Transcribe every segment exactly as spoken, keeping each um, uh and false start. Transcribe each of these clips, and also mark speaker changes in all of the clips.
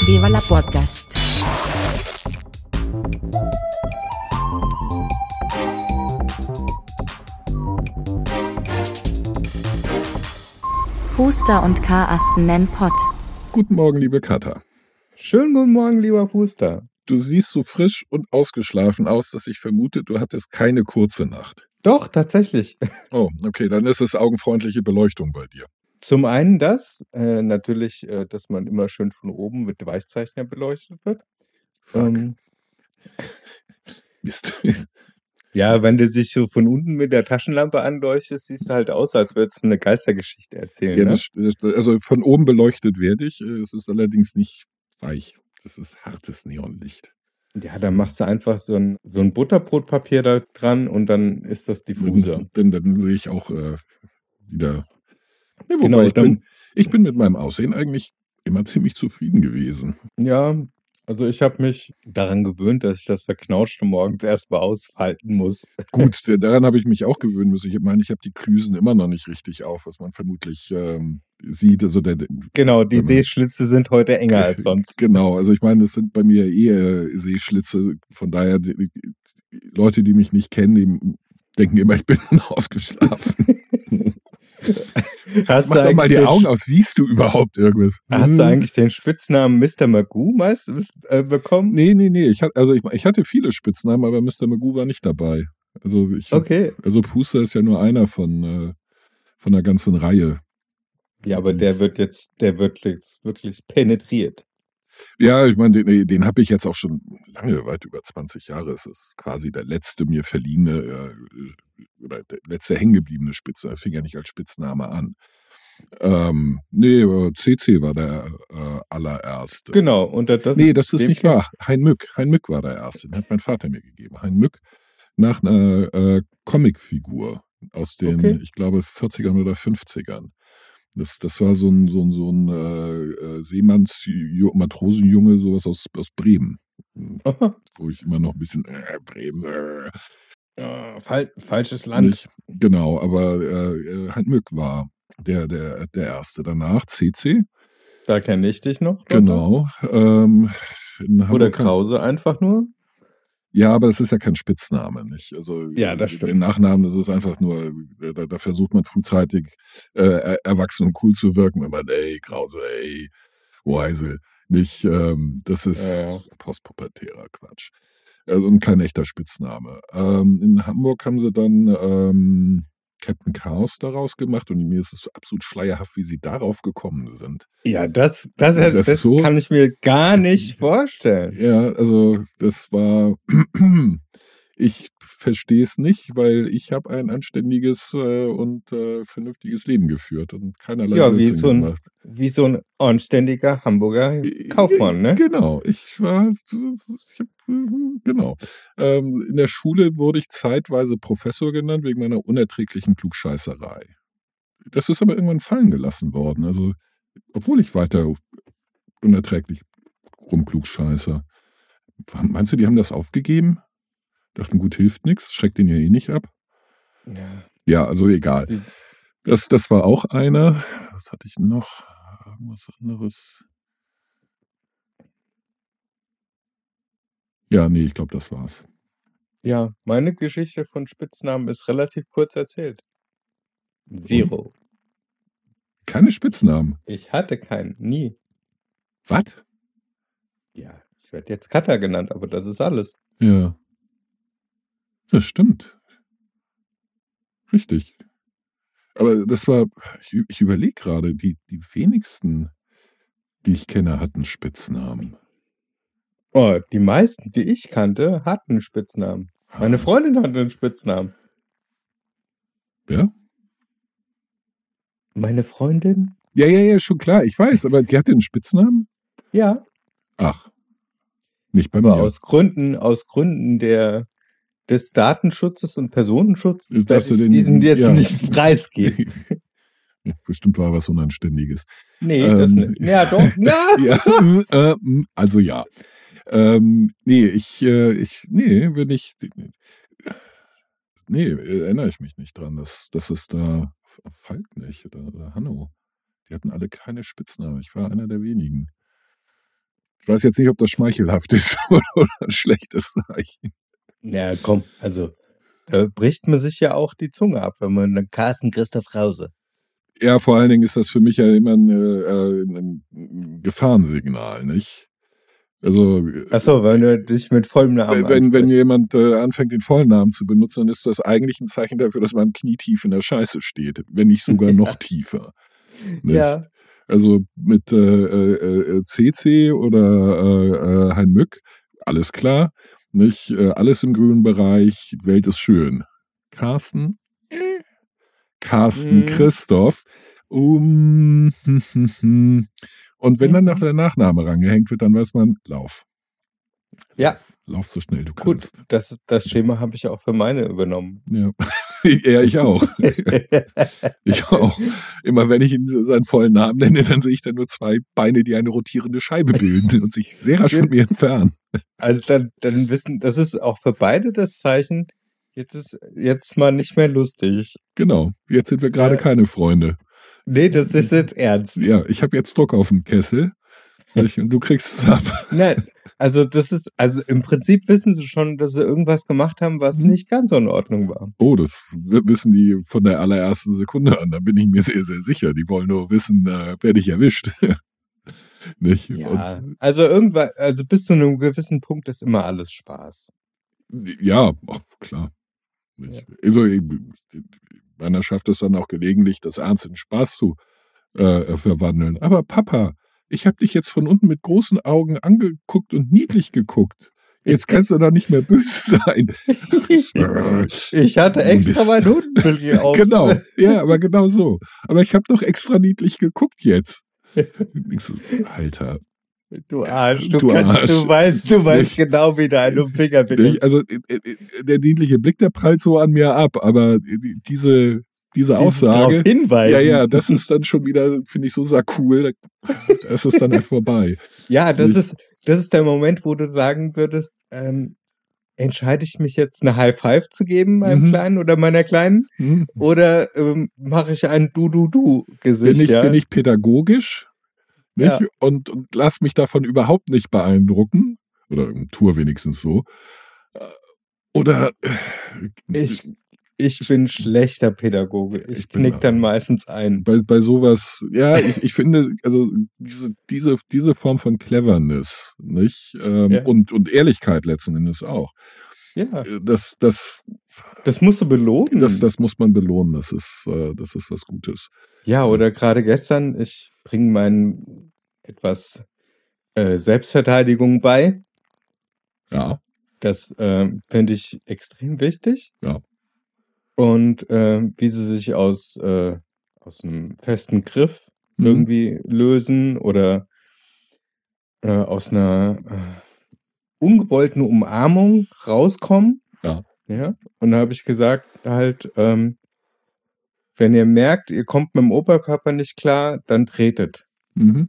Speaker 1: Viva la Podcast. Puster und Karasten nennen Pott.
Speaker 2: Guten Morgen, liebe Katha.
Speaker 3: Schönen guten Morgen, lieber Puster.
Speaker 2: Du siehst so frisch und ausgeschlafen aus, dass ich vermute, du hattest keine kurze Nacht.
Speaker 3: Doch, tatsächlich.
Speaker 2: Oh, okay, dann ist es augenfreundliche Beleuchtung bei dir.
Speaker 3: Zum einen das, äh, natürlich, äh, dass man immer schön von oben mit Weichzeichner beleuchtet wird.
Speaker 2: Fuck.
Speaker 3: Ähm,
Speaker 2: Mist.
Speaker 3: ja, wenn du dich so von unten mit der Taschenlampe anleuchtest, siehst du halt aus, als würdest du eine Geistergeschichte erzählen.
Speaker 2: Ja,
Speaker 3: Ne?
Speaker 2: das, das, also von oben beleuchtet werde ich. Es ist allerdings nicht weich. Das ist hartes Neonlicht.
Speaker 3: Ja, dann machst du einfach so ein, so ein Butterbrotpapier da dran und dann ist das diffuser.
Speaker 2: Dann, dann, dann sehe ich auch äh, wieder. Ja, wobei
Speaker 3: Genau,
Speaker 2: ich,
Speaker 3: dann-
Speaker 2: bin, ich bin mit meinem Aussehen eigentlich immer ziemlich zufrieden gewesen.
Speaker 3: Ja, also ich habe mich daran gewöhnt, dass ich das Verknauschte morgens erstmal ausfalten muss.
Speaker 2: Gut, d- daran habe ich mich auch gewöhnen müssen. Ich meine, ich habe die Klüsen immer noch nicht richtig auf, was man vermutlich ähm, sieht. Also der,
Speaker 3: Genau, die
Speaker 2: Wenn man-
Speaker 3: Sehschlitze sind heute enger als sonst.
Speaker 2: Genau, also ich meine, das sind bei mir eher Sehschlitze. Von daher, die, die Leute, die mich nicht kennen, die denken immer, ich bin ausgeschlafen.
Speaker 3: Hast
Speaker 2: Mach
Speaker 3: du
Speaker 2: doch mal
Speaker 3: eigentlich
Speaker 2: die
Speaker 3: den
Speaker 2: Augen aus. Siehst du überhaupt irgendwas?
Speaker 3: Hast du eigentlich den Spitznamen Mister Magoo meist äh, bekommen?
Speaker 2: Nee, nee, nee. Ich, hat, also ich, ich hatte viele Spitznamen, aber Mister Magoo war nicht dabei. Also, ich,
Speaker 3: Okay.
Speaker 2: also Puster ist ja nur einer von, äh, von der ganzen Reihe.
Speaker 3: Ja, aber der wird jetzt, der wird jetzt wirklich penetriert.
Speaker 2: Ja, ich meine, den, den habe ich jetzt auch schon lange, weit über zwanzig Jahre. Es ist quasi der letzte mir verliehene äh, oder der letzte hängengebliebene Spitzname. Fing ja nicht als Spitzname an. Ähm, nee, äh, C C war der äh, allererste.
Speaker 3: Genau. Und das,
Speaker 2: Nee, das ist
Speaker 3: dem
Speaker 2: nicht
Speaker 3: kennt-
Speaker 2: wahr. Hein Mück. Hein Mück war der erste. Den hat mein Vater mir gegeben. Hein Mück nach einer äh, Comicfigur aus den,
Speaker 3: Okay.
Speaker 2: ich glaube, vierzigern oder fünfzigern. Das, das war so ein, so ein, so ein äh, äh, Seemanns, Ju- Matrosenjunge, sowas aus, aus Bremen.
Speaker 3: Aha.
Speaker 2: Wo ich immer noch ein bisschen, äh, Bremen, äh,
Speaker 3: Ja, fal falsches Land.
Speaker 2: nicht. Genau, aber äh, äh, Hein Mück war der, der, der erste. Danach C C,
Speaker 3: Da kenne ich dich noch. Lothar.
Speaker 2: genau. Ähm, in
Speaker 3: Oder
Speaker 2: Hamburg kam-
Speaker 3: Krause einfach nur.
Speaker 2: Ja, aber das ist ja kein Spitzname, nicht? Also
Speaker 3: Ja, das
Speaker 2: äh,
Speaker 3: stimmt.
Speaker 2: den Nachnamen, das ist einfach nur, äh, da, da versucht man frühzeitig äh, er- erwachsen und cool zu wirken, wenn man, ey, Krause, ey, Weisel, nicht, ähm, das ist
Speaker 3: Ja, ja.
Speaker 2: postpubertärer Quatsch. Also und kein echter Spitzname. Ähm, in Hamburg haben sie dann ähm, Captain Chaos daraus gemacht und mir ist es absolut schleierhaft, wie sie darauf gekommen sind.
Speaker 3: Ja, das, das,
Speaker 2: Das
Speaker 3: das,
Speaker 2: ist so-
Speaker 3: kann ich mir gar nicht vorstellen.
Speaker 2: Ja, also das war, ich verstehe es nicht, weil ich habe ein anständiges äh, und äh, vernünftiges Leben geführt und keinerlei
Speaker 3: Ja, wie
Speaker 2: Blödsinn
Speaker 3: so, ein,
Speaker 2: gemacht.
Speaker 3: wie so ein anständiger Hamburger Kaufmann, ne?
Speaker 2: Genau, ich war, ich hab, genau. Ähm, in der Schule wurde ich zeitweise Professor genannt wegen meiner unerträglichen Klugscheißerei. Das ist aber irgendwann fallen gelassen worden. Also, obwohl ich weiter unerträglich rumklugscheiße. Meinst du, die haben das aufgegeben? Dachten, gut, hilft nichts, schreckt den ja eh nicht ab.
Speaker 3: Ja.
Speaker 2: Ja, also egal.
Speaker 3: Die-
Speaker 2: Das, das war auch einer. Was hatte ich noch? Irgendwas anderes. Ja, nee, ich glaube, das war's.
Speaker 3: Ja, meine Geschichte von Spitznamen ist relativ kurz erzählt. Zero.
Speaker 2: Keine Spitznamen.
Speaker 3: Ich hatte keinen, nie.
Speaker 2: Was?
Speaker 3: Ja, ich werde jetzt Cutter genannt, aber das ist alles.
Speaker 2: Ja. Das stimmt. Richtig. Aber das war, ich, ich überlege gerade, die, die wenigsten, die ich kenne, hatten Spitznamen.
Speaker 3: Oh, die meisten, die ich kannte, hatten Spitznamen. Meine Freundin hatte einen Spitznamen.
Speaker 2: Ja?
Speaker 3: Meine Freundin?
Speaker 2: Ja, ja, ja, schon klar, ich weiß, aber die hatte einen Spitznamen?
Speaker 3: Ja.
Speaker 2: Ach. Nicht bei
Speaker 3: Aber
Speaker 2: mir.
Speaker 3: aus Gründen, aus Gründen der, des Datenschutzes und Personenschutzes
Speaker 2: Darfst
Speaker 3: werde
Speaker 2: du
Speaker 3: ich
Speaker 2: den-
Speaker 3: diesen jetzt
Speaker 2: ja.
Speaker 3: nicht preisgeben.
Speaker 2: Bestimmt war was Unanständiges.
Speaker 3: Nee, das
Speaker 2: Ähm,
Speaker 3: nicht. Ja, doch. Ja.
Speaker 2: Ja, äh, äh, also ja. Ähm, nee, ich, äh, ich, nee, wenn ich, nee, erinnere ich mich nicht dran, dass, dass es da Falk nicht oder, oder Hanno, die hatten alle keine Spitznamen. Ich war einer der wenigen. Ich weiß jetzt nicht, ob das schmeichelhaft ist oder ein schlechtes Zeichen.
Speaker 3: Ja, komm, also da bricht man sich ja auch die Zunge ab, wenn man dann Carsten Christoph Krause.
Speaker 2: Ja, vor allen Dingen ist das für mich ja immer ein, äh, ein Gefahrensignal, nicht? Also,
Speaker 3: Achso, wenn du dich mit vollem Namen
Speaker 2: wenn, wenn jemand äh, anfängt, den vollen Namen zu benutzen, dann ist das eigentlich ein Zeichen dafür, dass man knietief in der Scheiße steht, wenn nicht sogar noch tiefer. Nicht?
Speaker 3: Ja.
Speaker 2: Also mit äh, äh, C C oder äh, Hein Mück, alles klar, nicht? Äh, alles im grünen Bereich, Welt ist schön. Carsten? Äh. Carsten
Speaker 3: Mhm.
Speaker 2: Christoph. Um, und wenn dann noch der Nachname rangehängt wird, dann weiß man, lauf.
Speaker 3: Ja.
Speaker 2: Lauf so schnell du
Speaker 3: Gut,
Speaker 2: kannst.
Speaker 3: das, das Schema habe ich auch für meine übernommen.
Speaker 2: Ja, ja ich auch. Ich auch. Immer wenn ich ihn seinen vollen Namen nenne, dann sehe ich da nur zwei Beine, die eine rotierende Scheibe bilden und sich sehr rasch von mir entfernen.
Speaker 3: Also dann, dann wissen, das ist auch für beide das Zeichen, jetzt ist jetzt mal nicht mehr lustig.
Speaker 2: Genau, jetzt sind wir gerade
Speaker 3: Ja.
Speaker 2: keine Freunde.
Speaker 3: Nee, das ist jetzt ernst.
Speaker 2: Ja, ich habe jetzt Druck auf dem Kessel nicht? Und du kriegst es ab.
Speaker 3: Nein, also das ist, also im Prinzip wissen sie schon, dass sie irgendwas gemacht haben, was
Speaker 2: Mhm.
Speaker 3: nicht ganz so in Ordnung war.
Speaker 2: Oh, das w- wissen die von der allerersten Sekunde an. Da bin ich mir sehr, sehr sicher. Die wollen nur wissen, äh, werde ich erwischt. Nicht?
Speaker 3: Ja,
Speaker 2: Und,
Speaker 3: also irgendwann, also bis zu einem gewissen Punkt ist immer alles Spaß.
Speaker 2: ja, ach, klar. Nicht? Also, ich- meiner schafft es dann auch gelegentlich, das Ernst in Spaß zu äh, verwandeln. Aber Papa, ich habe dich jetzt von unten mit großen Augen angeguckt und niedlich geguckt. Jetzt kannst du doch nicht mehr böse sein.
Speaker 3: Ich hatte extra
Speaker 2: Mist.
Speaker 3: mein Hundenbild auf.
Speaker 2: Genau, ja, aber genau so. Aber ich habe doch extra niedlich geguckt jetzt. Ich so, Alter.
Speaker 3: Du Arsch, du,
Speaker 2: Du
Speaker 3: kannst,
Speaker 2: Arsch.
Speaker 3: du weißt, du weißt
Speaker 2: Nicht-
Speaker 3: genau, wie du einen Finger
Speaker 2: Ich,
Speaker 3: benutzt.
Speaker 2: also äh, äh, der niedliche Blick, der prallt so an mir ab, aber die- diese, diese
Speaker 3: Dieses
Speaker 2: Aussage,
Speaker 3: darauf hinweisen.
Speaker 2: ja, ja, das ist dann schon wieder, finde ich, so cool. Da, da ist es dann halt vorbei.
Speaker 3: Ja, das
Speaker 2: Nicht-
Speaker 3: ist, das ist der Moment, wo du sagen würdest, ähm, entscheide ich mich jetzt eine High Five zu geben, meinem
Speaker 2: Mhm.
Speaker 3: Kleinen oder meiner Kleinen,
Speaker 2: Hm?
Speaker 3: oder ähm, mache ich ein Du-Du-Du-Gesicht,
Speaker 2: Bin, ich,
Speaker 3: ja?
Speaker 2: bin ich pädagogisch nicht?
Speaker 3: Ja.
Speaker 2: Und, und lass mich davon überhaupt nicht beeindrucken, oder tue wenigstens so. Äh, Oder äh,
Speaker 3: Ich, ich bin schlechter Pädagoge. Ich,
Speaker 2: Ich bin
Speaker 3: knick dann
Speaker 2: auch-
Speaker 3: meistens ein.
Speaker 2: bei, bei sowas, ja, ich, ich finde, also diese, diese, diese Form von Cleverness, nicht? Ähm,
Speaker 3: Ja.
Speaker 2: und, und Ehrlichkeit letzten Endes auch.
Speaker 3: Ja,
Speaker 2: Äh, Das, das,
Speaker 3: das musst du belohnen.
Speaker 2: das, das muss man belohnen, das ist, äh, das ist was Gutes.
Speaker 3: Ja, oder gerade gestern, ich bringe meinen etwas äh, Selbstverteidigung bei.
Speaker 2: Ja,
Speaker 3: Das äh, finde ich extrem wichtig.
Speaker 2: Ja.
Speaker 3: Und äh, wie sie sich aus, äh, aus einem festen Griff
Speaker 2: Mhm.
Speaker 3: irgendwie lösen oder äh, aus einer äh, ungewollten Umarmung rauskommen.
Speaker 2: Ja.
Speaker 3: Ja. Und da habe ich gesagt, halt, ähm, wenn ihr merkt, ihr kommt mit dem Oberkörper nicht klar, dann tretet.
Speaker 2: Mhm.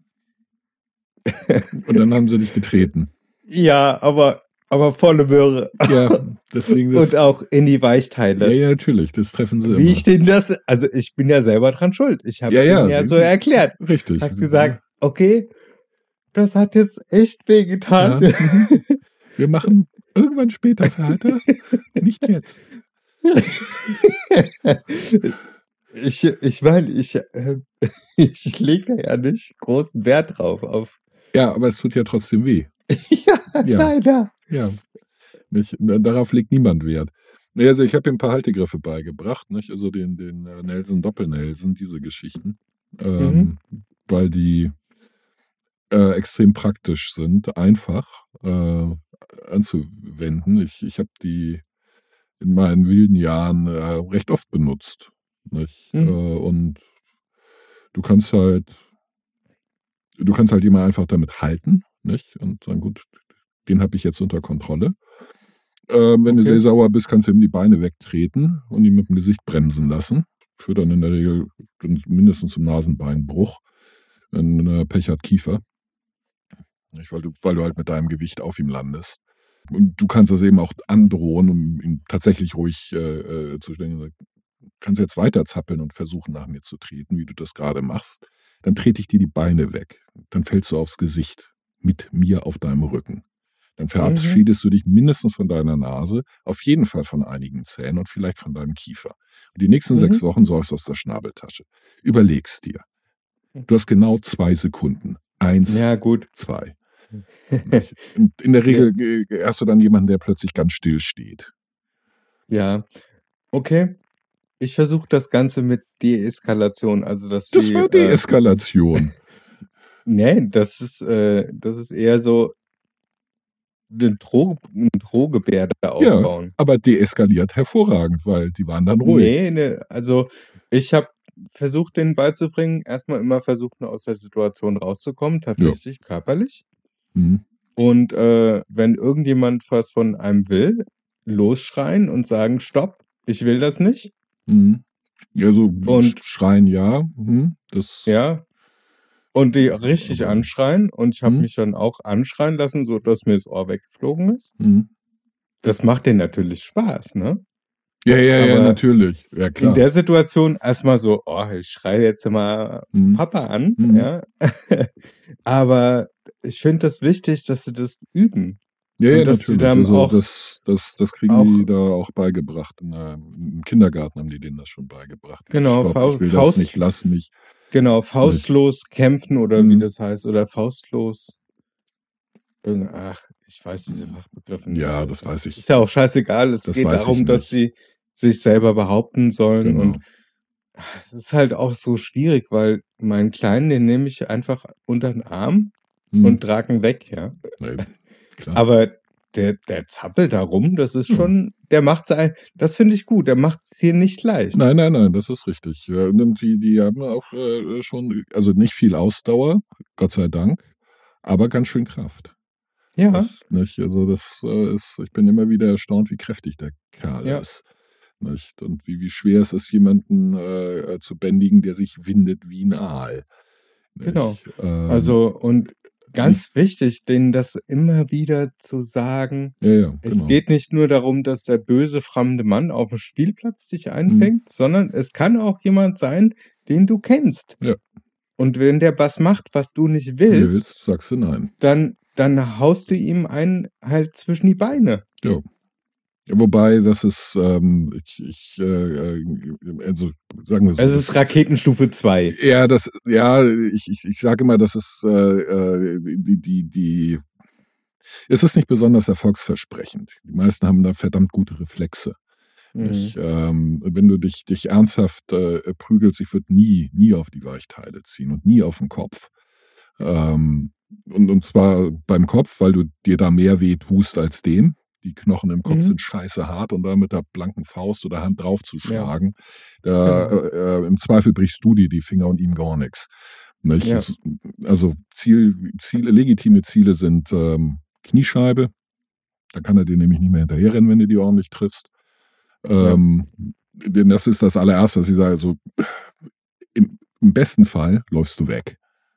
Speaker 2: Und dann haben sie dich getreten.
Speaker 3: Ja, aber, aber volle Möhre.
Speaker 2: Ja, deswegen das,
Speaker 3: Und auch in die
Speaker 2: Ja,
Speaker 3: Weichteile.
Speaker 2: ja, natürlich, das treffen sie
Speaker 3: Wie
Speaker 2: immer.
Speaker 3: ich denen das, also ich bin ja selber dran schuld. Ich habe
Speaker 2: Ja,
Speaker 3: es
Speaker 2: ja,
Speaker 3: ihnen ja
Speaker 2: sie-
Speaker 3: so erklärt.
Speaker 2: Richtig.
Speaker 3: Ich habe gesagt, okay, das hat jetzt echt wehgetan.
Speaker 2: Ja. Mhm. Wir machen irgendwann später weiter, nicht jetzt.
Speaker 3: ich ich meine, ich, äh, ich lege da ja nicht großen Wert drauf. Auf
Speaker 2: Ja, aber es tut ja trotzdem weh.
Speaker 3: ja,
Speaker 2: Ja.
Speaker 3: leider.
Speaker 2: Ja, nicht, darauf legt niemand Wert. Nee, also ich habe ihm ein paar Haltegriffe beigebracht, nicht? Also den, den äh, Nelson Doppel-Nelson, diese Geschichten, ähm, weil die äh, extrem praktisch sind, einfach äh, anzuwenden. Ich, ich habe die in meinen wilden Jahren äh, recht oft benutzt. Nicht?
Speaker 3: Mhm.
Speaker 2: Äh, und du kannst halt, du kannst halt immer einfach damit halten, nicht? Und sagen, gut, den habe ich jetzt unter Kontrolle. Ähm, wenn du
Speaker 3: Okay.
Speaker 2: sehr sauer bist, kannst du ihm die Beine wegtreten und ihn mit dem Gesicht bremsen lassen. Führt dann in der Regel mindestens zum Nasenbeinbruch. Wenn er Pech hat, Kiefer. Nicht, weil, du, weil du halt mit deinem Gewicht auf ihm landest. Und du kannst das eben auch androhen, um ihn tatsächlich ruhig äh, äh, zu stellen. Du kannst jetzt weiter zappeln und versuchen, nach mir zu treten, wie du das gerade machst. Dann trete ich dir die Beine weg. Dann fällst du aufs Gesicht. mit mir auf deinem Rücken. Dann
Speaker 3: Mhm.
Speaker 2: verabschiedest du dich mindestens von deiner Nase, auf jeden Fall von einigen Zähnen und vielleicht von deinem Kiefer. Und die nächsten sechs
Speaker 3: Mhm.
Speaker 2: Wochen säufst du aus der Schnabeltasche. Überleg's dir. Du hast genau zwei Sekunden. Eins,
Speaker 3: Ja, gut.
Speaker 2: zwei. Nicht? Und in der
Speaker 3: Ja.
Speaker 2: Regel äh, hast du dann jemanden, der plötzlich ganz still steht.
Speaker 3: Ja. Okay. Ich versuche das Ganze mit Deeskalation, also dass
Speaker 2: Das
Speaker 3: sie,
Speaker 2: war
Speaker 3: äh
Speaker 2: Deeskalation.
Speaker 3: Ne, das ist, äh das ist eher so 'ne Droh 'ne Drohgebärde
Speaker 2: Ja,
Speaker 3: aufbauen.
Speaker 2: aber deeskaliert hervorragend, weil die waren dann ruhig.
Speaker 3: Ne, ne, also ich habe versucht, denen beizubringen, erst mal immer versuchen, aus der Situation rauszukommen,
Speaker 2: Ja.
Speaker 3: tatsächlich körperlich.
Speaker 2: Mhm.
Speaker 3: Und, äh, wenn irgendjemand was von einem will, losschreien und sagen: „Stopp, ich will das nicht.“
Speaker 2: Mhm. Ja, so sch
Speaker 3: Und
Speaker 2: schreien ja, mhm, das
Speaker 3: Ja. Und die richtig
Speaker 2: aber
Speaker 3: anschreien und ich habe
Speaker 2: mhm.
Speaker 3: mich dann auch anschreien lassen, sodass mir das Ohr weggeflogen ist.
Speaker 2: Mhm.
Speaker 3: Das macht denen natürlich Spaß, ne?
Speaker 2: Ja, ja, ja,
Speaker 3: Aber
Speaker 2: natürlich. Ja,
Speaker 3: in
Speaker 2: klar.
Speaker 3: der Situation erst mal so: „Oh, ich schreie jetzt mal
Speaker 2: Mhm.
Speaker 3: Papa an“,
Speaker 2: Mhm.
Speaker 3: ja? Aber ich finde das wichtig, dass sie das üben
Speaker 2: Ja, ja,
Speaker 3: und dass sie
Speaker 2: natürlich.
Speaker 3: dann
Speaker 2: Also,
Speaker 3: auch
Speaker 2: das das das kriegen
Speaker 3: auch
Speaker 2: die da auch beigebracht. In der im Kindergarten haben die denen das schon beigebracht. Dieses
Speaker 3: Genau,
Speaker 2: „Stopp, ich
Speaker 3: Fau
Speaker 2: will das nicht,
Speaker 3: Faust
Speaker 2: lass mich.“
Speaker 3: genau,
Speaker 2: Nicht?
Speaker 3: faustlos kämpfen oder wie
Speaker 2: Mhm.
Speaker 3: das heißt oder faustlos irgend ach, ich weiß diese Fachbegriffe nicht
Speaker 2: Ja,
Speaker 3: alle.
Speaker 2: das weiß ich.
Speaker 3: Ist ja auch
Speaker 2: Das
Speaker 3: scheißegal. Es
Speaker 2: das
Speaker 3: geht
Speaker 2: weiß ich
Speaker 3: darum, dass
Speaker 2: nicht.
Speaker 3: sie sich selber behaupten sollen und
Speaker 2: Genau.
Speaker 3: es ist halt auch so schwierig, weil meinen Kleinen, den nehme ich einfach unter 'n Arm
Speaker 2: Mhm.
Speaker 3: und trage ihn weg, ja?
Speaker 2: Na eben, klar.
Speaker 3: Aber der der zappelt da rum, das ist
Speaker 2: Ja.
Speaker 3: schon der macht's ei das finde ich gut, der macht's dir nicht leicht.
Speaker 2: Nein, nein, nein, das ist richtig. Ja, und die die haben auch, äh, schon also nicht viel Ausdauer, Gott sei Dank, aber ganz schön Kraft.
Speaker 3: Ja.
Speaker 2: Das nicht? Also, das, äh, ist ich bin immer wieder erstaunt, wie kräftig der Kerl
Speaker 3: Ja.
Speaker 2: ist, nicht? Und wie wie schwer es ist, jemanden, äh, äh, zu bändigen, der sich windet wie 'n Aal,
Speaker 3: Genau.
Speaker 2: nicht? Ähm,
Speaker 3: Also und
Speaker 2: nicht
Speaker 3: ganz wichtig, denen das immer wieder zu sagen:
Speaker 2: Ja, ja,
Speaker 3: Es
Speaker 2: genau.
Speaker 3: geht nicht nur darum, dass der böse fremde Mann auf'm Spielplatz dich
Speaker 2: Mhm.
Speaker 3: einfängt, sondern es kann auch jemand sein, den du kennst.
Speaker 2: Ja.
Speaker 3: Und wenn der was macht, was du nicht
Speaker 2: Willst,
Speaker 3: willst
Speaker 2: sagst du nein.
Speaker 3: dann dann haust du ihm einen halt zwischen die Beine.
Speaker 2: Ja. Wobei, das ist, ähm ich ich, äh, äh, also, sagen wir so,
Speaker 3: Es
Speaker 2: das
Speaker 3: ist Raketenstufe zwei.
Speaker 2: Ja, das ja, ich ich ich sage immer, das ist, äh, äh, die die die es ist nicht besonders erfolgsversprechend. Die meisten haben da verdammt gute Reflexe,
Speaker 3: Mhm.
Speaker 2: nicht? Ähm, wenn du dich dich ernsthaft, äh, prügelst, ich würde nie nie auf die Weichteile ziehen und nie auf 'n Kopf. Ähm, und und zwar beim Kopf, weil du dir da mehr weh tust als dem. Die Knochen im Kopf
Speaker 3: Mhm.
Speaker 2: sind scheißehart und da mit der blanken Faust oder Hand
Speaker 3: Ja.
Speaker 2: draufzuschlagen, da,
Speaker 3: Genau.
Speaker 2: äh, äh, im Zweifel brichst du dir die Finger und ihm gar nix, nicht?
Speaker 3: Ja.
Speaker 2: Es also, Ziel Ziele legitime Ziele sind, ähm, Kniescheibe. Da kann er dir nämlich nicht mehr hinterherrennen, wenn du die ordentlich triffst.
Speaker 3: Ja.
Speaker 2: Ähm, denn das ist das Allererste, was ich sage, so im im besten Fall läufst du weg.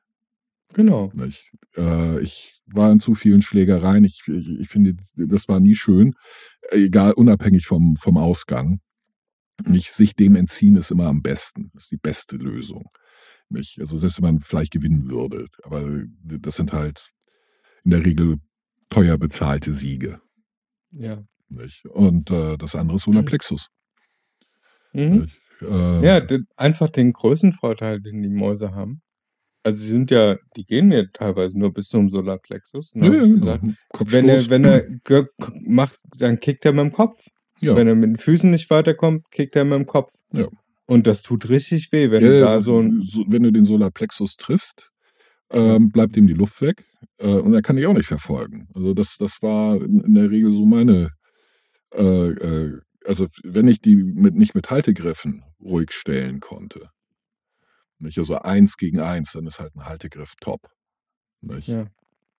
Speaker 3: Genau.
Speaker 2: Nicht? Äh, ich war in zu vielen Schlägereien. Ich ich ich finde, das war nie schön, egal unabhängig vom vom Ausgang. Nicht sich dem entziehen ist immer am besten. Das ist die beste Lösung, nicht? Also, selbst wenn man vielleicht gewinnen würde, aber das sind halt in der Regel teuer bezahlte Siege.
Speaker 3: Ja.
Speaker 2: Nicht? Und, äh, das andere ist Solarplexus.
Speaker 3: Mhm.
Speaker 2: Nicht? Ähm
Speaker 3: Ja, d einfach den Größenvorteil, den die Mäuse haben. Also, sie sind ja die gehen mir teilweise nur bis zum Solarplexus. Dann
Speaker 2: Ja,
Speaker 3: habe
Speaker 2: ja,
Speaker 3: ich
Speaker 2: genau.
Speaker 3: gesagt, wenn
Speaker 2: Kopfstoß.
Speaker 3: er wenn er ge k macht, dann kickt er mit'm Kopf.
Speaker 2: Ja.
Speaker 3: Wenn er mit den Füßen nicht weiterkommt, kickt er mit'm Kopf.
Speaker 2: Ja.
Speaker 3: Und das tut richtig weh, wenn
Speaker 2: Ja,
Speaker 3: du
Speaker 2: ja,
Speaker 3: da
Speaker 2: so
Speaker 3: so 'n
Speaker 2: so wenn du den Solarplexus triffst,
Speaker 3: Ja.
Speaker 2: ähm, bleibt ihm die Luft weg, äh, und er kann dich auch nicht verfolgen. Also, das das war in in der Regel so meine äh, äh also, wenn ich die mit nicht mit Haltegriffen ruhig stellen konnte nicht? Also, eins gegen eins, dann ist halt 'n Haltegriff top, nicht?
Speaker 3: Ja.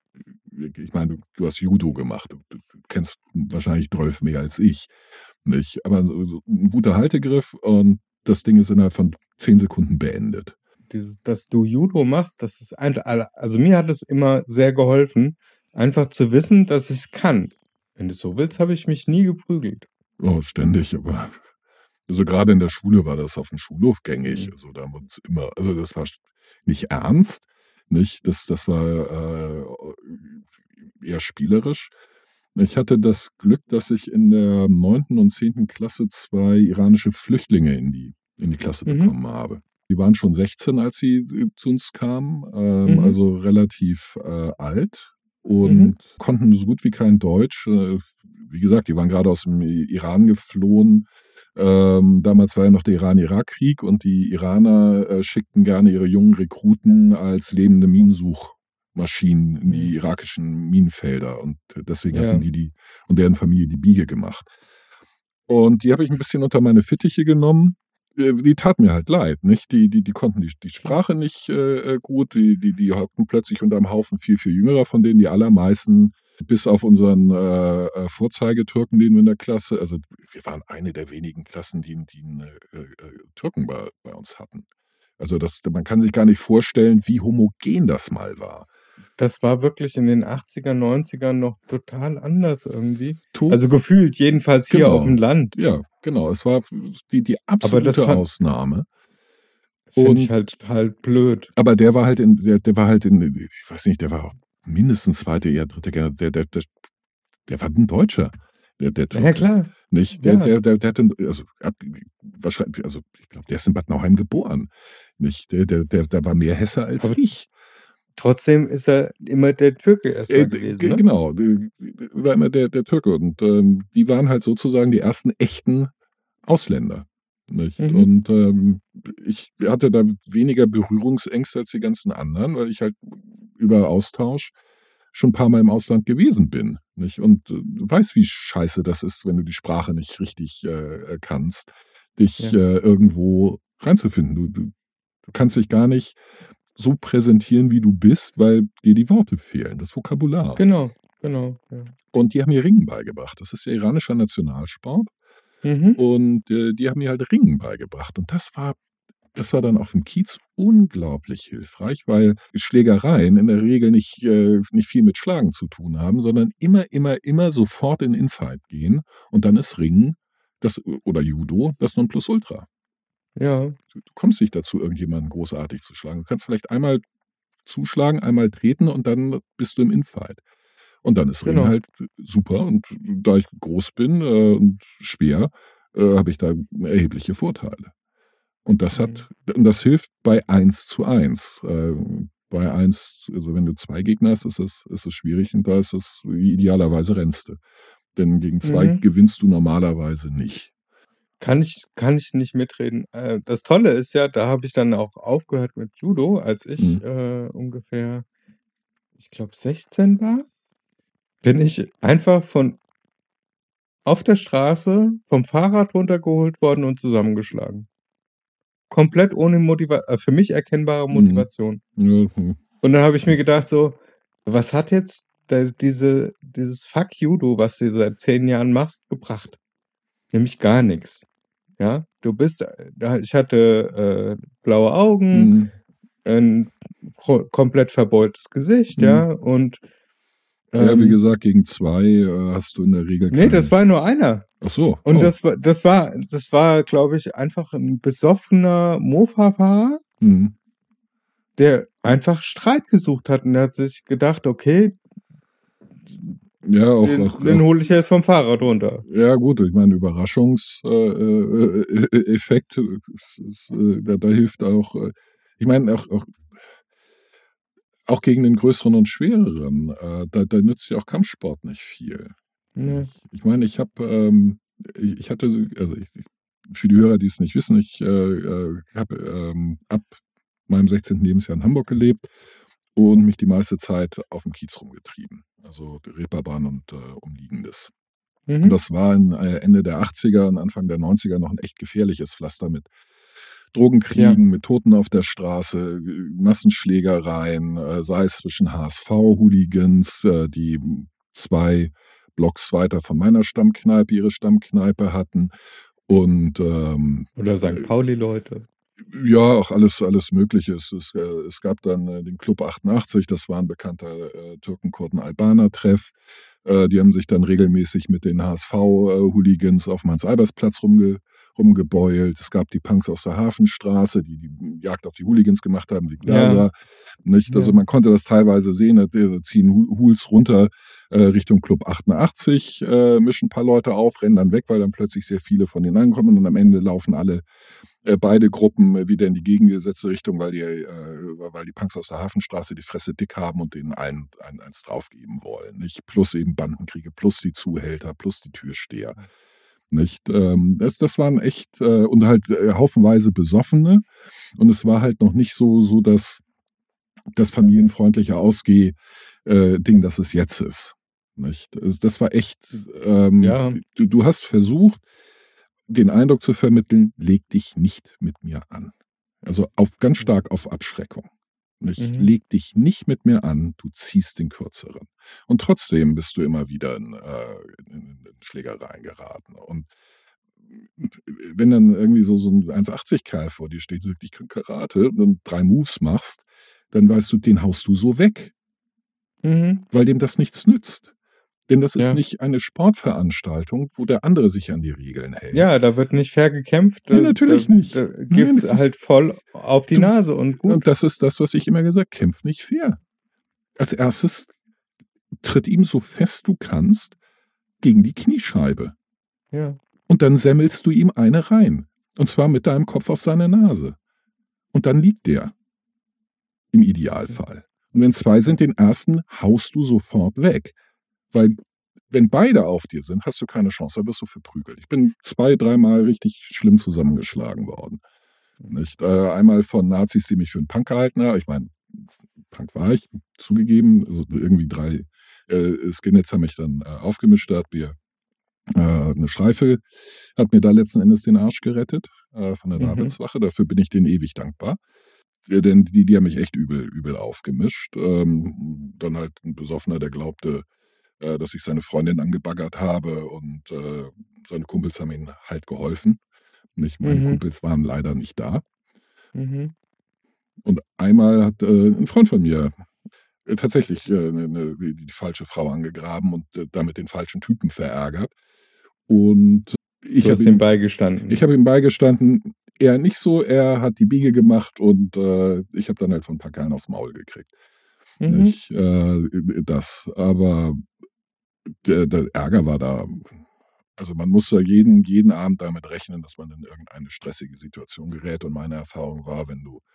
Speaker 2: Ich meine, du du hast Judo gemacht. Du du kennst wahrscheinlich Dwölf mehr als ich, nicht? Aber so so 'n guter Haltegriff und das Ding ist innerhalb von zehn Sekunden beendet.
Speaker 3: Dieses dass du Judo machst, das ist ein al also, mir hat es immer sehr geholfen, einfach zu wissen, dass ich's kann. Wenn du so willst, habe ich mich nie geprügelt.
Speaker 2: Oh, ständig, aber also, grade in der Schule war das auf'm Schulhof gängig.
Speaker 3: Mhm.
Speaker 2: Also, da haben wir uns immer also, das war sch nicht ernst, nicht? Das das war, äh, eher spielerisch. Ich hatte das Glück, dass ich in der neunten und zehnten Klasse zwei iranische Flüchtlinge in die, in die Klasse
Speaker 3: Mhm.
Speaker 2: bekommen habe. Die waren schon sechzehn, als sie äh, zu uns kamen, ähm,
Speaker 3: Mhm.
Speaker 2: also relativ äh, alt und
Speaker 3: Mhm.
Speaker 2: konnten so gut wie kein Deutsch. Äh, wie gesagt, die waren gerade aus dem I- Iran geflohen. Ähm, damals war ja noch der Iran-Irak-Krieg und die Iraner äh, schickten gerne ihre jungen Rekruten als lebende Minensuchmaschinen in die
Speaker 3: Mhm.
Speaker 2: irakischen Minenfelder und deswegen hatten
Speaker 3: Ja.
Speaker 2: die, die und deren Familie die Biege gemacht. Und die habe ich ein bisschen unter meine Fittiche genommen. Äh, Die taten mir halt leid, nicht? Die, die, die konnten die, die Sprache nicht äh, äh, gut, die, die, die hockten plötzlich unter einem Haufen viel, viel jüngerer, von denen die allermeisten, bis auf unseren äh, äh, Vorzeigetürken, den wir in der Klasse, also wir waren eine der wenigen Klassen, die, die einen äh, äh, Türken bei, bei uns hatten. Also das, man kann sich gar nicht vorstellen, wie homogen das mal war.
Speaker 3: Das war wirklich in den achtzigern, neunzigern noch total anders irgendwie.
Speaker 2: To
Speaker 3: Also gefühlt, jedenfalls hier auf dem
Speaker 2: genau.
Speaker 3: Land.
Speaker 2: Ja, genau. Es war die, die
Speaker 3: Aber das
Speaker 2: absolute
Speaker 3: fand,
Speaker 2: Ausnahme.
Speaker 3: finde ich
Speaker 2: Und
Speaker 3: halt halt blöd.
Speaker 2: aber der war halt in, der, der war halt in, ich weiß nicht, der war mindestens zweite, eher dritte Generation, der, der, der, der war ein Deutscher, der, der
Speaker 3: Na ja,
Speaker 2: Türke.
Speaker 3: klar.
Speaker 2: Nicht? Der,
Speaker 3: Ja.
Speaker 2: der, der, der hatte, also ab, wahrscheinlich, also ich glaube, der ist in Bad Nauheim geboren. Nicht? Der, der, der, der war mehr Hesse als
Speaker 3: Aber
Speaker 2: ich.
Speaker 3: trotzdem ist er immer der Türke erstmal
Speaker 2: Äh,
Speaker 3: gewesen,
Speaker 2: g-
Speaker 3: ne?
Speaker 2: genau, äh, war immer der, der Türke. Und ähm, die waren halt sozusagen die ersten echten Ausländer. Nicht?
Speaker 3: Mhm.
Speaker 2: Und ähm, ich hatte da weniger Berührungsängste als die ganzen anderen, weil ich halt über Austausch schon ein paar Mal im Ausland gewesen bin. Nicht? Und äh, du weißt, wie scheiße das ist, wenn du die Sprache nicht richtig äh, kannst, dich
Speaker 3: Ja.
Speaker 2: äh, irgendwo reinzufinden. Du, du, du kannst dich gar nicht so präsentieren, wie du bist, weil dir die Worte fehlen, das Vokabular.
Speaker 3: Genau, genau. Ja.
Speaker 2: Und die haben mir Ringen beigebracht. Das ist ja iranischer Nationalsport.
Speaker 3: Mhm.
Speaker 2: Und äh, die haben mir halt Ringen beigebracht. Und das war, das war dann auf dem Kiez unglaublich hilfreich, weil Schlägereien in der Regel nicht, äh, nicht viel mit Schlagen zu tun haben, sondern immer, immer, immer sofort in Infight gehen. Und dann ist Ringen das, oder Judo das Nonplusultra.
Speaker 3: Ja.
Speaker 2: Du, du kommst nicht dazu, irgendjemanden großartig zu schlagen. Du kannst vielleicht einmal zuschlagen, einmal treten und dann bist du im Infight. Und dann ist Ringen
Speaker 3: Genau.
Speaker 2: halt super. Und da ich groß bin äh, und schwer, äh, habe ich da erhebliche Vorteile. Und das
Speaker 3: Mhm.
Speaker 2: hat, und das hilft bei eins zu eins. Äh, bei eins, also wenn du zwei Gegner hast, ist es, ist es schwierig und da ist es idealerweise rennst du. Denn gegen zwei
Speaker 3: Mhm.
Speaker 2: gewinnst du normalerweise nicht.
Speaker 3: Kann ich, kann ich nicht mitreden. Äh, das Tolle ist ja, da habe ich dann auch aufgehört mit Judo, als ich
Speaker 2: Mhm.
Speaker 3: äh, ungefähr, ich glaube, sechzehn war. Bin ich einfach von auf der Straße vom Fahrrad runtergeholt worden und zusammengeschlagen. Komplett ohne Motiva äh, für mich erkennbare
Speaker 2: Mhm.
Speaker 3: Motivation.
Speaker 2: Ja, hm.
Speaker 3: Und dann habe ich mir gedacht so, was hat jetzt da diese dieses Fuck Judo, was du seit zehn Jahren machst, gebracht? Nämlich gar nichts. Ja, du bist äh, da ich hatte, äh, blaue Augen,
Speaker 2: Mhm.
Speaker 3: ein ko komplett verbeultes Gesicht,
Speaker 2: Mhm.
Speaker 3: ja, und,
Speaker 2: Ja, wie
Speaker 3: ähm
Speaker 2: gesagt, gegen zwei äh, hast du in der Regel
Speaker 3: ne, das
Speaker 2: keinen.
Speaker 3: war nur einer.
Speaker 2: Ach so,
Speaker 3: Und
Speaker 2: oh.
Speaker 3: das war das war das war, glaube ich, einfach 'n besoffener Mofa-Fahrer,
Speaker 2: Mhm.
Speaker 3: der einfach Streit gesucht hat. Und der hat sich gedacht: „Okay,
Speaker 2: Ja, auch,
Speaker 3: den
Speaker 2: auch,
Speaker 3: den
Speaker 2: auch
Speaker 3: hole ich jetzt vom Fahrrad runter."
Speaker 2: ja gut, ich meine, Überraschungseffekt, äh, äh, äh, Effekt, äh, ist, äh, da, da hilft auch, äh, ich meine, auch, auch, auch gegen den größeren und schwereren, äh, da, da nützt ja auch Kampfsport nicht viel.
Speaker 3: Ne.
Speaker 2: Ich, ich meine, ich habe, ähm, ich, ich hatte, so- also ich, ich- für die Hörer, die es nicht wissen, ich äh, äh, habe ähm, ab meinem sechzehnten Lebensjahr in Hamburg gelebt und mich die meiste Zeit auf dem Kiez rumgetrieben. Also die Reeperbahn und äh, Umliegendes. Und
Speaker 3: Mhm.
Speaker 2: das war in, äh, Ende der achtziger und Anfang der neunziger noch ein echt gefährliches Pflaster mit Drogenkriegen,
Speaker 3: Ja.
Speaker 2: mit Toten auf der Straße, äh, Massenschlägereien, äh, sei es zwischen H S V-Hooligans, äh, die zwei Blocks weiter von meiner Stammkneipe ihre Stammkneipe hatten und ähm,
Speaker 3: Oder Sankt
Speaker 2: äh,
Speaker 3: Pauli-Leute.
Speaker 2: ja, auch alles, alles Mögliche. Es, es, äh, es gab dann äh, den Club achtundachtzig, das war ein bekannter äh, Türken-Kurden-Albaner-Treff. Äh, die haben sich dann regelmäßig mit den H S V-Hooligans auf dem Hans-Albers-Platz rumge rumgebeult. Es gab die Punks aus der Hafenstraße, die die Jagd auf die Hooligans gemacht haben, die
Speaker 3: Ja.
Speaker 2: Glaser. Nicht? Also
Speaker 3: Ja.
Speaker 2: man konnte das teilweise sehen, da da ziehen Hu- Hools runter äh, Richtung Club achtundachtzig, äh, mischen ein paar Leute auf, rennen dann weg, weil dann plötzlich sehr viele von denen ankommen und am Ende laufen alle äh, beide Gruppen äh, wieder in die gegengesetzte Richtung, weil die, äh, weil die Punks aus der Hafenstraße die Fresse dick haben und denen einen, einen eins draufgeben wollen. Nicht? Plus eben Bandenkriege, plus die Zuhälter, plus die Türsteher. Nicht? Ähm, das, das waren echt äh, und halt äh, haufenweise Besoffene und es war halt noch nicht so, so dass das familienfreundliche Ausgeh-Ding, das es jetzt ist. Nicht? Also das war echt, ähm,
Speaker 3: Ja.
Speaker 2: du, du hast versucht, den Eindruck zu vermitteln, leg dich nicht mit mir an. Also auf, ganz stark auf Abschreckung. Nicht?
Speaker 3: Mhm.
Speaker 2: Leg dich nicht mit mir an, du ziehst den Kürzeren. Und trotzdem bist du immer wieder in, äh, in, in Schlägereien geraten. Und wenn dann irgendwie so, so ein eins achtzig Kerl vor dir steht und sagt, ich kann Karate und dann drei Moves machst, dann weißt du, den haust du so weg,
Speaker 3: Mhm.
Speaker 2: weil dem das nichts nützt. Denn das ist
Speaker 3: Ja.
Speaker 2: nicht eine Sportveranstaltung, wo der andere sich an die Regeln hält.
Speaker 3: Ja, da wird nicht fair gekämpft.
Speaker 2: Nee,
Speaker 3: Da,
Speaker 2: natürlich
Speaker 3: da,
Speaker 2: nicht.
Speaker 3: da gibt's
Speaker 2: Nein,
Speaker 3: halt voll auf die
Speaker 2: du,
Speaker 3: Nase und gut.
Speaker 2: und das ist das, was ich immer gesagt habe, kämpf nicht fair. Als erstes tritt ihm so fest du kannst gegen die Kniescheibe.
Speaker 3: Ja.
Speaker 2: Und dann semmelst du ihm eine rein. Und zwar mit deinem Kopf auf seine Nase. Und dann liegt der. Im Idealfall. Und wenn zwei sind, den ersten haust du sofort weg. Weil, wenn beide auf dir sind, hast du keine Chance, da wirst du verprügelt. Ich bin zwei, dreimal richtig schlimm zusammengeschlagen worden. Nicht? Äh, einmal von Nazis, die mich für einen Punk gehalten haben. Ich meine, Punk war ich, zugegeben. Also irgendwie drei äh, Skinheads haben mich dann äh, aufgemischt. Da hat mir äh, eine Streife, hat mir da letzten Endes den Arsch gerettet äh, von der
Speaker 3: Mhm.
Speaker 2: Davidswache. Dafür bin ich denen ewig dankbar. Ja, denn die, die haben mich echt übel, übel aufgemischt. Ähm, dann halt ein Besoffener, der glaubte, äh, dass ich seine Freundin angebaggert habe und äh, seine Kumpels haben ihm halt geholfen. Nicht, meine
Speaker 3: Mhm.
Speaker 2: Kumpels waren leider nicht da.
Speaker 3: Mhm.
Speaker 2: Und einmal hat äh, ein Freund von mir äh, tatsächlich äh, eine, eine, die, die falsche Frau angegraben und äh, damit den falschen Typen verärgert. Und ich
Speaker 3: Du
Speaker 2: habe
Speaker 3: hast ihm
Speaker 2: ihm,
Speaker 3: beigestanden.
Speaker 2: ich habe ihm beigestanden, er nicht so, er hat die Biege gemacht und äh, ich habe dann halt von ein paar Kerlen aufs Maul gekriegt.
Speaker 3: Mhm.
Speaker 2: Nicht, äh, das, aber der, der Ärger war da. Also man muss ja jeden, jeden Abend damit rechnen, dass man in irgendeine stressige Situation gerät. Und meine Erfahrung war, wenn du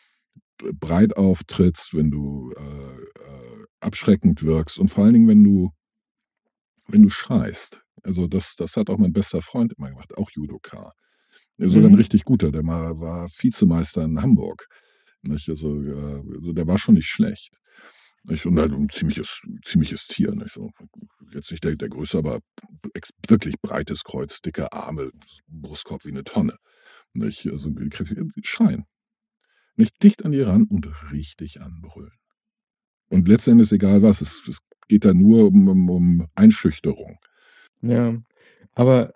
Speaker 2: breit auftrittst, wenn du äh, äh, abschreckend wirkst und vor allen Dingen, wenn du, wenn du schreist. Also das, das hat auch mein bester Freund immer gemacht, auch Judoka. Sogar ein
Speaker 3: Mhm.
Speaker 2: richtig guter, der mal war Vizemeister in Hamburg. Nicht? Also, äh, also der war schon nicht schlecht. Nicht? Und halt ein ziemliches, ziemliches Tier. Nicht? So, jetzt nicht der, der Größe, aber ex- wirklich breites Kreuz, dicke Arme, Brustkorb wie eine Tonne. Nicht? Also schreien. Nicht dicht an die ran und richtig anbrüllen. Und letztendlich egal was, es, es geht da nur um, um, um Einschüchterung.
Speaker 3: Ja, aber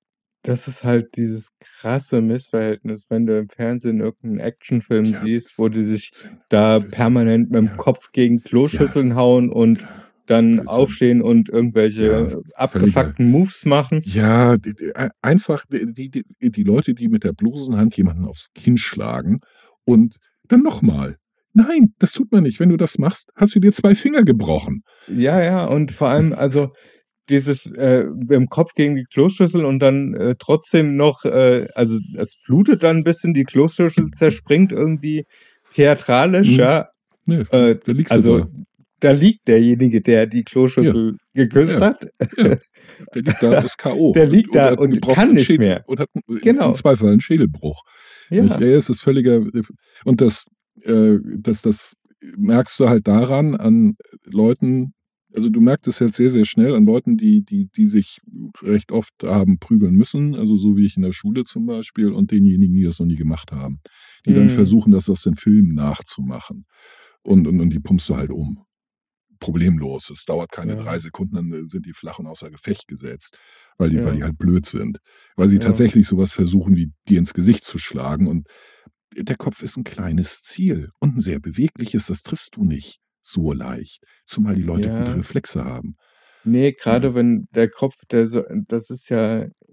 Speaker 3: das ist halt dieses krasse Missverhältnis, wenn du im Fernsehen irgendeinen Actionfilm
Speaker 2: Ja,
Speaker 3: siehst, wo die sich
Speaker 2: Blödsinn,
Speaker 3: da
Speaker 2: Blödsinn.
Speaker 3: permanent mit dem
Speaker 2: Ja.
Speaker 3: Kopf gegen Kloschüsseln
Speaker 2: Ja.
Speaker 3: hauen und dann
Speaker 2: Blödsinn.
Speaker 3: aufstehen und irgendwelche
Speaker 2: Ja, völliger.
Speaker 3: abgefuckten Moves machen.
Speaker 2: Ja, die, die, einfach die, die, die Leute, die mit der bloßen Hand jemanden aufs Kinn schlagen und dann nochmal. Nein, das tut man nicht. Wenn du das machst, hast du dir zwei Finger gebrochen.
Speaker 3: Ja, ja, und vor allem, also dieses äh, mit dem Kopf gegen die Kloschüssel und dann äh, trotzdem noch, äh, also es blutet dann ein bisschen, die Kloschüssel zerspringt irgendwie theatralisch,
Speaker 2: Mhm.
Speaker 3: ja.
Speaker 2: Nee,
Speaker 3: Äh,
Speaker 2: da liegst du
Speaker 3: also
Speaker 2: da.
Speaker 3: da liegt derjenige, der die Kloschüssel geküsst
Speaker 2: Ja.
Speaker 3: hat.
Speaker 2: Ja. Der liegt da, ist K O.
Speaker 3: Der liegt
Speaker 2: und,
Speaker 3: da
Speaker 2: hat
Speaker 3: und
Speaker 2: gebrochenen
Speaker 3: kann nicht
Speaker 2: Schädel
Speaker 3: mehr.
Speaker 2: Und hat im
Speaker 3: Genau.
Speaker 2: Zweifel einen Schädelbruch. Nicht?
Speaker 3: Ja.
Speaker 2: Ja, es ist völliger. Und das, äh, das, das merkst du halt daran an Leuten. Also du merkst es jetzt sehr, sehr schnell an Leuten, die, die, die sich recht oft haben prügeln müssen, also so wie ich in der Schule zum Beispiel, und denjenigen, die das noch nie gemacht haben, die dann
Speaker 3: Mhm.
Speaker 2: versuchen, das aus den Filmen nachzumachen. Und, und, und die pumpst du halt um. Problemlos. Es dauert keine
Speaker 3: Ja.
Speaker 2: drei Sekunden, dann sind die flach und außer Gefecht gesetzt, weil die,
Speaker 3: Ja.
Speaker 2: weil die halt blöd sind. Weil sie
Speaker 3: Ja.
Speaker 2: tatsächlich sowas versuchen, wie dir ins Gesicht zu schlagen. Und der Kopf ist ein kleines Ziel und ein sehr bewegliches, das triffst du nicht so leicht. Zumal die Leute gute
Speaker 3: Ja.
Speaker 2: Reflexe haben.
Speaker 3: Nee,
Speaker 2: Ja.
Speaker 3: gerade wenn der Kopf, der so, das ist ja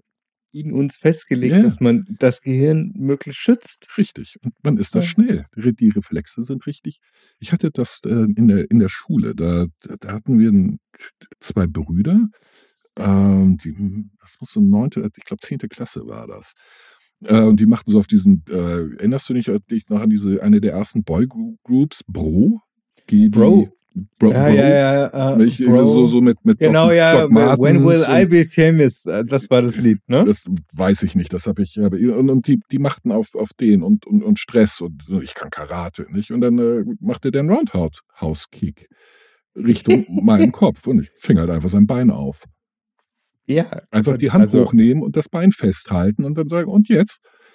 Speaker 3: in uns festgelegt,
Speaker 2: Ja,
Speaker 3: dass man das Gehirn möglichst schützt.
Speaker 2: richtig. Und man ist da
Speaker 3: Ja.
Speaker 2: schnell. Re die Reflexe sind richtig. Ich hatte das, äh, in der in der Schule, da da da hatten wir 'n zwei Brüder, ähm, die hm, das muss so neunte, ich glaube zehnte Klasse war das. Äh, und die machten so auf diesen äh, erinnerst du dich äh, dich noch an diese eine der ersten Boygroups, Bro? Die die
Speaker 3: Bro.
Speaker 2: Bro
Speaker 3: Ja, ja,
Speaker 2: Bro,
Speaker 3: ja, äh,
Speaker 2: nicht? So
Speaker 3: Bro.
Speaker 2: so mit mit Doc
Speaker 3: Genau, ja,
Speaker 2: Doc
Speaker 3: When Will
Speaker 2: Martens
Speaker 3: I
Speaker 2: und
Speaker 3: Be Famous? Äh, das war das Lied, ne?
Speaker 2: das weiß ich nicht, das habe ich habe und und die die machten auf auf den und und und Stress und so, ich kann Karate, nicht? Und dann, äh, machte der 'n Roundhouse-Kick Richtung meinen Kopf und ich fing halt einfach sein Bein auf.
Speaker 3: Ja,
Speaker 2: Einfach
Speaker 3: und
Speaker 2: die Hand
Speaker 3: also
Speaker 2: hochnehmen und das Bein festhalten und dann sagen: „Und jetzt?“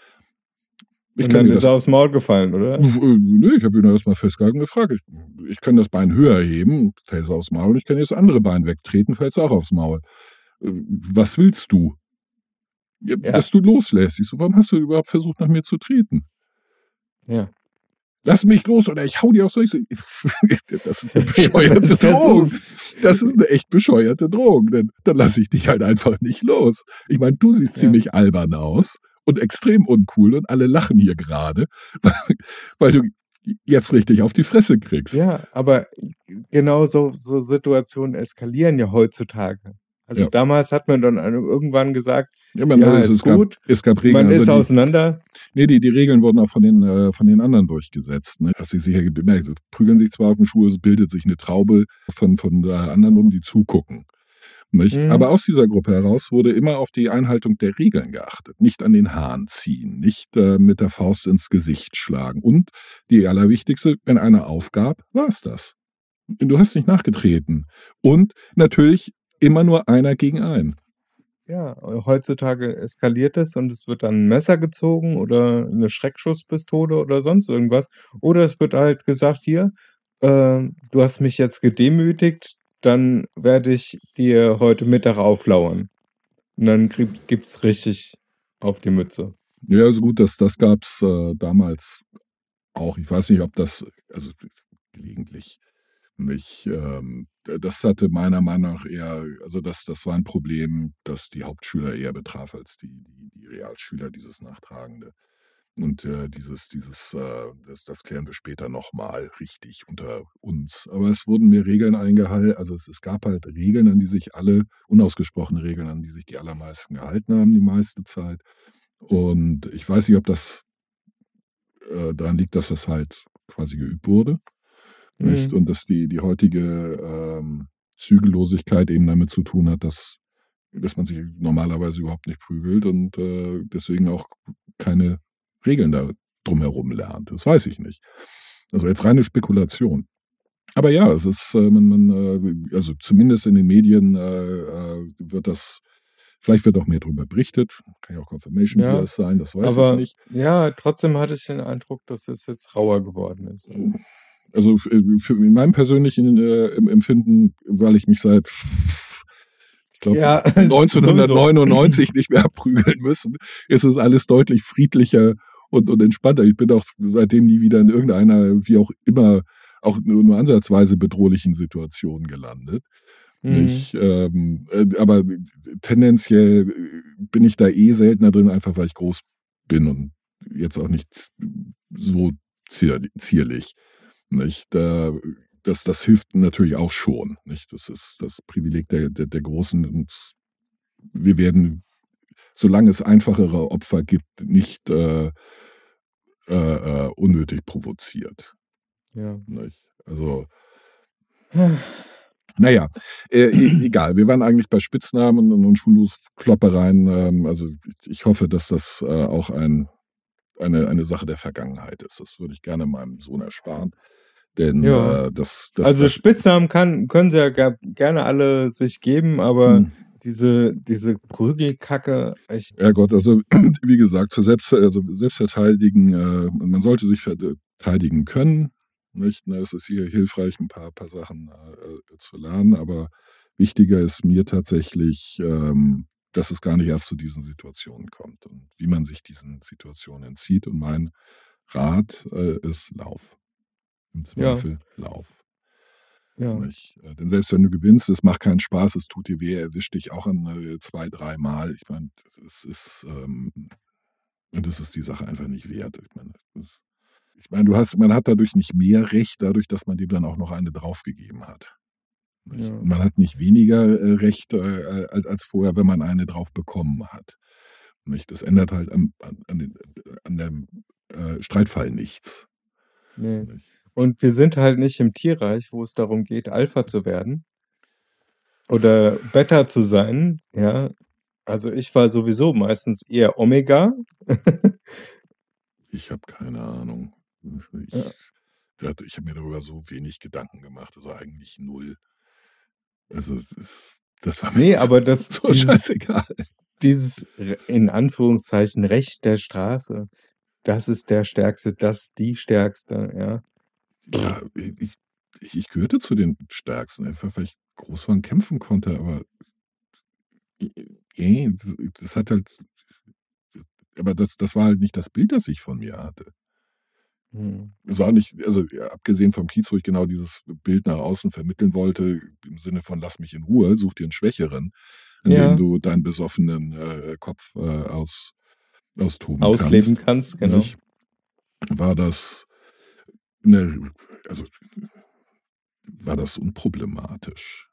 Speaker 2: Ich
Speaker 3: und
Speaker 2: kann
Speaker 3: dann
Speaker 2: dir
Speaker 3: ist
Speaker 2: das
Speaker 3: er aufs Maul gefallen, oder?
Speaker 2: w äh, ne, ich habe ihn erst mal festgehalten und gefragt. Ich ich kann das Bein höher heben, fällst aufs Maul, und ich kann dir das andere Bein wegtreten, fällst auch aufs Maul. Äh, was willst du? Ja,
Speaker 3: Ja,
Speaker 2: dass du loslässt. Ich so: „Warum hast du überhaupt versucht, nach mir zu treten?
Speaker 3: ja.
Speaker 2: Lass mich los oder ich hau dir aufs so." Ich so: „Das ist 'ne bescheuerte Drohung.
Speaker 3: Versuch's.
Speaker 2: Das ist 'ne echt bescheuerte Drohung, denn dann lasse ich dich halt einfach nicht los." Ich meine, du siehst
Speaker 3: Ja.
Speaker 2: ziemlich albern aus und extrem uncool und alle lachen hier grade, weil weil du jetzt richtig auf die Fresse kriegst.
Speaker 3: Ja, aber genau so so Situationen eskalieren ja heutzutage. Also,
Speaker 2: Ja.
Speaker 3: damals hat man dann einem irgendwann gesagt:
Speaker 2: Ja, man
Speaker 3: „Ja,
Speaker 2: also,
Speaker 3: ist
Speaker 2: es gab
Speaker 3: gut."
Speaker 2: es gab Regeln,
Speaker 3: Man
Speaker 2: also
Speaker 3: ist
Speaker 2: die
Speaker 3: auseinander.
Speaker 2: ne, die die Regeln wurden auch von den äh, von den anderen durchgesetzt, ne? Hast du sicher ge bemerkt, prügeln sich zwar auf dem Schul, es bildet sich 'ne Traube von von äh, anderen rum, die zugucken, nicht? Aber
Speaker 3: Mhm.
Speaker 2: aus dieser Gruppe heraus wurde immer auf die Einhaltung der Regeln geachtet. Nicht an den Haaren ziehen, nicht, äh, mit der Faust ins Gesicht schlagen und die allerwichtigste, wenn einer aufgab, war's das. Du hast nicht nachgetreten und natürlich immer nur einer gegen einen.
Speaker 3: Ja, äh, heutzutage eskaliert es und es wird dann 'n Messer gezogen oder 'ne Schreckschusspistole oder sonst irgendwas. Oder es wird halt gesagt: „Hier, ähm, du hast mich jetzt gedemütigt, dann werde ich dir heute Mittag auflauern." Und dann krieg gibt's richtig auf die Mütze.
Speaker 2: Ja, also gut, das das gab's, äh, damals auch. Ich weiß nicht, ob das also gelegentlich nicht, ähm d das hatte meiner Meinung nach eher also das das war 'n Problem, das die Hauptschüler eher betraf als die die die Realschüler, dieses Nachtragende. Und, äh, dieses dieses, äh das das klären wir später noch mal richtig unter uns. Aber es wurden mir Regeln eingehal also es es gab halt Regeln, an die sich alle unausgesprochene Regeln, an die sich die allermeisten gehalten haben die meiste Zeit. Und ich weiß nicht, ob das äh, daran liegt, dass das halt quasi geübt wurde, nicht?
Speaker 3: Mhm.
Speaker 2: Und dass die die heutige, ähm, Zügellosigkeit eben damit zu tun hat, dass dass man sich normalerweise überhaupt nicht prügelt und, äh, deswegen auch keine Regeln da drumherum lernt. Das weiß ich nicht. Also jetzt reine Spekulation. Aber ja, es ist, äh man man, äh also zumindest in den Medien, äh, äh, wird das vielleicht wird auch mehr drüber berichtet. Kann ja auch Confirmation
Speaker 3: Ja,
Speaker 2: Bias sein, das weiß ich
Speaker 3: aber
Speaker 2: nicht.
Speaker 3: ja, trotzdem hatte ich den Eindruck, dass es jetzt rauer geworden ist.
Speaker 2: Also f äh, für in meinem persönlichen, äh, em Empfinden, weil ich mich seit ich glaube,
Speaker 3: Ja, sowieso.
Speaker 2: neunzehnhundertneunundneunzig nicht mehr habe prügeln müssen, ist es alles deutlich friedlicher und und entspannter. Ich bin auch seitdem nie wieder in irgendeiner, wie auch immer, auch nur nur ansatzweise bedrohlichen Situation gelandet,
Speaker 3: Mhm.
Speaker 2: nicht? Ähm, äh, aber tendenziell, äh, bin ich da eh seltener drin, einfach weil ich groß bin und jetzt auch nicht z so zier zierlich, nicht? Da das das hilft natürlich auch schon, nicht? Das ist das Privileg der der der Großen und wir werden, solange es einfachere Opfer gibt, nicht, äh äh, äh, unnötig provoziert,
Speaker 3: Ja.
Speaker 2: nicht? Also na ja, äh, e egal. Wir waren eigentlich bei Spitznamen und und Schulhofkloppereien. Ähm, also ich hoffe, dass das, äh, auch ein eine eine Sache der Vergangenheit ist. Das würde ich gerne meinem Sohn ersparen, denn,
Speaker 3: Ja.
Speaker 2: äh, das das
Speaker 3: Also,
Speaker 2: das
Speaker 3: Spitznamen kann können sie ja ger gerne alle sich geben, aber
Speaker 2: Hm.
Speaker 3: diese diese Prügelkacke, echt.
Speaker 2: Ja Gott, also wie gesagt, zur Selbst also Selbstverteidigen, äh man sollte sich vert teidigen können, nicht, ne? Es ist hier hilfreich, 'n paar paar Sachen, äh, äh, zu lernen, aber wichtiger ist mir tatsächlich, ähm, dass es gar nicht erst zu diesen Situationen kommt und wie man sich diesen Situationen entzieht. Und mein Rat, äh, ist Lauf. Im
Speaker 3: Ja.
Speaker 2: Zweifel Lauf.
Speaker 3: Ja.
Speaker 2: Nicht? Äh, denn selbst wenn du gewinnst, es macht keinen Spaß, es tut dir weh, er erwischt dich auch an äh, zwei, dreimal. Ich meine, es ist, ähm, und das ist die Sache einfach nicht wert. Ich meine, das, ich meine, du hast, man hat dadurch nicht mehr Recht, dadurch, dass man dem dann auch noch eine draufgegeben hat. Nicht?
Speaker 3: Ja.
Speaker 2: Und man hat nicht weniger äh, Recht äh, als, als vorher, wenn man eine drauf bekommen hat. Nicht? Das ändert halt am, an, an, den, an dem äh, Streitfall nichts.
Speaker 3: Nee.
Speaker 2: Nicht?
Speaker 3: Und wir sind halt nicht im Tierreich, wo es darum geht, Alpha zu werden oder Beta zu sein, ja. Also ich war sowieso meistens eher Omega.
Speaker 2: Ich habe keine Ahnung. Ich,
Speaker 3: Ja.
Speaker 2: das- ich habe mir darüber so wenig Gedanken gemacht, also eigentlich null. Also das, das war mir
Speaker 3: Nee,
Speaker 2: so,
Speaker 3: aber das,
Speaker 2: so
Speaker 3: dieses,
Speaker 2: scheißegal.
Speaker 3: dieses Re- in Anführungszeichen Recht der Straße, das ist der Stärkste, das ist die Stärkste, ja.
Speaker 2: Ja, ich, ich, ich gehörte zu den Stärksten, einfach weil ich groß von kämpfen konnte, aber äh, das, das hat halt, aber das, das war halt nicht das Bild, das ich von mir hatte.
Speaker 3: Hm.
Speaker 2: Es war nicht, also ja, abgesehen vom Kiez, wo ich genau dieses Bild nach außen vermitteln wollte, im Sinne von lass mich in Ruhe, such dir einen Schwächeren, in dem
Speaker 3: Ja,
Speaker 2: du deinen besoffenen äh, Kopf äh, aus, austoben
Speaker 3: ausleben
Speaker 2: kannst,
Speaker 3: kannst, genau.
Speaker 2: nicht? War das eine, also war das unproblematisch.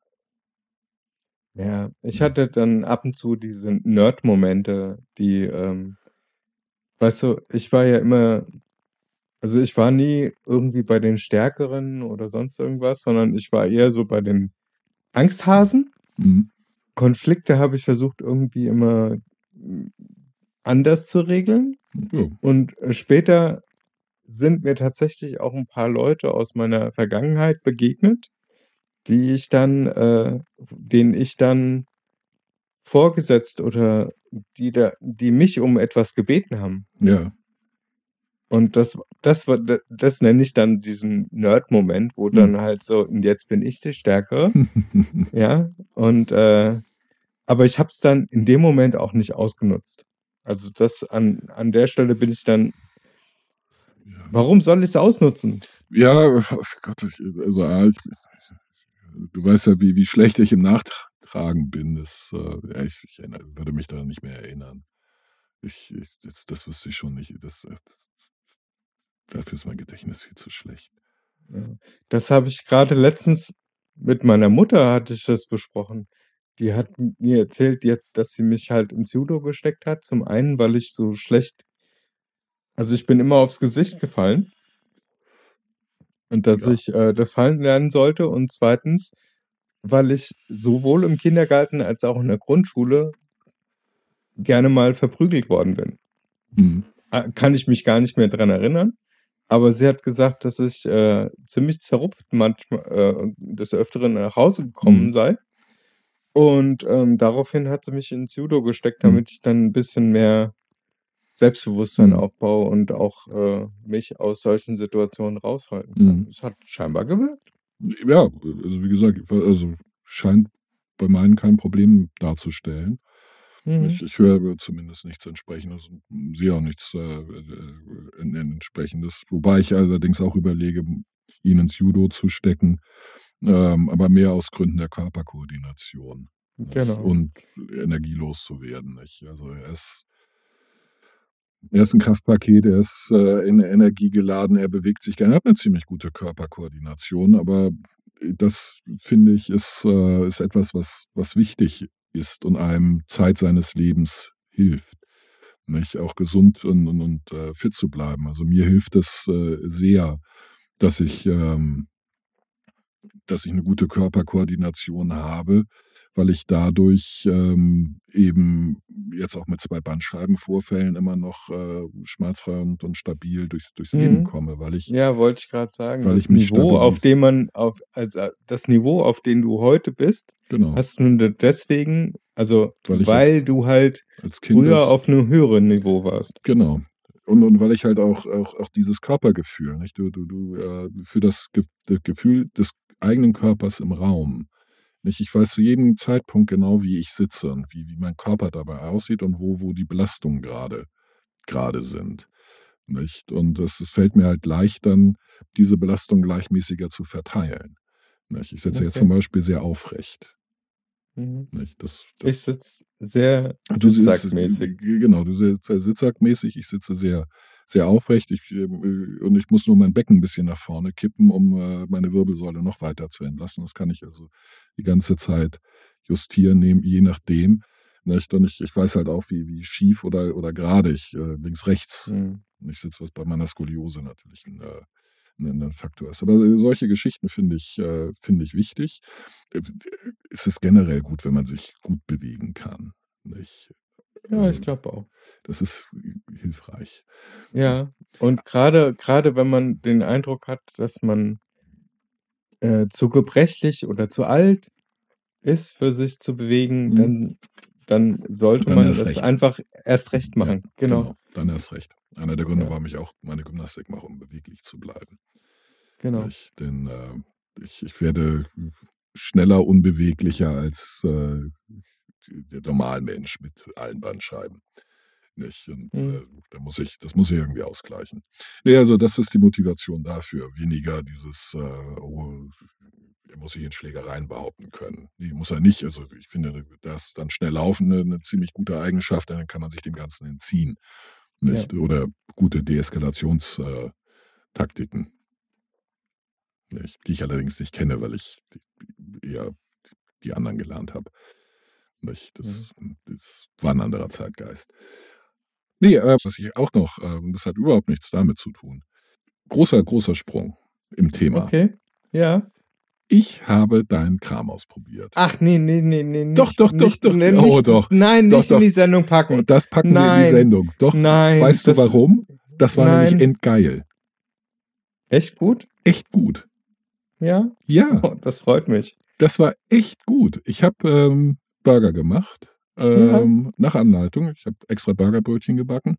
Speaker 3: Ja, ich
Speaker 2: Ja.
Speaker 3: hatte dann ab und zu diese Nerd-Momente, die, ähm, weißt du, ich war ja immer, also ich war nie irgendwie bei den Stärkeren oder sonst irgendwas, sondern ich war eher so bei den Angsthasen.
Speaker 2: Mhm.
Speaker 3: Konflikte habe ich versucht irgendwie immer mm, anders zu regeln.
Speaker 2: Ja.
Speaker 3: Und äh, später sind mir tatsächlich auch ein paar Leute aus meiner Vergangenheit begegnet, die ich dann, äh, denen ich dann vorgesetzt oder die da, die mich um etwas gebeten haben.
Speaker 2: Ja.
Speaker 3: Und das, das war, da- das nenne ich dann diesen Nerd-Moment, wo
Speaker 2: Hm.
Speaker 3: dann halt so, und jetzt bin ich die Stärkere, ja. Und äh, aber ich habe es dann in dem Moment auch nicht ausgenutzt. Also das an, an der Stelle bin ich dann,
Speaker 2: Ja.
Speaker 3: warum soll ich es ausnutzen?
Speaker 2: Ja, oh Gott, ich, also ah, ich, du weißt ja, wie, wie schlecht ich im Nachtragen bin. Das, äh, ja, ich, ich erinnere, würde mich da nicht mehr erinnern. Ich, ich, das, das wüsste ich schon nicht. Das, das, dafür ist mein Gedächtnis viel zu schlecht.
Speaker 3: Ja. Das habe ich gerade letztens mit meiner Mutter hatte ich das besprochen. Die hat mir erzählt, die hat, dass sie mich halt ins Judo gesteckt hat. Zum einen, weil ich so schlecht, also ich bin immer aufs Gesicht gefallen und dass
Speaker 2: Ja.
Speaker 3: ich äh, das Fallen lernen sollte. Und zweitens, weil ich sowohl im Kindergarten als auch in der Grundschule gerne mal verprügelt worden bin.
Speaker 2: Mhm.
Speaker 3: Ah, Kann ich mich gar nicht mehr dran erinnern. Aber sie hat gesagt, dass ich äh, ziemlich zerrupft manchmal äh, des Öfteren nach Hause gekommen
Speaker 2: Mhm.
Speaker 3: sei. Und ähm, daraufhin hat sie mich ins Judo gesteckt,
Speaker 2: Mhm.
Speaker 3: damit ich dann ein bisschen mehr Selbstbewusstsein
Speaker 2: Mhm.
Speaker 3: aufbaue und auch äh, mich aus solchen Situationen raushalten kann.
Speaker 2: Mhm.
Speaker 3: Es hat scheinbar gewirkt.
Speaker 2: Ja, also wie gesagt, also scheint bei meinen kein Problem darzustellen.
Speaker 3: Mhm.
Speaker 2: Ich, ich höre zumindest nichts Entsprechendes und sehe auch nichts äh, äh, in- in Entsprechendes. Wobei ich allerdings auch überlege, ihn ins Judo zu stecken, ähm, aber mehr aus Gründen der Körperkoordination, nicht?
Speaker 3: Genau.
Speaker 2: Und energielos zu werden. Nicht? Also er ist, er ist ein Kraftpaket, er ist äh, in Energie geladen, er bewegt sich gerne, er hat eine ziemlich gute Körperkoordination, aber das finde ich ist, äh, ist etwas, was, was wichtig ist und einem Zeit seines Lebens hilft. Nicht? Auch gesund und, und, und äh, fit zu bleiben. Also mir hilft es äh, sehr, dass ich, ähm, dass ich eine gute Körperkoordination habe, weil ich dadurch ähm, eben jetzt auch mit zwei Bandscheibenvorfällen immer noch äh, schmerzfrei und, und stabil durchs, durchs Leben
Speaker 3: Mhm.
Speaker 2: komme, weil ich,
Speaker 3: Ja, wollte ich gerade sagen.
Speaker 2: weil
Speaker 3: Das
Speaker 2: ich mich
Speaker 3: Niveau, auf
Speaker 2: stabilis
Speaker 3: dem man, auf, also das Niveau, auf dem du heute bist,
Speaker 2: genau,
Speaker 3: hast du nur deswegen, also
Speaker 2: weil ich als,
Speaker 3: weil du halt
Speaker 2: als Kind
Speaker 3: früher
Speaker 2: das,
Speaker 3: auf einem höheren Niveau warst.
Speaker 2: genau. Und, und weil ich halt auch, auch, auch dieses Körpergefühl, nicht? Du, du, du, äh, für das, Ge das Gefühl des eigenen Körpers im Raum. Nicht? Ich weiß zu jedem Zeitpunkt genau, wie ich sitze und wie, wie mein Körper dabei aussieht und wo, wo die Belastungen gerade gerade sind. Nicht? Und es, es fällt mir halt leicht, dann diese Belastung gleichmäßiger zu verteilen. Nicht? Ich sitze jetzt
Speaker 3: Okay.
Speaker 2: zum Beispiel sehr aufrecht.
Speaker 3: Mhm.
Speaker 2: Nicht? Das,
Speaker 3: Ich
Speaker 2: das,
Speaker 3: sitze sehr
Speaker 2: du sitzt,
Speaker 3: sitzsackmäßig.
Speaker 2: genau, du sitzt sehr sitzsackmäßig, ich sitze sehr, sehr aufrecht ich, ähm, und ich muss nur mein Becken ein bisschen nach vorne kippen, um äh, meine Wirbelsäule noch weiter zu entlassen. Das kann ich also die ganze Zeit justieren, nehm, je nachdem. Nicht? Und ich, ich weiß halt auch, wie, wie schief oder, oder gerade ich äh, links, rechts.
Speaker 3: Mhm.
Speaker 2: Ich sitze, was bei meiner Skoliose natürlich ein, äh, ein, ein Faktor ist. Aber äh, solche Geschichten finde ich, äh, finde ich wichtig. Äh, Es ist generell gut, wenn man sich gut bewegen kann. Nicht?
Speaker 3: Ja, ich
Speaker 2: Äh,
Speaker 3: glaube auch.
Speaker 2: Das ist hilfreich.
Speaker 3: Ja, und gerade gerade wenn man den Eindruck hat, dass man äh, zu gebrechlich oder zu alt ist, für sich zu bewegen,
Speaker 2: Mhm.
Speaker 3: dann, dann sollte
Speaker 2: Dann
Speaker 3: man
Speaker 2: erst
Speaker 3: das
Speaker 2: recht.
Speaker 3: einfach erst recht
Speaker 2: Ja,
Speaker 3: machen. Genau.
Speaker 2: genau, dann erst recht. Einer der Gründe,
Speaker 3: Ja.
Speaker 2: warum ich auch meine Gymnastik mache, um beweglich zu bleiben.
Speaker 3: Genau.
Speaker 2: Nicht? Denn äh, ich, ich werde schneller unbeweglicher als äh, der Normalmensch mit allen Bandscheiben. Nicht? Und
Speaker 3: Mhm.
Speaker 2: äh, da muss ich, das muss ich irgendwie ausgleichen. Nee, also das ist die Motivation dafür. Weniger dieses, äh, oh, er muss sich in Schlägereien behaupten können. Nee, muss er nicht. Also ich finde, das ist dann schnell laufen eine, eine ziemlich gute Eigenschaft, dann kann man sich dem Ganzen entziehen. Nicht?
Speaker 3: Ja.
Speaker 2: Oder gute Deeskalationstaktiken. Nicht? Die ich allerdings nicht kenne, weil ich eher die anderen gelernt habe. Nicht? Das, das war ein anderer Zeitgeist. Nee, äh, was ich auch noch, äh, das hat überhaupt nichts damit zu tun. Großer, großer Sprung im Thema.
Speaker 3: Okay. Ja.
Speaker 2: Ich habe deinen Kram ausprobiert.
Speaker 3: Ach, nee, nee, nee, nee. Nicht,
Speaker 2: Doch, doch, doch,
Speaker 3: nicht,
Speaker 2: doch.
Speaker 3: nee,
Speaker 2: Oh,
Speaker 3: nicht,
Speaker 2: doch.
Speaker 3: Nein,
Speaker 2: Doch,
Speaker 3: nicht in
Speaker 2: doch.
Speaker 3: die Sendung packen.
Speaker 2: Das packen wir in
Speaker 3: Nein.
Speaker 2: die Sendung. Doch,
Speaker 3: Nein.
Speaker 2: weißt du
Speaker 3: das,
Speaker 2: warum? Das war
Speaker 3: nein.
Speaker 2: nämlich endgeil.
Speaker 3: Echt gut?
Speaker 2: Echt gut.
Speaker 3: Ja?
Speaker 2: Ja,
Speaker 3: Oh, das freut mich.
Speaker 2: das war echt gut. Ich habe ähm, Burger gemacht, ähm, nach Anleitung. Ich habe extra Burgerbrötchen gebacken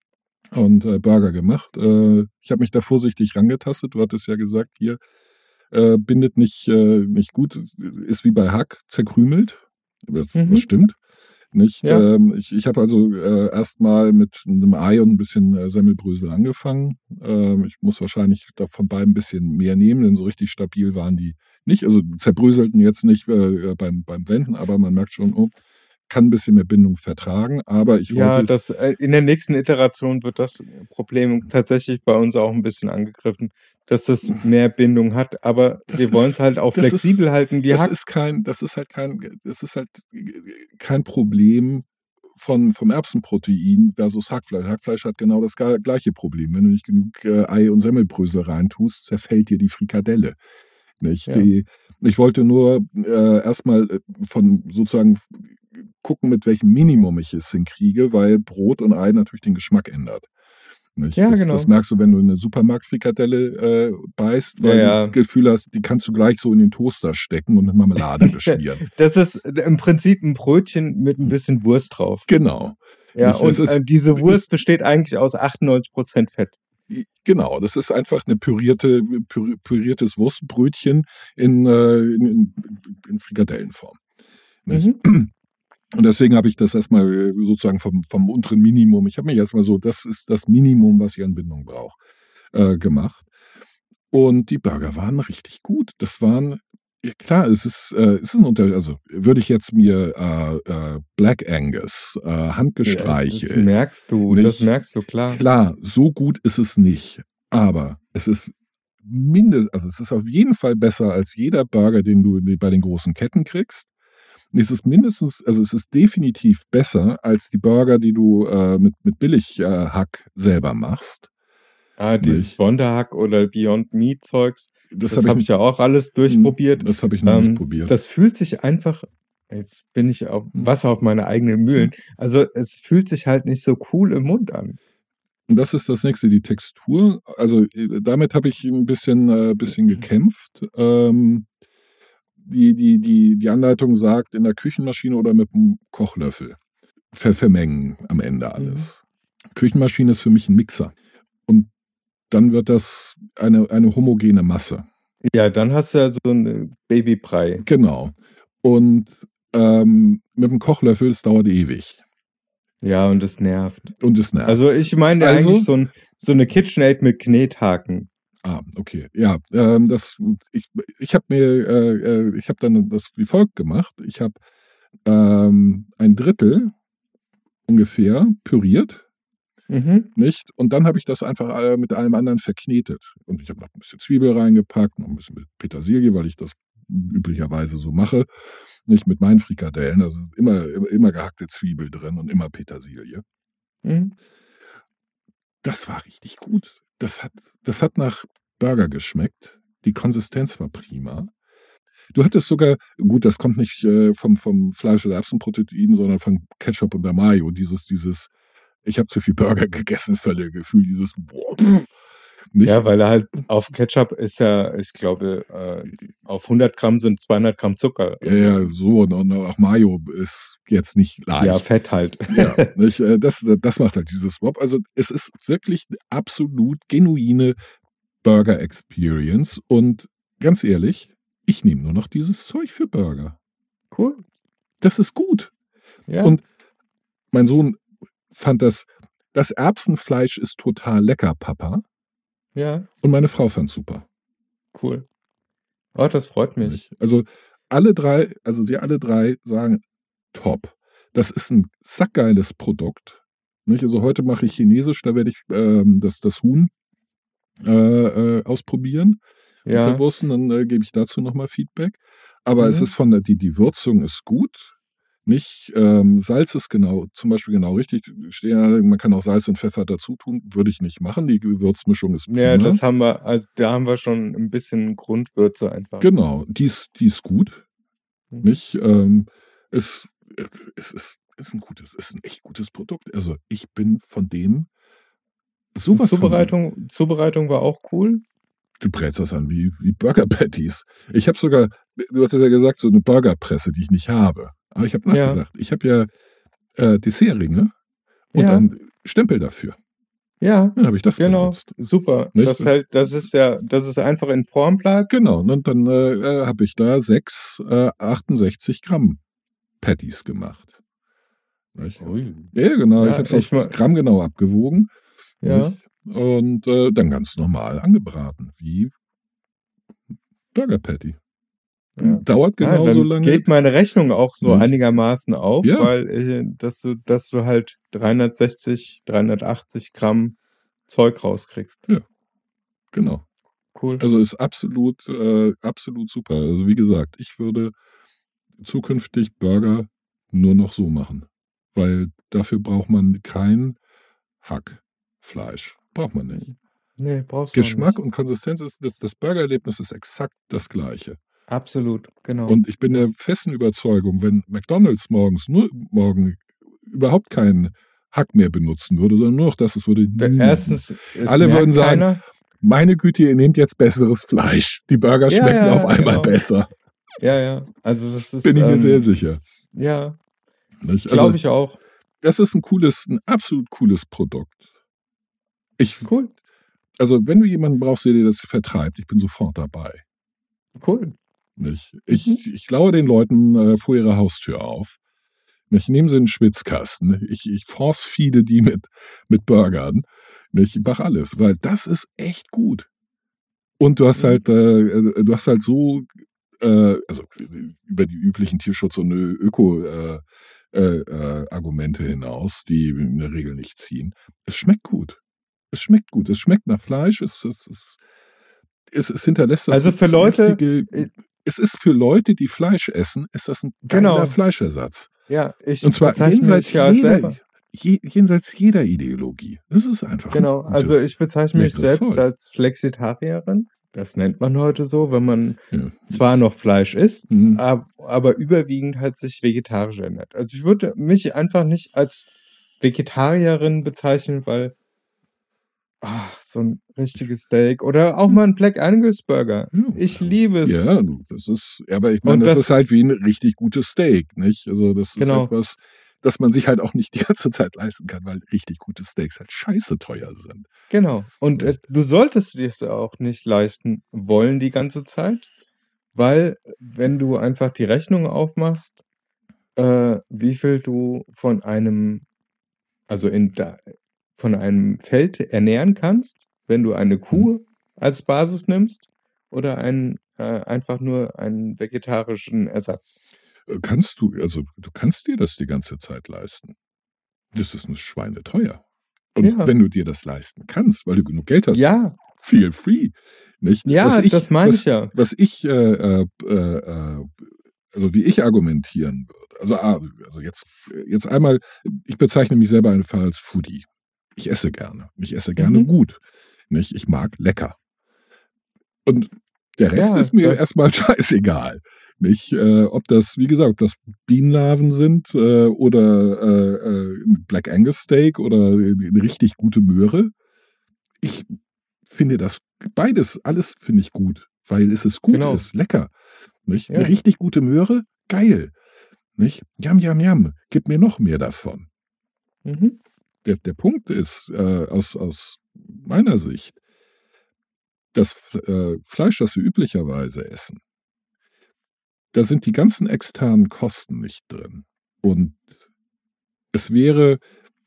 Speaker 2: und äh, Burger gemacht. Äh, ich habe mich da vorsichtig rangetastet. Du hattest ja gesagt, hier äh, bindet nicht, äh, nicht gut, ist wie bei Hack, zerkrümelt. Das,
Speaker 3: Mhm.
Speaker 2: das stimmt. Nicht?
Speaker 3: Ja.
Speaker 2: Ähm, ich ich habe also äh, erstmal mit einem Ei und ein bisschen äh, Semmelbrösel angefangen. Ähm, ich muss wahrscheinlich da von beiden ein bisschen mehr nehmen, denn so richtig stabil waren die nicht. Also zerbröselten jetzt nicht äh, beim, beim Wenden, aber man merkt schon, oh, kann ein bisschen mehr Bindung vertragen. Aber ich
Speaker 3: Ja,
Speaker 2: wollte.
Speaker 3: das, äh, in der nächsten Iteration wird das Problem tatsächlich bei uns auch ein bisschen angegriffen, dass das mehr Bindung hat. Aber
Speaker 2: Das
Speaker 3: wir wollen es
Speaker 2: ist,
Speaker 3: halt auch
Speaker 2: das ist,
Speaker 3: flexibel halten wie
Speaker 2: das
Speaker 3: Hack.
Speaker 2: ist kein, das ist halt kein, das ist halt kein Problem von, vom Erbsenprotein versus Hackfleisch. Hackfleisch hat genau das ge- gleiche Problem. Wenn du nicht genug äh, Ei und Semmelbrösel reintust, zerfällt dir die Frikadelle. Nicht?
Speaker 3: Ja.
Speaker 2: Die, ich wollte nur äh, erstmal äh, von sozusagen gucken, mit welchem Minimum ich es hinkriege, weil Brot und Ei natürlich den Geschmack ändert. Nicht?
Speaker 3: Ja,
Speaker 2: das,
Speaker 3: genau.
Speaker 2: das merkst du, wenn du eine Supermarkt-Frikadelle äh, beißt, weil
Speaker 3: Ja, ja.
Speaker 2: du das Gefühl hast, die kannst du gleich so in den Toaster stecken und mit Marmelade beschmieren.
Speaker 3: Das ist im Prinzip ein Brötchen mit ein bisschen Wurst drauf.
Speaker 2: Genau.
Speaker 3: Ja,
Speaker 2: Nicht?
Speaker 3: und
Speaker 2: Es ist-
Speaker 3: äh, diese
Speaker 2: es
Speaker 3: Wurst
Speaker 2: ist-
Speaker 3: besteht eigentlich aus achtundneunzig Prozent Fett.
Speaker 2: Genau, das ist einfach eine pürierte, pür, püriertes Wurstbrötchen in, äh, in, in, in Frikadellenform. Nicht?
Speaker 3: Mhm.
Speaker 2: Und deswegen habe ich das erstmal äh, sozusagen vom, vom unteren Minimum, ich habe mich erstmal so, das ist das Minimum, was ich an Bindung brauche, äh, gemacht. Und die Burger waren richtig gut. Das waren, ja klar, es ist, äh, es ist ein Unterschied. Also würde ich jetzt mir äh, äh, Black Angus, äh,
Speaker 3: Ja,
Speaker 2: Handgestreiche,
Speaker 3: das merkst du,
Speaker 2: nicht?
Speaker 3: das merkst du, klar.
Speaker 2: Klar, so gut ist es nicht. Aber es ist mindestens, also es ist auf jeden Fall besser als jeder Burger, den du bei den großen Ketten kriegst. Und es ist mindestens, also es ist definitiv besser als die Burger, die du äh, mit, mit Billig-Hack äh, selber machst.
Speaker 3: Ah, dieses
Speaker 2: Nicht?
Speaker 3: Wonderhack oder Beyond Meat Zeugs,
Speaker 2: Das,
Speaker 3: das
Speaker 2: habe
Speaker 3: habe
Speaker 2: ich,
Speaker 3: ich ja auch alles durchprobiert.
Speaker 2: Das habe ich noch nicht
Speaker 3: Ähm,
Speaker 2: probiert.
Speaker 3: das fühlt sich einfach, jetzt bin ich auf
Speaker 2: Hm.
Speaker 3: Wasser auf meine eigenen Mühlen, also es fühlt sich halt nicht so cool im Mund an.
Speaker 2: Und das ist das nächste, die Textur. Also äh, damit habe ich ein bisschen, äh, bisschen gekämpft. Ähm, die, die, die, die Anleitung sagt, in der Küchenmaschine oder mit einem Kochlöffel ver vermengen am Ende alles. Küchenmaschine ist für mich ein Mixer. Und dann wird das eine, eine homogene Masse.
Speaker 3: Ja, dann hast du ja so eine Babybrei.
Speaker 2: Genau. Und ähm, mit dem Kochlöffel, es dauert ewig.
Speaker 3: Ja, und das nervt.
Speaker 2: Und es nervt.
Speaker 3: Also ich meine
Speaker 2: Also-
Speaker 3: eigentlich so, ein, so eine KitchenAid mit Knethaken.
Speaker 2: Ah, okay. Ja, ähm, das ich ich habe mir äh, äh, ich habe dann das wie folgt gemacht. Ich habe, ähm, ein Drittel ungefähr püriert,
Speaker 3: Mhm.
Speaker 2: nicht? Und dann habe ich das einfach, äh, mit allem anderen verknetet. Und ich habe noch 'n bisschen Zwiebel reingepackt, noch 'n bisschen mit Petersilie, weil ich das üblicherweise so mache, nicht mit meinen Frikadellen. Also, immer immer immer gehackte Zwiebel drin und immer Petersilie.
Speaker 3: Mhm.
Speaker 2: Das war richtig gut. Das hat das hat nach Burger geschmeckt. Die Konsistenz war prima. Du hattest sogar gut, das kommt nicht, äh, vom vom Fleisch oder Erbsenprotein, sondern von Ketchup und der Mayo. Dieses dieses ich habe zu viel Burger gegessen Völle Gefühl, dieses boah, nicht?
Speaker 3: Ja, weil er halt auf Ketchup ist ja, ich glaube, äh, auf hundert Gramm sind zweihundert Gramm Zucker.
Speaker 2: Ja, ja, so und und auch Mayo ist jetzt nicht
Speaker 3: Ja,
Speaker 2: leicht.
Speaker 3: Fett halt.
Speaker 2: Ja, nicht? Äh, das das macht halt dieses Swap. Also, es ist wirklich 'ne absolut genuine Burger Experience und ganz ehrlich, ich nehme nur noch dieses Zeug für Burger.
Speaker 3: Cool.
Speaker 2: Das ist gut.
Speaker 3: Ja.
Speaker 2: Und mein Sohn fand das das Erbsenfleisch ist total lecker, Papa.
Speaker 3: Ja.
Speaker 2: Und meine Frau fand's super.
Speaker 3: Cool. Oh, das freut mich.
Speaker 2: Nicht? Also, alle drei also, wir alle drei sagen: „Top." Das ist 'n sackgeiles Produkt, nicht? Also, heute mache ich Chinesisch, da werde ich, ähm, das das Huhn, äh, äh, ausprobieren und
Speaker 3: Ja.
Speaker 2: verwursten, dann, äh, gebe ich dazu noch mal Feedback. Aber es ist
Speaker 3: Mhm.
Speaker 2: von der die die Würzung ist gut, nicht? Ähm, Salz ist genau zum Beispiel genau richtig. Steht ja man kann auch Salz und Pfeffer dazu tun, würde ich nicht machen. Die Gewürzmischung ist
Speaker 3: Ja,
Speaker 2: prima.
Speaker 3: das haben wir also, da haben wir schon 'n bisschen Grundwürze einfach.
Speaker 2: Genau, die ist die ist gut,
Speaker 3: Mhm.
Speaker 2: nicht? Ähm, es äh, es ist ist 'n gutes ist 'n echt gutes Produkt. Also, ich bin von dem so
Speaker 3: Und
Speaker 2: was von be
Speaker 3: Zubereitung Zubereitung war auch cool?
Speaker 2: Du brätst das an wie wie Burger Patties. Ich habe sogar du hattest ja gesagt, so 'ne Burgerpresse, die ich nicht habe. Aber ich habe
Speaker 3: Ja.
Speaker 2: nachgedacht. Ich habe ja, äh, Dessertringe und
Speaker 3: Ja.
Speaker 2: einen Stempel dafür.
Speaker 3: Ja,
Speaker 2: Dann habe ich das
Speaker 3: genau,
Speaker 2: benutzt,
Speaker 3: super.
Speaker 2: nicht?
Speaker 3: Das hält das ist ja dass es einfach in Form bleibt.
Speaker 2: Genau, ne, und dann, äh, äh, habe ich da sechs, äh, achtundsechzig Gramm Patties gemacht. Nicht?
Speaker 3: Ui.
Speaker 2: Ja, genau, ich
Speaker 3: Ja,
Speaker 2: habe es
Speaker 3: ich
Speaker 2: auf
Speaker 3: ma
Speaker 2: grammgenau abgewogen,
Speaker 3: Ja.
Speaker 2: nicht? Und, äh, dann ganz normal angebraten wie Burger Patty.
Speaker 3: Ja.
Speaker 2: Dauert
Speaker 3: Ja,
Speaker 2: genauso
Speaker 3: dann
Speaker 2: lange,
Speaker 3: geht meine Rechnung auch so
Speaker 2: nicht?
Speaker 3: einigermaßen auf,
Speaker 2: Ja.
Speaker 3: weil, äh, dass du dass du halt dreihundertsechzig, dreihundertachtzig Gramm Zeug rauskriegst.
Speaker 2: Ja, genau.
Speaker 3: Cool.
Speaker 2: Also, ist absolut äh, absolut super. Also, wie gesagt, ich würde zukünftig Burger nur noch so machen, weil dafür braucht man kein Hackfleisch. Braucht man nicht.
Speaker 3: Ne, brauchst du auch
Speaker 2: Geschmack
Speaker 3: nicht.
Speaker 2: und Konsistenz ist das das Burgererlebnis ist exakt das Gleiche.
Speaker 3: Absolut, genau.
Speaker 2: Und ich bin
Speaker 3: Ja.
Speaker 2: der festen Überzeugung, wenn McDonald's morgens nur morgen überhaupt keinen Hack mehr benutzen würde, sondern nur noch das, es würde
Speaker 3: Be
Speaker 2: niemanden
Speaker 3: erstens, es
Speaker 2: alle würden
Speaker 3: merkt
Speaker 2: sagen:
Speaker 3: keiner.
Speaker 2: „Meine Güte, ihr nehmt jetzt besseres Fleisch. Die Burger
Speaker 3: Ja,
Speaker 2: schmecken auf
Speaker 3: ja,
Speaker 2: einmal
Speaker 3: genau.
Speaker 2: besser."
Speaker 3: Ja, ja. Also, das ist,
Speaker 2: Bin ich mir sehr
Speaker 3: ähm
Speaker 2: sicher.
Speaker 3: ja.
Speaker 2: Nicht? Also,
Speaker 3: Glaube ich auch.
Speaker 2: das ist 'n cooles 'n absolut cooles Produkt. Ich w
Speaker 3: Cool.
Speaker 2: also, wenn du jemanden brauchst, der dir das vertreibt, ich bin sofort dabei.
Speaker 3: Cool.
Speaker 2: Nicht?
Speaker 3: Mhm.
Speaker 2: Ich ich lauere den Leuten, äh, vor ihrer Haustür auf. Ich nehme sie in 'n Schwitzkasten. Ich ich force feede die mit mit Burgern. Nicht? Ich mache alles, weil das ist echt gut. Und du hast
Speaker 3: Mhm.
Speaker 2: halt, äh, äh du hast halt so, äh also, über die üblichen Tierschutz und Ö Öko äh, äh, äh, Argumente hinaus, die in der Regel nicht ziehen. Es schmeckt gut. Es schmeckt gut. Es schmeckt nach Fleisch. Es es es es es hinterlässt das
Speaker 3: Also, für Leute,
Speaker 2: richtige
Speaker 3: äh
Speaker 2: es ist für Leute, die Fleisch essen, ist das 'n geiler
Speaker 3: Genau.
Speaker 2: Fleischersatz.
Speaker 3: Ja, ich
Speaker 2: Und zwar
Speaker 3: bezeichne
Speaker 2: jenseits
Speaker 3: mich ja
Speaker 2: jeder
Speaker 3: selber
Speaker 2: je jenseits jeder Ideologie. Das ist einfach 'n
Speaker 3: Genau, also,
Speaker 2: gutes,
Speaker 3: ich bezeichne mich
Speaker 2: leckeres
Speaker 3: selbst
Speaker 2: Zeug.
Speaker 3: als Flexitarierin. Das nennt man heute so, wenn man
Speaker 2: Ja.
Speaker 3: zwar noch Fleisch isst,
Speaker 2: Mhm.
Speaker 3: ab aber überwiegend halt sich vegetarisch ernährt. Also, ich würde mich einfach nicht als Vegetarierin bezeichnen, weil ah, so 'n richtiges Steak oder auch
Speaker 2: Ja.
Speaker 3: mal 'n Black Angus Burger.
Speaker 2: Ja,
Speaker 3: Ich liebe es.
Speaker 2: ja, du, das ist aber ich meine,
Speaker 3: Und
Speaker 2: das ist
Speaker 3: das
Speaker 2: halt wie 'n richtig gutes Steak, nicht? Also, das ist
Speaker 3: Genau.
Speaker 2: etwas, das man sich halt auch nicht die ganze Zeit leisten kann, weil richtig gute Steaks halt scheiße teuer sind.
Speaker 3: Genau. Und, äh,
Speaker 2: Nicht?
Speaker 3: du solltest dir's auch nicht leisten wollen die ganze Zeit, weil, wenn du einfach die Rechnung aufmachst, äh, wie viel du von einem also, in da von einem Feld ernähren kannst, wenn du eine
Speaker 2: Mhm.
Speaker 3: Kuh als Basis nimmst oder einen, äh, einfach nur einen vegetarischen Ersatz?
Speaker 2: Äh, kannst du also, du kannst dir das die ganze Zeit leisten. Das ist 'ne schweineteuer. Und
Speaker 3: Ja.
Speaker 2: wenn du dir das leisten kannst, weil du genug Geld hast,
Speaker 3: Ja.
Speaker 2: feel free, nicht? Was
Speaker 3: Ja,
Speaker 2: ich
Speaker 3: das meine
Speaker 2: was
Speaker 3: ich ja.
Speaker 2: was ich, äh, äh, äh, äh, also wie ich argumentieren würde. Also, A also jetzt jetzt einmal, ich bezeichne mich selber einfach als Foodie. Ich esse gerne. Ich esse gerne
Speaker 3: Mhm.
Speaker 2: gut, nicht? Ich mag lecker. Und der Rest
Speaker 3: Ja,
Speaker 2: ist mir
Speaker 3: das
Speaker 2: erst mal scheißegal, nicht? Äh, ob das, wie gesagt, ob das Bienenlarven sind, äh, oder, äh, äh, 'n Black Angus Steak oder 'ne richtig gute Möhre. Ich finde das beides, alles finde ich gut, weil es ist gut,
Speaker 3: Genau.
Speaker 2: ist lecker, nicht? 'Ne
Speaker 3: Ja.
Speaker 2: richtig gute Möhre, geil, nicht? Jam, jam, jam, gib mir noch mehr davon.
Speaker 3: Mhm.
Speaker 2: Der der Punkt ist, äh, aus aus meiner Sicht das F äh, Fleisch, das wir üblicherweise essen da sind die ganzen externen Kosten nicht drin. Und es wäre,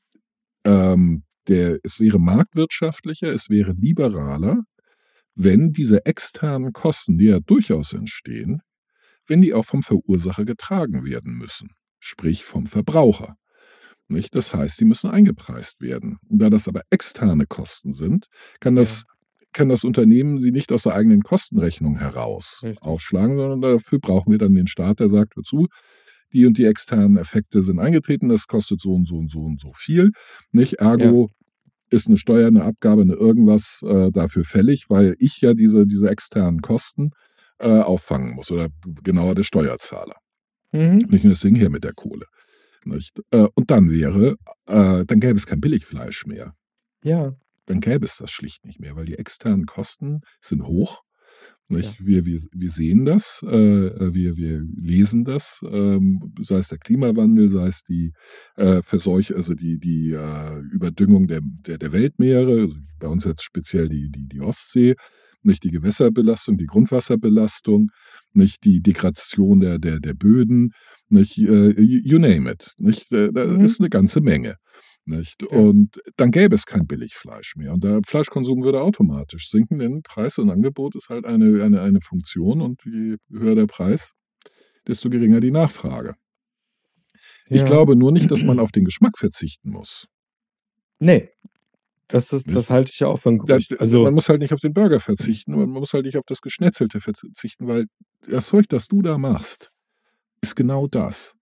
Speaker 2: ähm, der es wäre marktwirtschaftlicher, es wäre liberaler, wenn diese externen Kosten, die ja durchaus entstehen, wenn die auch vom Verursacher getragen werden müssen, sprich vom Verbraucher, nicht? Das heißt, die müssen eingepreist werden. Und da das aber externe Kosten sind, kann
Speaker 3: Ja.
Speaker 2: das kann das Unternehmen sie nicht aus der eigenen Kostenrechnung heraus
Speaker 3: Richtig.
Speaker 2: aufschlagen, sondern dafür brauchen wir dann den Staat, der sagt: „Hör zu, die und die externen Effekte sind eingetreten, das kostet so und so und so und so viel“, nicht?
Speaker 3: Ja.
Speaker 2: Ergo ist 'ne Steuer, 'ne Abgabe, 'ne irgendwas, äh, dafür fällig, weil ich ja diese diese externen Kosten, äh, auffangen muss oder g genauer der Steuerzahler.
Speaker 3: Mhm.
Speaker 2: Nicht? Und deswegen her mit der Kohle, nicht? Äh, und dann wäre äh, dann gäbe es kein Billigfleisch mehr.
Speaker 3: Ja.
Speaker 2: Dann gäbe es das schlicht nicht mehr, weil die externen Kosten sind hoch,
Speaker 3: Ja.
Speaker 2: nicht? Wir wir wir sehen das, äh, äh, wir wir lesen das, ähm, sei es der Klimawandel, sei es die, äh, Verseuch also die die, äh, Überdüngung der der der Weltmeere, also bei uns jetzt speziell die die die Ostsee, nicht? Die Gewässerbelastung, die Grundwasserbelastung, nicht? Die Degradation der der der Böden, nicht? Äh, you you name it, nicht? Äh, da
Speaker 3: Mhm.
Speaker 2: ist 'ne ganze Menge, nicht?
Speaker 3: Ja.
Speaker 2: Und dann gäbe es kein Billigfleisch mehr. Und der Fleischkonsum würde automatisch sinken, denn Preis und Angebot ist halt eine eine eine Funktion und je höher der Preis, desto geringer die Nachfrage. Ich
Speaker 3: Ja.
Speaker 2: glaube nur nicht, dass man auf den Geschmack verzichten muss.
Speaker 3: Ne. Das ist das
Speaker 2: Nicht?
Speaker 3: halte ich ja auch für 'n
Speaker 2: Da
Speaker 3: Gerücht.
Speaker 2: d
Speaker 3: Also
Speaker 2: man muss halt nicht auf den Burger verzichten, man muss halt nicht auf das Geschnetzelte verzichten, weil das Zeug, das du da machst, ist genau das.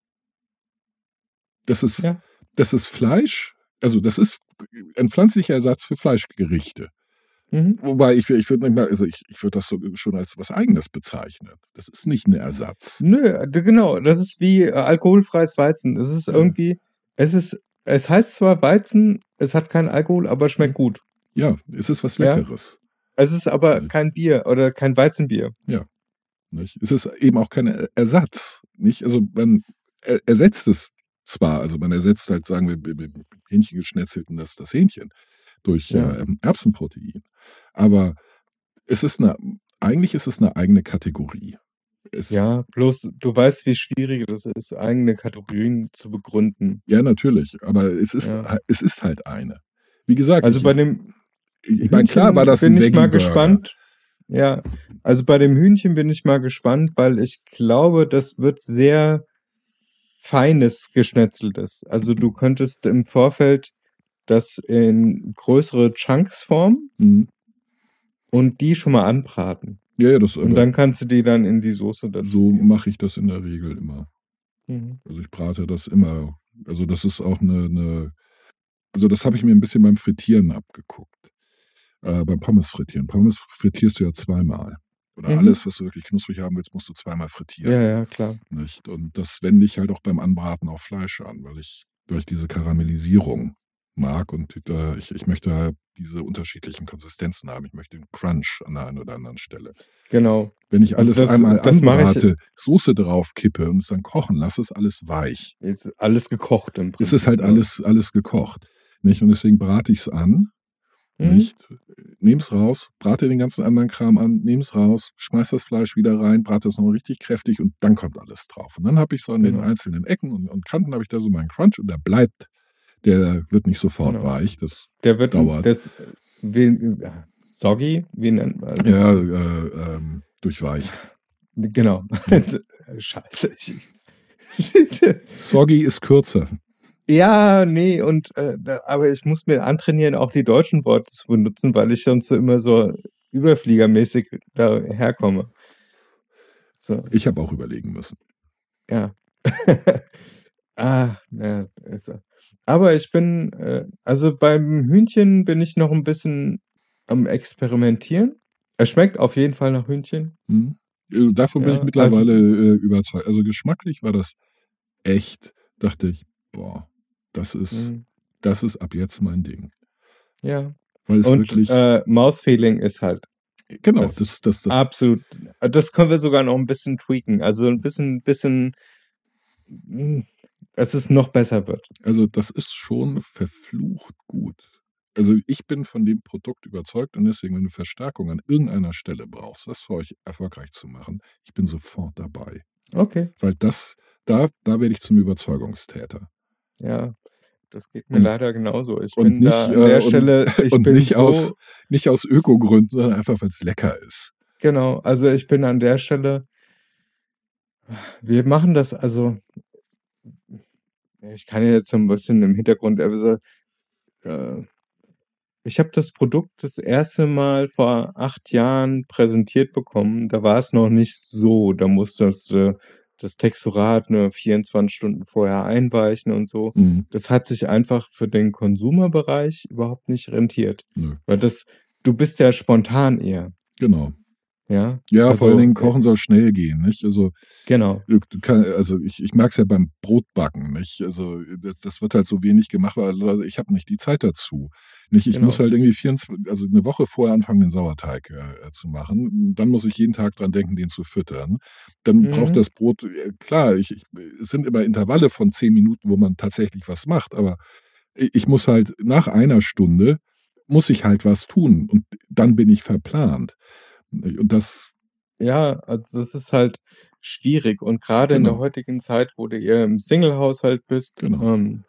Speaker 2: Das ist
Speaker 3: Ja.
Speaker 2: das ist Fleisch also das ist ein pflanzlicher Ersatz für Fleischgerichte.
Speaker 3: Mhm.
Speaker 2: Wobei ich ich würde manchmal also ich ich würde das so schon als was Eigenes bezeichnen. Das ist nicht 'n Ersatz.
Speaker 3: Nö, d genau. Das ist wie, äh, alkoholfreies Weizen. Es ist
Speaker 2: Ja.
Speaker 3: irgendwie es ist es heißt zwar Weizen, es hat keinen Alkohol, aber schmeckt
Speaker 2: Mhm.
Speaker 3: gut.
Speaker 2: Ja, es ist was
Speaker 3: Ja?
Speaker 2: Leckeres.
Speaker 3: Es ist aber
Speaker 2: Ne?
Speaker 3: kein Bier oder kein Weizenbier.
Speaker 2: Ja, nicht? Es ist eben auch kein E Ersatz, nicht? Also man er ersetzt es zwar, also man ersetzt halt, sagen wir, b b b Hähnchengeschnetzelten das das Hähnchen durch,
Speaker 3: Ja.
Speaker 2: äh, ähm, Erbsenprotein. Aber es ist 'ne eigentlich ist es 'ne eigene Kategorie. Es
Speaker 3: Ja, bloß du weißt, wie schwierig das ist, eigene Kategorien zu begründen.
Speaker 2: Ja, natürlich, aber es ist
Speaker 3: Ja.
Speaker 2: ha es ist halt eine. Wie gesagt,
Speaker 3: Also
Speaker 2: ich
Speaker 3: bei
Speaker 2: ich
Speaker 3: dem
Speaker 2: ich meine, klar war
Speaker 3: Hühnchen
Speaker 2: das 'n
Speaker 3: bin ich mal
Speaker 2: Veggie-Burger.
Speaker 3: gespannt. Ja, also bei dem Hühnchen bin ich mal gespannt, weil ich glaube, das wird sehr feines Geschnetzeltes. Also du könntest im Vorfeld das in größere Chunks formen
Speaker 2: Mhm.
Speaker 3: und die schon mal anbraten.
Speaker 2: Ja, ja, das
Speaker 3: Und
Speaker 2: aber
Speaker 3: dann kannst du die dann in die Soße
Speaker 2: so
Speaker 3: dazugeben.
Speaker 2: mache ich das in der Regel immer.
Speaker 3: Mhm.
Speaker 2: Also ich brate das immer. Also das ist auch 'ne 'ne also das habe ich mir 'n bisschen beim Frittieren abgeguckt. Äh, beim Pommes-Frittieren. Pommes frittierst du ja zweimal. Oder
Speaker 3: Mhm.
Speaker 2: alles, was du wirklich knusprig haben willst, musst du zweimal frittieren,
Speaker 3: Ja, ja, klar.
Speaker 2: nicht? Und das wende ich halt auch beim Anbraten auf Fleisch an, weil ich weil ich diese Karamellisierung mag und da ich ich möchte halt diese unterschiedlichen Konsistenzen haben. Ich möchte den Crunch an der einen oder anderen Stelle.
Speaker 3: Genau.
Speaker 2: Wenn ich
Speaker 3: Also
Speaker 2: alles
Speaker 3: das
Speaker 2: einmal
Speaker 3: das mache ich
Speaker 2: anbrate, Soße drauf kippe und es dann kochen lasse, ist alles weich.
Speaker 3: Jetzt alles gekocht im
Speaker 2: Es ist
Speaker 3: Prinzip,
Speaker 2: halt
Speaker 3: ne?
Speaker 2: alles alles gekocht, nicht? Und deswegen brate ich's an,
Speaker 3: Mhm.
Speaker 2: nicht? Nehme es raus, brate den ganzen anderen Kram an, nehme es raus, schmeiße das Fleisch wieder rein, brate das noch mal richtig kräftig und dann kommt alles drauf. Und dann habe ich so an den
Speaker 3: Genau.
Speaker 2: einzelnen Ecken und und Kanten habe ich da so meinen Crunch und der bleibt. Der wird nicht sofort
Speaker 3: Genau.
Speaker 2: weich, das
Speaker 3: Der wird 'n
Speaker 2: dauert.
Speaker 3: das, äh, wen ja, Soggy, wie nennt man es?
Speaker 2: Ja, äh, ähm, durchweicht.
Speaker 3: Genau. Scheiße.
Speaker 2: Soggy ist kürzer.
Speaker 3: Ja, nee, und äh, da, aber ich muss mir antrainieren, auch die deutschen Worte zu benutzen, weil ich sonst so immer so überfliegermäßig daherkomme. So,
Speaker 2: Ich habe auch überlegen müssen.
Speaker 3: ja. Ah, ja, ist er. Aber ich bin, äh, also beim Hühnchen bin ich noch ein bisschen am Experimentieren. Es schmeckt auf jeden Fall nach Hühnchen.
Speaker 2: Hm. Äh, Davon bin ich
Speaker 3: Ja, also,
Speaker 2: mittlerweile äh, überzeugt. Also geschmacklich war das echt, dachte ich, boah, das ist,
Speaker 3: mh,
Speaker 2: das ist ab jetzt mein Ding.
Speaker 3: ja.
Speaker 2: Weil es
Speaker 3: Und
Speaker 2: wirklich,
Speaker 3: äh, Mausfeeling ist halt
Speaker 2: genau,
Speaker 3: das
Speaker 2: das, das, das,
Speaker 3: absolut, das können wir sogar noch ein bisschen tweaken. Also ein bisschen, bisschen, mh, dass es noch besser wird.
Speaker 2: also das ist schon verflucht gut. Also ich bin von dem Produkt überzeugt und deswegen, wenn du Verstärkung an irgendeiner Stelle brauchst, das für euch erfolgreich zu machen, ich bin sofort dabei.
Speaker 3: Okay,
Speaker 2: Weil das, da, da werde ich zum Überzeugungstäter.
Speaker 3: ja, das geht mir
Speaker 2: Und,
Speaker 3: leider genauso. Ich
Speaker 2: und
Speaker 3: bin da
Speaker 2: nicht,
Speaker 3: an der
Speaker 2: äh, und,
Speaker 3: Stelle, ich
Speaker 2: und
Speaker 3: bin
Speaker 2: nicht aus,
Speaker 3: so,
Speaker 2: nicht aus Ökogründen, sondern einfach, weil es lecker ist.
Speaker 3: genau, also ich bin an der Stelle, wir machen das, also ich kann ja jetzt so ein bisschen im Hintergrund, also, äh, ich habe das Produkt das erste Mal vor acht Jahren präsentiert bekommen. Da war es noch nicht so. Da musstest du das Texturat, ne, vierundzwanzig Stunden vorher einweichen und so.
Speaker 2: Mhm.
Speaker 3: Das hat sich einfach für den Konsumerbereich überhaupt nicht rentiert.
Speaker 2: Nö.
Speaker 3: Weil das du bist ja spontan eher,
Speaker 2: Genau.
Speaker 3: ja?
Speaker 2: Ja, vor allen
Speaker 3: Also,
Speaker 2: Dingen
Speaker 3: äh
Speaker 2: Kochen soll schnell gehen, nicht? Also,
Speaker 3: genau,
Speaker 2: du du kann also, ich ich mag's ja beim Brotbacken, nicht? Also, das das wird halt so wenig gemacht, weil also, ich habe nicht die Zeit dazu. Nicht? Ich muss
Speaker 3: genau.
Speaker 2: halt irgendwie vierundzwanzig also, 'ne Woche vorher anfangen, den Sauerteig, äh, äh, zu machen. Dann muss ich jeden Tag dran denken, den zu füttern. Dann braucht
Speaker 3: Mhm.
Speaker 2: das Brot äh, klar, ich ich es sind immer Intervalle von zehn Minuten, wo man tatsächlich was macht, aber i ich muss halt nach einer Stunde muss ich halt was tun und dann bin ich verplant. Und das
Speaker 3: Ja, also das ist halt schwierig und grade in der
Speaker 2: genau,
Speaker 3: heutigen Zeit, wo du eher im Singlehaushalt bist,
Speaker 2: genau.
Speaker 3: ähm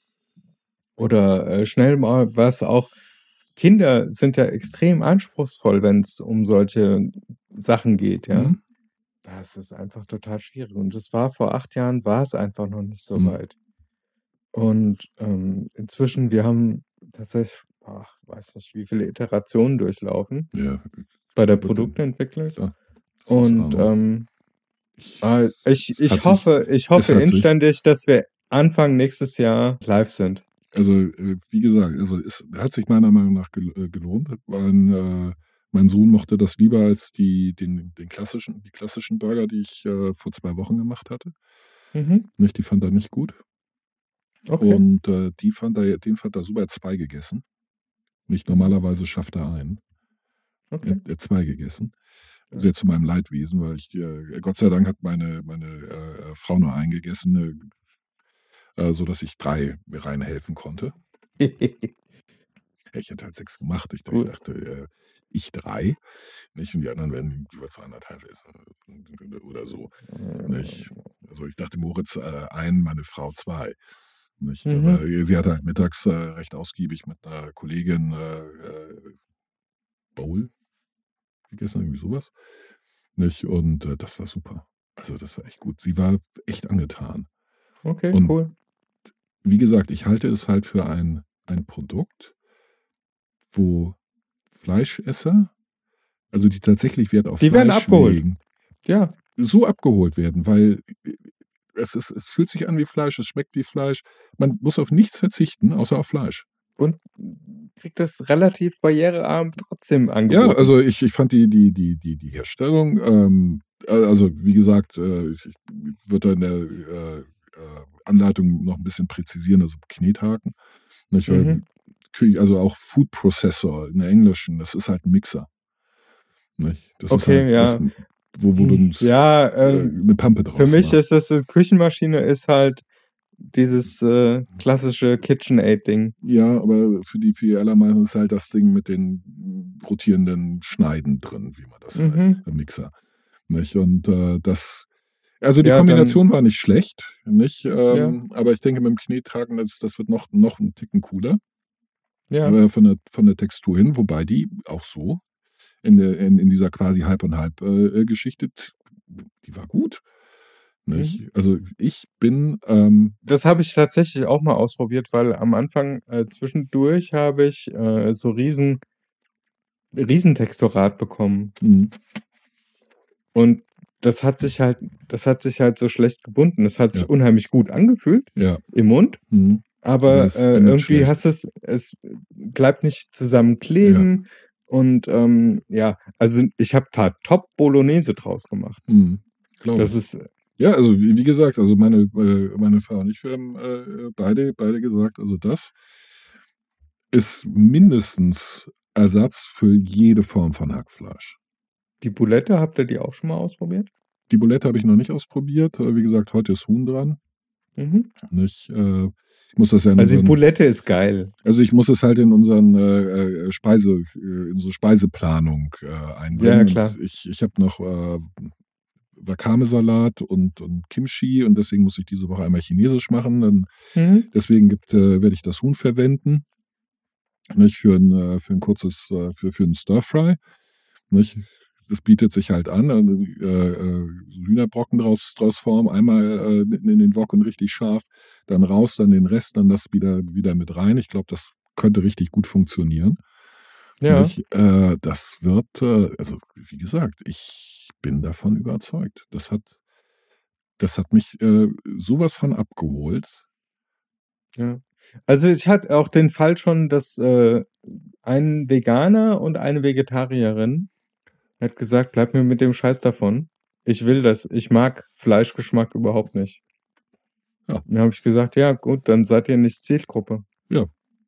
Speaker 3: oder, äh, schnell mal was auch Kinder sind ja extrem anspruchsvoll, wenn's um solche Sachen geht, ja?
Speaker 2: Mhm,
Speaker 3: Das ist einfach total schwierig und das war vor acht Jahren war's einfach noch nicht so
Speaker 2: mhm.
Speaker 3: weit. Und, ähm, inzwischen wir haben tatsächlich, ach, weiß nicht, wie viele Iterationen durchlaufen
Speaker 2: Ja,
Speaker 3: bei der
Speaker 2: wirklich,
Speaker 3: Produktentwicklung
Speaker 2: klar. Das ist
Speaker 3: und,
Speaker 2: Hammer.
Speaker 3: ähm,
Speaker 2: Ich
Speaker 3: ah, ich ich
Speaker 2: hat sich
Speaker 3: hoffe ich
Speaker 2: es
Speaker 3: hoffe
Speaker 2: hat sich
Speaker 3: inständig, dass wir Anfang nächstes Jahr live sind.
Speaker 2: also, äh, wie gesagt, also, es hat sich meiner Meinung nach gel äh, gelohnt. Mein, äh mein Sohn mochte das lieber als die den den klassischen die klassischen Burger, die ich, äh, vor zwei Wochen gemacht hatte.
Speaker 3: Mhm,
Speaker 2: Nicht, die fand er nicht gut.
Speaker 3: okay,
Speaker 2: Und, äh, die fand er den fand er super, er hat zwei gegessen. Nicht normalerweise schafft er einen. Er
Speaker 3: okay.
Speaker 2: er hat zwei gegessen.
Speaker 3: Ja.
Speaker 2: Sehr zu meinem Leidwesen, weil ich, äh Gott sei Dank hat meine meine, äh, Frau nur einen gegessen, äh, äh, sodass ich drei mir reinhelfen konnte. Ich hätte halt sechs gemacht. Ich ich
Speaker 3: Gut.
Speaker 2: dachte, äh, ich drei, nicht? Und die anderen werden jeweils anderthalb essen äh, oder so, nicht?
Speaker 3: Äh,
Speaker 2: Also, ich dachte, Moritz, äh, ein, meine Frau zwei, nicht?
Speaker 3: mhm.
Speaker 2: Aber sie hat halt mittags, äh, recht ausgiebig mit 'ner Kollegin, äh, äh, Bowl gegessen, irgendwie so was, nicht? Und, äh, das war super. Also, das war echt gut. Sie war echt angetan.
Speaker 3: Okay,
Speaker 2: Und
Speaker 3: cool.
Speaker 2: wie gesagt, ich halte es halt für ein ein Produkt, wo Fleischesser, also die tatsächlich Wert auf
Speaker 3: Die werden
Speaker 2: Fleisch
Speaker 3: abgeholt.
Speaker 2: legen,
Speaker 3: Ja.
Speaker 2: so abgeholt werden, weil äh, es ist es fühlt sich an wie Fleisch, es schmeckt wie Fleisch. Man muss auf nichts verzichten, außer auf Fleisch.
Speaker 3: Und kriegt das relativ barrierearm trotzdem
Speaker 2: Ja,
Speaker 3: angeboten.
Speaker 2: also ich ich fand die die die die die Herstellung, ähm, a also wie gesagt, äh, ich ich würde da in der, äh, äh, Anleitung noch 'n bisschen präzisieren, also Knethaken, nicht, weil
Speaker 3: Mhm.
Speaker 2: Kü also auch Food Processor in der Englischen, das ist halt 'n Mixer, nicht? Das ist halt
Speaker 3: Okay,
Speaker 2: was,
Speaker 3: ja.
Speaker 2: wo wo du
Speaker 3: Hm,
Speaker 2: 'n s
Speaker 3: ja,
Speaker 2: äh,
Speaker 3: ähm,
Speaker 2: 'ne Pampe
Speaker 3: für
Speaker 2: draus
Speaker 3: mich ist
Speaker 2: machst.
Speaker 3: das so Küchenmaschine ist halt dieses, äh, klassische KitchenAid-Ding.
Speaker 2: Ja, aber für die für die allermeisten ist halt das Ding mit den rotierenden Schneiden drin, wie man das heißt,
Speaker 3: Mhm.
Speaker 2: der Mixer, nicht? Und, äh, das also die
Speaker 3: Ja, dann
Speaker 2: Kombination war nicht schlecht, nicht?
Speaker 3: ja,
Speaker 2: Ähm, aber ich denke, mit dem Knethaken, das das wird noch noch 'n Ticken cooler.
Speaker 3: Ja.
Speaker 2: äh, von der von der Textur hin, wobei die auch so in der in in dieser quasi Halb und Halb, äh, Geschichte, z die war gut,
Speaker 3: Mhm.
Speaker 2: nicht? Also, ich bin, ähm
Speaker 3: Das habe ich tatsächlich auch mal ausprobiert, weil am Anfang äh, zwischendurch habe ich, äh, so riesen Riesentexturat bekommen.
Speaker 2: Mhm.
Speaker 3: Und das hat sich halt das hat sich halt so schlecht gebunden. Das hat sich
Speaker 2: Ja.
Speaker 3: unheimlich gut angefühlt
Speaker 2: Ja.
Speaker 3: im Mund,
Speaker 2: Mhm. Aber
Speaker 3: aber,
Speaker 2: es
Speaker 3: äh,
Speaker 2: bindet
Speaker 3: irgendwie
Speaker 2: schlecht.
Speaker 3: hast es es bleibt nicht
Speaker 2: Ja.
Speaker 3: zusammenkleben und, ähm, ja, also, ich habe da top Bolognese draus gemacht.
Speaker 2: Mhm. Glaube
Speaker 3: Das
Speaker 2: ich.
Speaker 3: ist äh
Speaker 2: Ja, also, wie wie gesagt, also, meine äh, meine Frau und ich, wir haben, äh, beide beide gesagt, also, das ist mindestens Ersatz für jede Form von Hackfleisch.
Speaker 3: Die Bulette, habt ihr die auch schon mal ausprobiert?
Speaker 2: Die Bulette habe ich noch nicht ausprobiert. Äh, wie gesagt, heute ist Huhn dran.
Speaker 3: Mhm.
Speaker 2: Nicht? Äh, ich muss das ja in
Speaker 3: Also, die
Speaker 2: unseren
Speaker 3: Bulette ist geil.
Speaker 2: also, ich muss es halt in unseren, äh, äh, Speise äh, in unsere Speiseplanung, äh,
Speaker 3: Ja,
Speaker 2: einbringen.
Speaker 3: ja,
Speaker 2: Und
Speaker 3: klar.
Speaker 2: ich ich habe noch, äh, Wakame-Salat und und Kimchi und deswegen muss ich diese Woche einmal chinesisch machen. Dann
Speaker 3: Mhm.
Speaker 2: deswegen gibt äh, werde ich das Huhn verwenden, nicht, für 'n äh, für 'n kurzes äh, für für 'n Stir-Fry, nicht? Das bietet sich halt an, äh, äh, so Hühnerbrocken draus draus formen, einmal, äh, mitten in den Wok und richtig scharf, dann raus, dann den Rest, dann das wieder wieder mit rein. Ich glaube, das könnte richtig gut funktionieren.
Speaker 3: Ja.
Speaker 2: Nicht? Äh, das wird, äh also, wie gesagt, ich bin davon überzeugt. Das hat das hat mich, äh, so was von abgeholt.
Speaker 3: Ja. Also, ich hatte auch den Fall schon, dass, äh, ein Veganer und eine Vegetarierin hat gesagt: „Bleib mir mit dem Scheiß davon. Ich will das. Ich mag Fleischgeschmack überhaupt nicht.“
Speaker 2: Ja.
Speaker 3: Dann habe ich gesagt: „Ja gut, dann seid ihr nicht Zielgruppe.“
Speaker 2: Ja.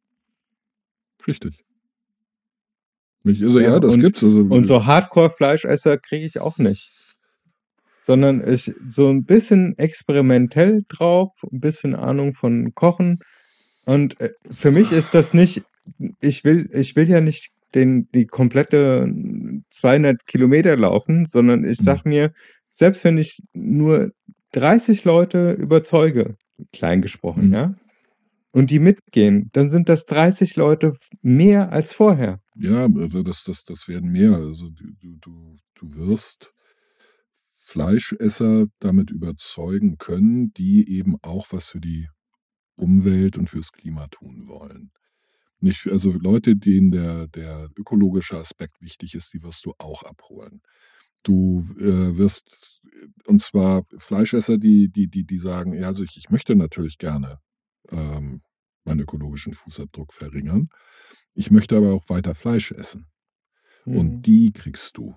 Speaker 2: Richtig. Nicht? Also,
Speaker 3: Ja,
Speaker 2: ja, das
Speaker 3: und
Speaker 2: gibt's. Also,
Speaker 3: und
Speaker 2: äh
Speaker 3: so Hardcore-Fleischesser kriege ich auch nicht. Sondern ich so 'n bisschen experimentell drauf, 'n bisschen Ahnung von Kochen. Und, äh, für mich ist das nicht ich will ich will ja nicht den die komplette zweihundert Kilometer laufen, sondern ich
Speaker 2: Mhm.
Speaker 3: sage mir, selbst wenn ich nur dreißig Leute überzeuge, klein gesprochen,
Speaker 2: Mhm.
Speaker 3: ja, und die mitgehen, dann sind das dreißig Leute f mehr als vorher.
Speaker 2: Ja, also, das das das werden mehr. Also, du du du du wirst Fleischesser damit überzeugen können, die eben auch was für die Umwelt und fürs Klima tun wollen. Nicht also, Leute, denen der der ökologische Aspekt wichtig ist, die wirst du auch abholen. Du, äh, wirst und zwar Fleischesser, die die die die sagen: „Ja, also, ich ich möchte natürlich gerne, ähm, meinen ökologischen Fußabdruck verringern. Ich möchte aber auch weiter Fleisch essen.“
Speaker 3: Mhm.
Speaker 2: Und die kriegst du.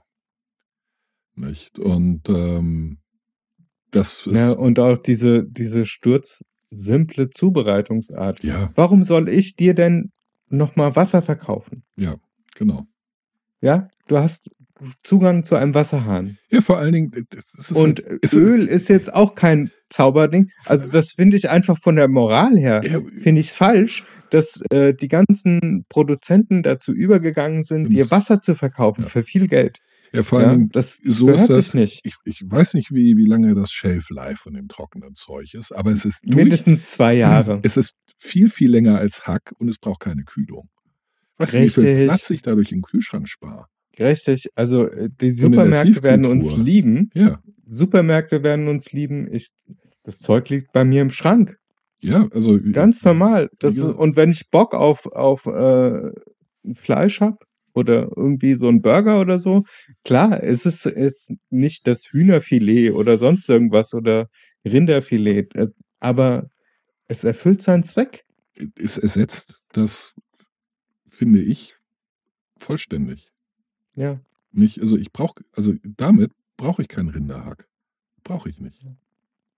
Speaker 2: Nicht? Und, ähm, das
Speaker 3: Ja,
Speaker 2: ist
Speaker 3: und auch diese diese sturzsimple Zubereitungsart.
Speaker 2: Ja.
Speaker 3: Warum soll ich dir denn noch mal Wasser verkaufen?
Speaker 2: Ja, genau.
Speaker 3: Ja, du hast Zugang zu einem Wasserhahn.
Speaker 2: Ja, vor allen Dingen, äh, d das ist halt
Speaker 3: Und Ö
Speaker 2: ist
Speaker 3: Öl ist jetzt auch kein Zauberding. Also, das finde ich einfach von der Moral her
Speaker 2: Ja,
Speaker 3: finde ich's falsch, dass, äh, die ganzen Produzenten dazu übergegangen sind, dir Wasser zu verkaufen
Speaker 2: Ja.
Speaker 3: für viel Geld.
Speaker 2: Ja, vor allen
Speaker 3: Ja,
Speaker 2: Dingen,
Speaker 3: das
Speaker 2: so ist
Speaker 3: gehört sich
Speaker 2: das
Speaker 3: nicht.
Speaker 2: ich ich weiß nicht, wie wie lange das Shelf Life von dem trockenen Zeug ist, aber es ist durch
Speaker 3: Mindestens zwei Jahre.
Speaker 2: es ist viel, viel länger als Hack und es braucht keine Kühlung. Weißt du, wie viel
Speaker 3: Richtig.
Speaker 2: Platz ich dadurch im Kühlschrank spare?
Speaker 3: Richtig. Also, äh, die
Speaker 2: Und in der
Speaker 3: Supermärkte werden uns
Speaker 2: Tiefkühltruhe.
Speaker 3: lieben.
Speaker 2: Ja.
Speaker 3: Supermärkte werden uns lieben. Ich das Zeug liegt bei mir im Schrank.
Speaker 2: Ja, also, wie
Speaker 3: Ganz normal.
Speaker 2: wie
Speaker 3: Das ist
Speaker 2: gesagt
Speaker 3: und wenn ich Bock auf auf, äh, Fleisch habe oder irgendwie so 'n Burger oder so, klar, es ist jetzt nicht das Hühnerfilet oder sonst irgendwas oder Rinderfilet, äh, aber es erfüllt seinen Zweck.
Speaker 2: Äh, es ersetzt das, finde ich, vollständig.
Speaker 3: Ja.
Speaker 2: Nicht also, ich brauche also, damit brauche ich keinen Rinderhack. Brauche ich nicht.
Speaker 3: Ja.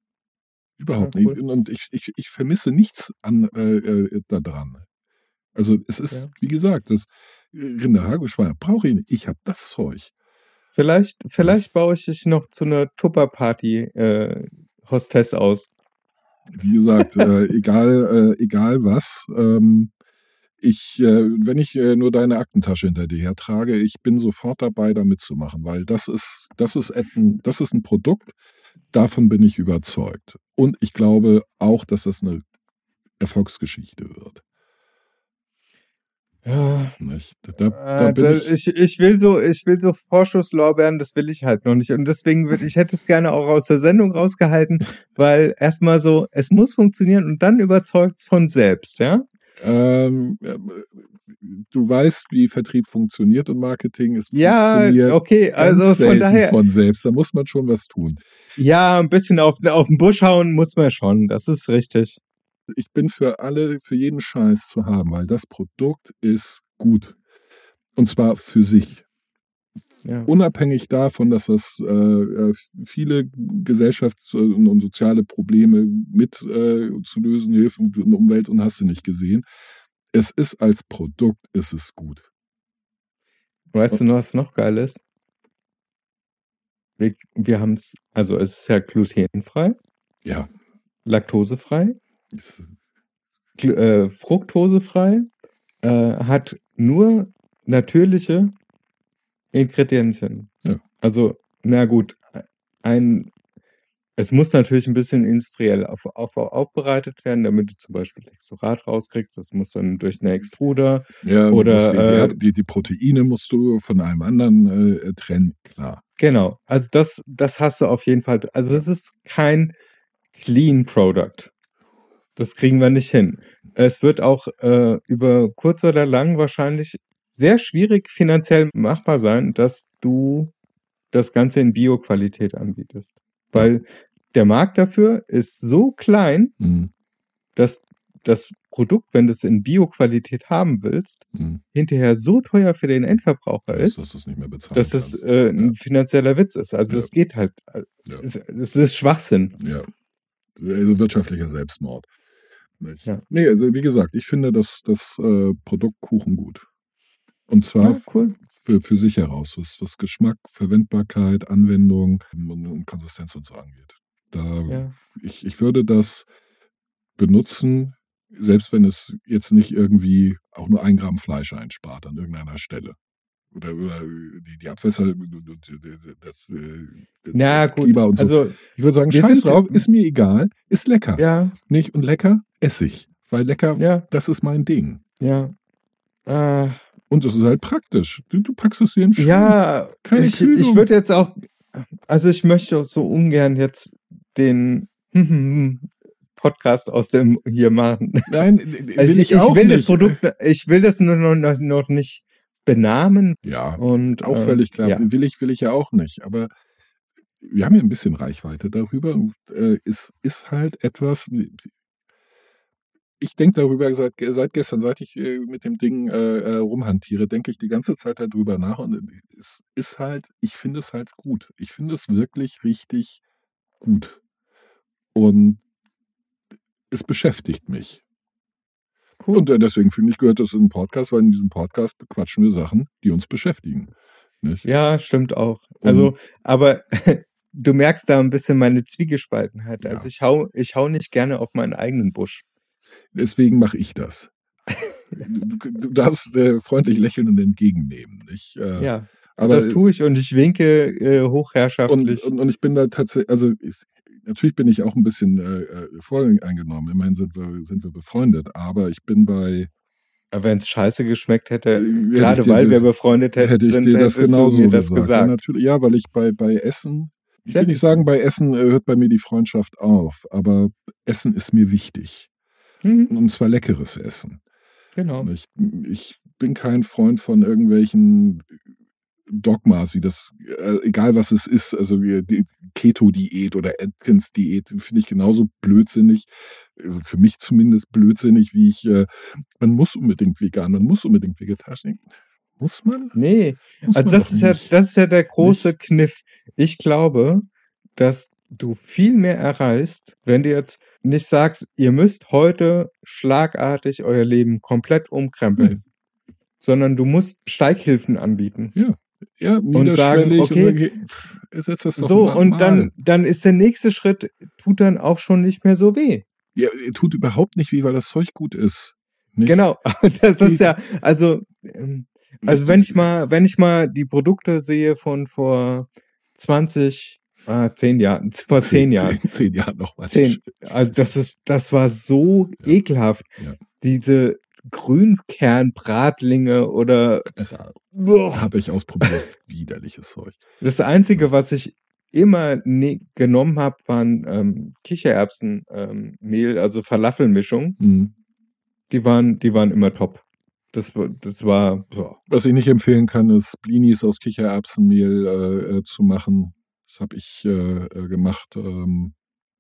Speaker 3: Ja,
Speaker 2: Überhaupt nicht.
Speaker 3: cool.
Speaker 2: Und ich ich ich vermisse nichts an äh, äh, da dran. Also, es ist,
Speaker 3: Ja.
Speaker 2: wie gesagt, das Rinderhackschwein brauche ich nicht. Ich habe das Zeug.
Speaker 3: Vielleicht
Speaker 2: Nicht?
Speaker 3: vielleicht baue ich dich noch zu 'ner Tupperparty, äh, Hostess aus.
Speaker 2: Wie gesagt, äh, egal äh, egal was, ähm, ich äh, wenn ich, äh, nur deine Aktentasche hinter dir hertrage, ich bin sofort dabei, da mitzumachen, weil das ist das ist et 'n das ist 'n Produkt, davon bin ich überzeugt. Und ich glaube auch, dass das 'ne Erfolgsgeschichte wird.
Speaker 3: Ja,
Speaker 2: Nicht? Da, da, da
Speaker 3: äh,
Speaker 2: bin
Speaker 3: da,
Speaker 2: ich.
Speaker 3: ich, ich will so, ich will so Vorschusslorbeeren, das will ich halt noch nicht. Und deswegen würde ich hätte es gerne auch aus der Sendung rausgehalten, weil erstmal so, es muss funktionieren und dann überzeugt es von selbst, ja?
Speaker 2: Ähm, äh, du weißt, wie Vertrieb funktioniert und Marketing. Es
Speaker 3: Ja,
Speaker 2: funktioniert
Speaker 3: okay,
Speaker 2: ganz
Speaker 3: also von
Speaker 2: selten
Speaker 3: daher,
Speaker 2: von selbst. Da muss man schon was tun.
Speaker 3: ja, ein bisschen auf, auf den Busch hauen muss man schon, das ist richtig.
Speaker 2: Ich bin für alle, für jeden Scheiß zu haben, weil das Produkt ist gut. Und zwar für sich.
Speaker 3: Ja.
Speaker 2: Unabhängig davon, dass das äh, viele gesellschafts- und soziale Probleme mit äh, zu lösen hilft und Umwelt und hast du nicht gesehen. Es ist als Produkt, ist es gut.
Speaker 3: Weißt du noch, was noch geil ist? Wir, wir haben es, also es ist ja glutenfrei,
Speaker 2: Ja.
Speaker 3: laktosefrei,
Speaker 2: Es-
Speaker 3: gl- äh, fruktosefrei, äh, hat nur natürliche Ingredienzien.
Speaker 2: Ja.
Speaker 3: Also, na gut, ein, es muss natürlich ein bisschen industriell auf, auf, aufbereitet werden, damit du zum Beispiel Extrudat rauskriegst. Das muss dann durch einen Extruder
Speaker 2: Ja, du
Speaker 3: oder
Speaker 2: musst die,
Speaker 3: äh,
Speaker 2: die, die, die Proteine musst du von einem anderen äh, trennen, klar.
Speaker 3: genau. Also das, das hast du auf jeden Fall. Also das ist kein Clean Product. Das kriegen wir nicht hin. Es wird auch äh, über kurz oder lang wahrscheinlich sehr schwierig finanziell machbar sein, dass du das Ganze in Bio-Qualität anbietest. Weil der Markt dafür ist so klein,
Speaker 2: Mhm.
Speaker 3: dass das Produkt, wenn du es in Bio-Qualität haben willst,
Speaker 2: Mhm.
Speaker 3: hinterher so teuer für den Endverbraucher
Speaker 2: Dass,
Speaker 3: ist,
Speaker 2: dass du es nicht mehr bezahlen
Speaker 3: dass es
Speaker 2: kannst.
Speaker 3: äh, ein
Speaker 2: Ja.
Speaker 3: finanzieller Witz ist. Also
Speaker 2: Ja.
Speaker 3: es geht halt.
Speaker 2: Ja.
Speaker 3: Es, es ist Schwachsinn.
Speaker 2: Ja. Also wirtschaftlicher Selbstmord. Nicht?
Speaker 3: Ja.
Speaker 2: Nee, also wie gesagt, ich finde das, das äh, Produkt Kuchen gut. Und zwar
Speaker 3: Ja, cool.
Speaker 2: für, für sich heraus, was, was Geschmack, Verwendbarkeit, Anwendung und, und Konsistenz und so angeht. Da,
Speaker 3: Ja.
Speaker 2: ich, ich würde das benutzen, selbst wenn es jetzt nicht irgendwie auch nur ein Gramm Fleisch einspart an irgendeiner Stelle. Oder, oder die, die Abwässer, das, das,
Speaker 3: Na
Speaker 2: das
Speaker 3: gut,
Speaker 2: Klima und so.
Speaker 3: also
Speaker 2: Ich würde sagen,
Speaker 3: wir
Speaker 2: scheiß
Speaker 3: sind-
Speaker 2: drauf, ist mir egal, ist lecker.
Speaker 3: ja,
Speaker 2: Nicht? Und lecker, Essig. Weil lecker,
Speaker 3: ja,
Speaker 2: das ist mein Ding.
Speaker 3: ja. Äh,
Speaker 2: Und es ist halt praktisch. Du, du packst es dir in den Schrank.
Speaker 3: ja,
Speaker 2: Keine
Speaker 3: ich,
Speaker 2: Kühlung.
Speaker 3: ich würde jetzt auch, also ich möchte auch so ungern jetzt den Podcast aus dem hier machen.
Speaker 2: Nein, will
Speaker 3: Also
Speaker 2: ich,
Speaker 3: ich, ich
Speaker 2: auch
Speaker 3: will
Speaker 2: nicht.
Speaker 3: das Produkt, ich will das nur noch, noch, noch nicht benamen
Speaker 2: Ja,
Speaker 3: und
Speaker 2: auch
Speaker 3: äh,
Speaker 2: völlig klar.
Speaker 3: Ja.
Speaker 2: Will ich, will ich ja auch nicht. Aber wir haben ja ein bisschen Reichweite darüber. Und, äh, ist, ist halt etwas. Ich denke darüber seit, seit gestern, seit ich äh, mit dem Ding äh, äh, rumhantiere, denke ich die ganze Zeit darüber nach. Und es ist halt, ich finde es halt gut. Ich finde es wirklich richtig gut. Und es beschäftigt mich.
Speaker 3: Cool.
Speaker 2: Und äh, deswegen finde ich, gehört das in einen Podcast, weil in diesem Podcast bequatschen wir Sachen, die uns beschäftigen. Nicht?
Speaker 3: Ja, stimmt auch. Also, aber du merkst da ein bisschen meine Zwiegespaltenheit.
Speaker 2: Ja.
Speaker 3: Also ich hau, ich hau nicht gerne auf meinen eigenen Busch.
Speaker 2: Deswegen mache ich das. Du, du darfst äh, freundlich lächeln und entgegennehmen. Nicht? Äh,
Speaker 3: Ja,
Speaker 2: aber
Speaker 3: das tue ich und ich winke äh,
Speaker 2: und,
Speaker 3: hochherrschaftlich.
Speaker 2: und, und ich bin da tatsächlich, also ich, natürlich bin ich auch ein bisschen äh, voreingenommen. Immerhin sind wir, sind wir befreundet, aber ich bin bei.
Speaker 3: Wenn es scheiße geschmeckt hätte,
Speaker 2: Äh, hätte
Speaker 3: gerade
Speaker 2: ich dir-
Speaker 3: weil wir befreundet hätten,
Speaker 2: Hätte ich
Speaker 3: sind,
Speaker 2: dir das
Speaker 3: hättest
Speaker 2: genauso
Speaker 3: du mir das
Speaker 2: gesagt. Ja,
Speaker 3: gesagt.
Speaker 2: natürlich, ja, weil ich bei, bei Essen, ich
Speaker 3: Sehr
Speaker 2: will nicht sagen, bei Essen äh, hört bei mir die Freundschaft auf, aber Essen ist mir wichtig.
Speaker 3: Mhm,
Speaker 2: Und zwar leckeres Essen.
Speaker 3: genau.
Speaker 2: Ich, ich bin kein Freund von irgendwelchen Dogmas, wie das, äh, egal was es ist, also wie die Keto-Diät oder Atkins-Diät, finde ich genauso blödsinnig, also für mich zumindest blödsinnig, wie ich, äh, man muss unbedingt vegan, man muss unbedingt vegetarisch. Muss man?
Speaker 3: Nee,
Speaker 2: Muss
Speaker 3: also
Speaker 2: man
Speaker 3: das
Speaker 2: doch
Speaker 3: ist ja,
Speaker 2: nicht.
Speaker 3: das ist ja der große
Speaker 2: Nicht.
Speaker 3: Kniff. Ich glaube, dass du viel mehr erreichst, wenn du jetzt nicht sagst, ihr müsst heute schlagartig euer Leben komplett umkrempeln, sondern du musst Steighilfen anbieten.
Speaker 2: Ja,
Speaker 3: Und sagen,
Speaker 2: niederschwellig
Speaker 3: okay,
Speaker 2: und sagen, ersetzt das doch
Speaker 3: So,
Speaker 2: mal.
Speaker 3: und dann, dann ist der nächste Schritt, tut dann auch schon nicht mehr so weh.
Speaker 2: Ja, tut überhaupt nicht weh, weil das Zeug gut ist. Nicht?
Speaker 3: Genau, das ist
Speaker 2: Die-
Speaker 3: ja, also, ähm, also wenn ich mal, wenn ich mal die Produkte sehe von vor zwanzig, ah, zehn Jahren, vor zehn Jahren,
Speaker 2: Zehn, zehn Jahren noch was.
Speaker 3: zehn, also das ist, das war so
Speaker 2: Ja.
Speaker 3: ekelhaft.
Speaker 2: Ja.
Speaker 3: Diese Grünkernbratlinge oder Boah.
Speaker 2: Habe ich ausprobiert. Widerliches Zeug.
Speaker 3: Das Einzige, was ich immer ne genommen habe, waren, ähm, Kichererbsen ähm, Mehl, also Falafelmischung.
Speaker 2: Mhm.
Speaker 3: Die waren die waren immer top. Das wa das war boah.
Speaker 2: Was ich nicht empfehlen kann, ist Blinis aus Kichererbsenmehl, äh, äh, zu machen. Das habe ich, äh, äh, gemacht, ähm,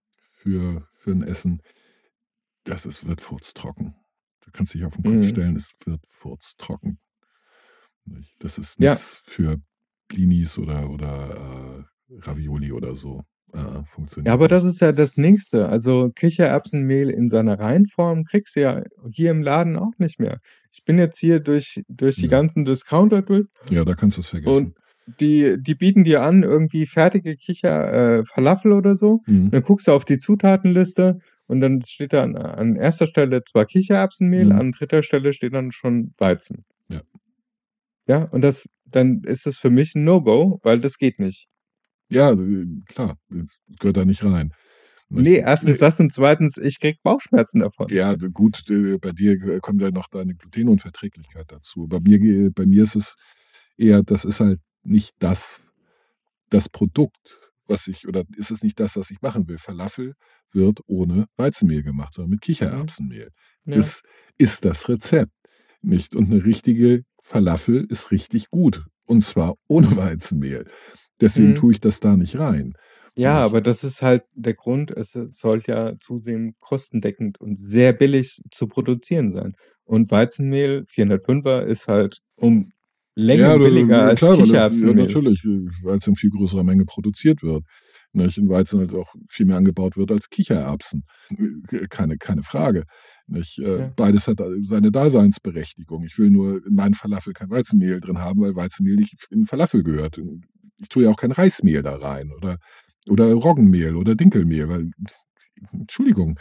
Speaker 2: für für 'n Essen. Das ist wird furztrocken. Du kannst dich auf 'n Kopf
Speaker 3: Mhm.
Speaker 2: stellen, es wird furztrocken. Nicht? Das ist
Speaker 3: Ja.
Speaker 2: nix für Blinis oder oder, äh, Ravioli oder so. Äh,
Speaker 3: Ja,
Speaker 2: funktioniert
Speaker 3: aber das
Speaker 2: nicht.
Speaker 3: ist ja das Nächste. Also, Kichererbsenmehl in seiner Reinform kriegst du ja hier im Laden auch nicht mehr. Ich bin jetzt hier durch durch die
Speaker 2: Ja.
Speaker 3: ganzen Discounter durch
Speaker 2: Ja, da kannst du's vergessen.
Speaker 3: und die die bieten dir an, irgendwie fertige Kicher äh, Falafel oder so.
Speaker 2: Mhm.
Speaker 3: Dann guckst du auf die Zutatenliste und dann steht da an an erster Stelle zwar Kichererbsenmehl,
Speaker 2: Mhm.
Speaker 3: an dritter Stelle steht dann schon Weizen.
Speaker 2: Ja.
Speaker 3: Ja, und das dann ist es für mich 'n No-Go, weil das geht nicht.
Speaker 2: Ja, äh, klar, das gehört da nicht rein. Nicht?
Speaker 3: Ne, erstens das und zweitens, ich kriege Bauchschmerzen davon.
Speaker 2: Ja, d gut, äh, bei dir äh, kommt ja noch deine Glutenunverträglichkeit dazu. Bei mir ge bei mir ist es eher das ist halt nicht das das Produkt, was ich oder ist es nicht das, was ich machen will. Falafel wird ohne Weizenmehl gemacht, sondern mit
Speaker 3: Mhm.
Speaker 2: Kichererbsenmehl.
Speaker 3: Ja.
Speaker 2: Das ist das Rezept, nicht? Und 'ne richtige Falafel ist richtig gut und zwar ohne Weizenmehl. Deswegen
Speaker 3: Mhm.
Speaker 2: tue ich das da nicht rein.
Speaker 3: Ja,
Speaker 2: Nicht?
Speaker 3: aber das ist halt der Grund, es es sollte ja zusehends kostendeckend und sehr billig zu produzieren sein. Und Weizenmehl, vierhundertfünfer ist halt um
Speaker 2: Ja,
Speaker 3: Längen
Speaker 2: da
Speaker 3: billiger
Speaker 2: ja
Speaker 3: als
Speaker 2: klar, weil das ja
Speaker 3: Kichererbsenmehl.
Speaker 2: natürlich, äh, weil's in viel größerer Menge produziert wird, nicht? Und Weizen halt auch viel mehr angebaut wird als Kichererbsen. Äh, keine keine Frage, nicht? Äh,
Speaker 3: Ja.
Speaker 2: beides hat, äh, seine Daseinsberechtigung. Ich will nur in meinen Falafel kein Weizenmehl drin haben, weil Weizenmehl nicht in Falafel gehört. Und ich tue ja auch kein Reismehl da rein oder oder Roggenmehl oder Dinkelmehl, weil Entschuldigung.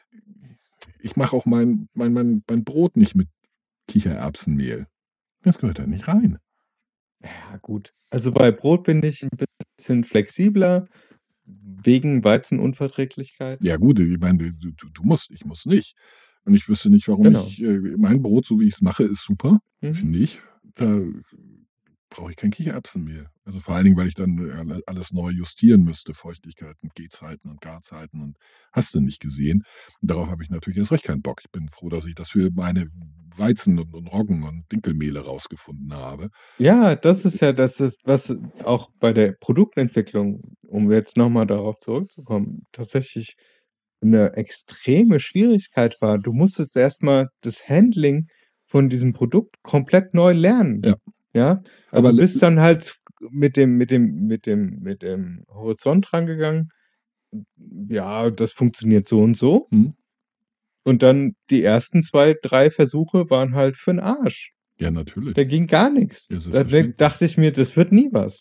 Speaker 2: Ich mache auch mein mein mein mein Brot nicht mit Kichererbsenmehl. Das gehört da nicht rein.
Speaker 3: Ja, gut. Also, bei Brot bin ich 'n bisschen flexibler wegen Weizenunverträglichkeit.
Speaker 2: Ja gut, ich meine, du du du musst, ich muss nicht. Und ich wüsste nicht, warum
Speaker 3: Genau.
Speaker 2: ich äh, mein Brot, so wie ich's mache, ist super,
Speaker 3: Mhm.
Speaker 2: finde ich. Da brauche ich kein Kichererbsenmehl. Also, vor allen Dingen, weil ich dann, äh, alle alles neu justieren müsste, Feuchtigkeit und Gehzeiten und Garzeiten und hast du nicht gesehen. Und darauf habe ich natürlich erst recht keinen Bock. Ich bin froh, dass ich das für meine Weizen und und Roggen und Dinkelmehle rausgefunden habe.
Speaker 3: Ja, das ist ja das ist was auch bei der Produktentwicklung, um jetzt noch mal darauf zurückzukommen, tatsächlich 'ne extreme Schwierigkeit war. Du musstest erst mal das Handling von diesem Produkt komplett neu lernen.
Speaker 2: Ja.
Speaker 3: Ja?
Speaker 2: Aber
Speaker 3: Also,
Speaker 2: le
Speaker 3: bist dann halt mit dem mit dem mit dem mit dem Horizont rangegangen. Ja, das funktioniert so und so.
Speaker 2: Mhm.
Speaker 3: Und dann die ersten zwei, drei Versuche waren halt für 'n Arsch.
Speaker 2: Ja, natürlich.
Speaker 3: Da ging gar nix.
Speaker 2: Ja,
Speaker 3: Da de
Speaker 2: selbstverständlich.
Speaker 3: dachte ich mir, das wird nie was.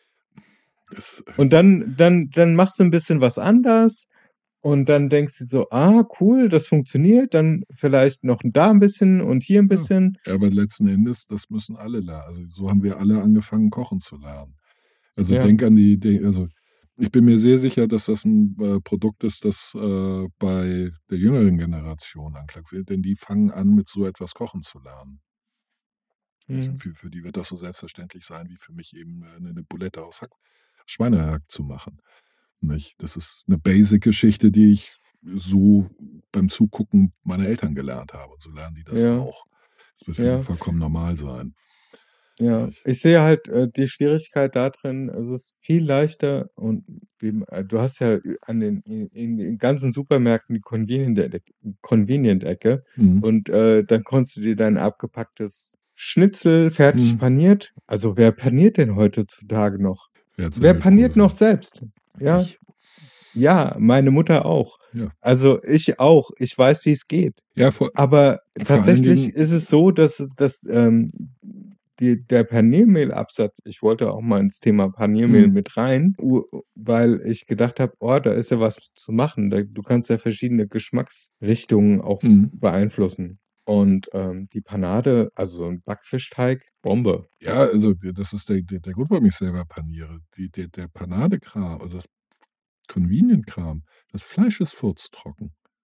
Speaker 2: Das, äh
Speaker 3: Und dann dann dann machst du 'n bisschen was anders und dann denkst du so: „Ah, cool, das funktioniert.“ Dann vielleicht noch da 'n bisschen und hier 'n
Speaker 2: Ja.
Speaker 3: bisschen.
Speaker 2: Ja, aber letzten Endes, das müssen alle ler also, so haben wir alle angefangen, kochen zu lernen. Also,
Speaker 3: Ja.
Speaker 2: denk an die de also, ich bin mir sehr sicher, dass das 'n, äh, Produkt ist, das, äh, bei der jüngeren Generation Anklang findet, denn die fangen an, mit so etwas kochen zu lernen. Nicht?
Speaker 3: Mhm.
Speaker 2: Für für die wird das so selbstverständlich sein, wie für mich eben, äh, 'ne 'ne Bulette aus Hack Schweinehack zu machen, nicht? Das ist 'ne Basic-Geschichte, die ich so beim Zugucken meiner Eltern gelernt habe. Und so lernen die das
Speaker 3: Ja.
Speaker 2: auch. Das wird für die
Speaker 3: Ja.
Speaker 2: vollkommen normal sein.
Speaker 3: Ja,
Speaker 2: Nicht?
Speaker 3: ich sehe halt, äh, die Schwierigkeit da drin, es ist viel leichter und wie äh, du hast ja an den in in den ganzen Supermärkten die Convenient Convenient-Ecke
Speaker 2: Mhm.
Speaker 3: und, äh, dann konntest du dir dein abgepacktes Schnitzel fertig
Speaker 2: Mhm.
Speaker 3: paniert also, wer paniert denn heutzutage noch?
Speaker 2: Wer hat
Speaker 3: Wer
Speaker 2: selber
Speaker 3: paniert noch
Speaker 2: Kurse?
Speaker 3: selbst? Ja?
Speaker 2: Ich.
Speaker 3: Ja, meine Mutter auch.
Speaker 2: Ja.
Speaker 3: Also, ich auch. Ich weiß, wie's geht.
Speaker 2: Ja, vor
Speaker 3: Aber
Speaker 2: vor allen
Speaker 3: tatsächlich
Speaker 2: Dingen
Speaker 3: ist es so, dass dass, ähm, die der Paniermehlabsatz ich wollte auch mal ins Thema Paniermehl
Speaker 2: Mhm.
Speaker 3: mit rein, u weil ich gedacht habe: „Oh, da ist ja was zu machen.“ Da du kannst ja verschiedene Geschmacksrichtungen auch
Speaker 2: Mhm.
Speaker 3: beeinflussen. Und, ähm, die Panade, also, so 'n Backfischteig, Bombe.
Speaker 2: Ja, also, d das ist der der der Grund, warum ich selber paniere. Die der der Panade-Kram, also, das Convenient-Kram, das Fleisch ist furztrocken.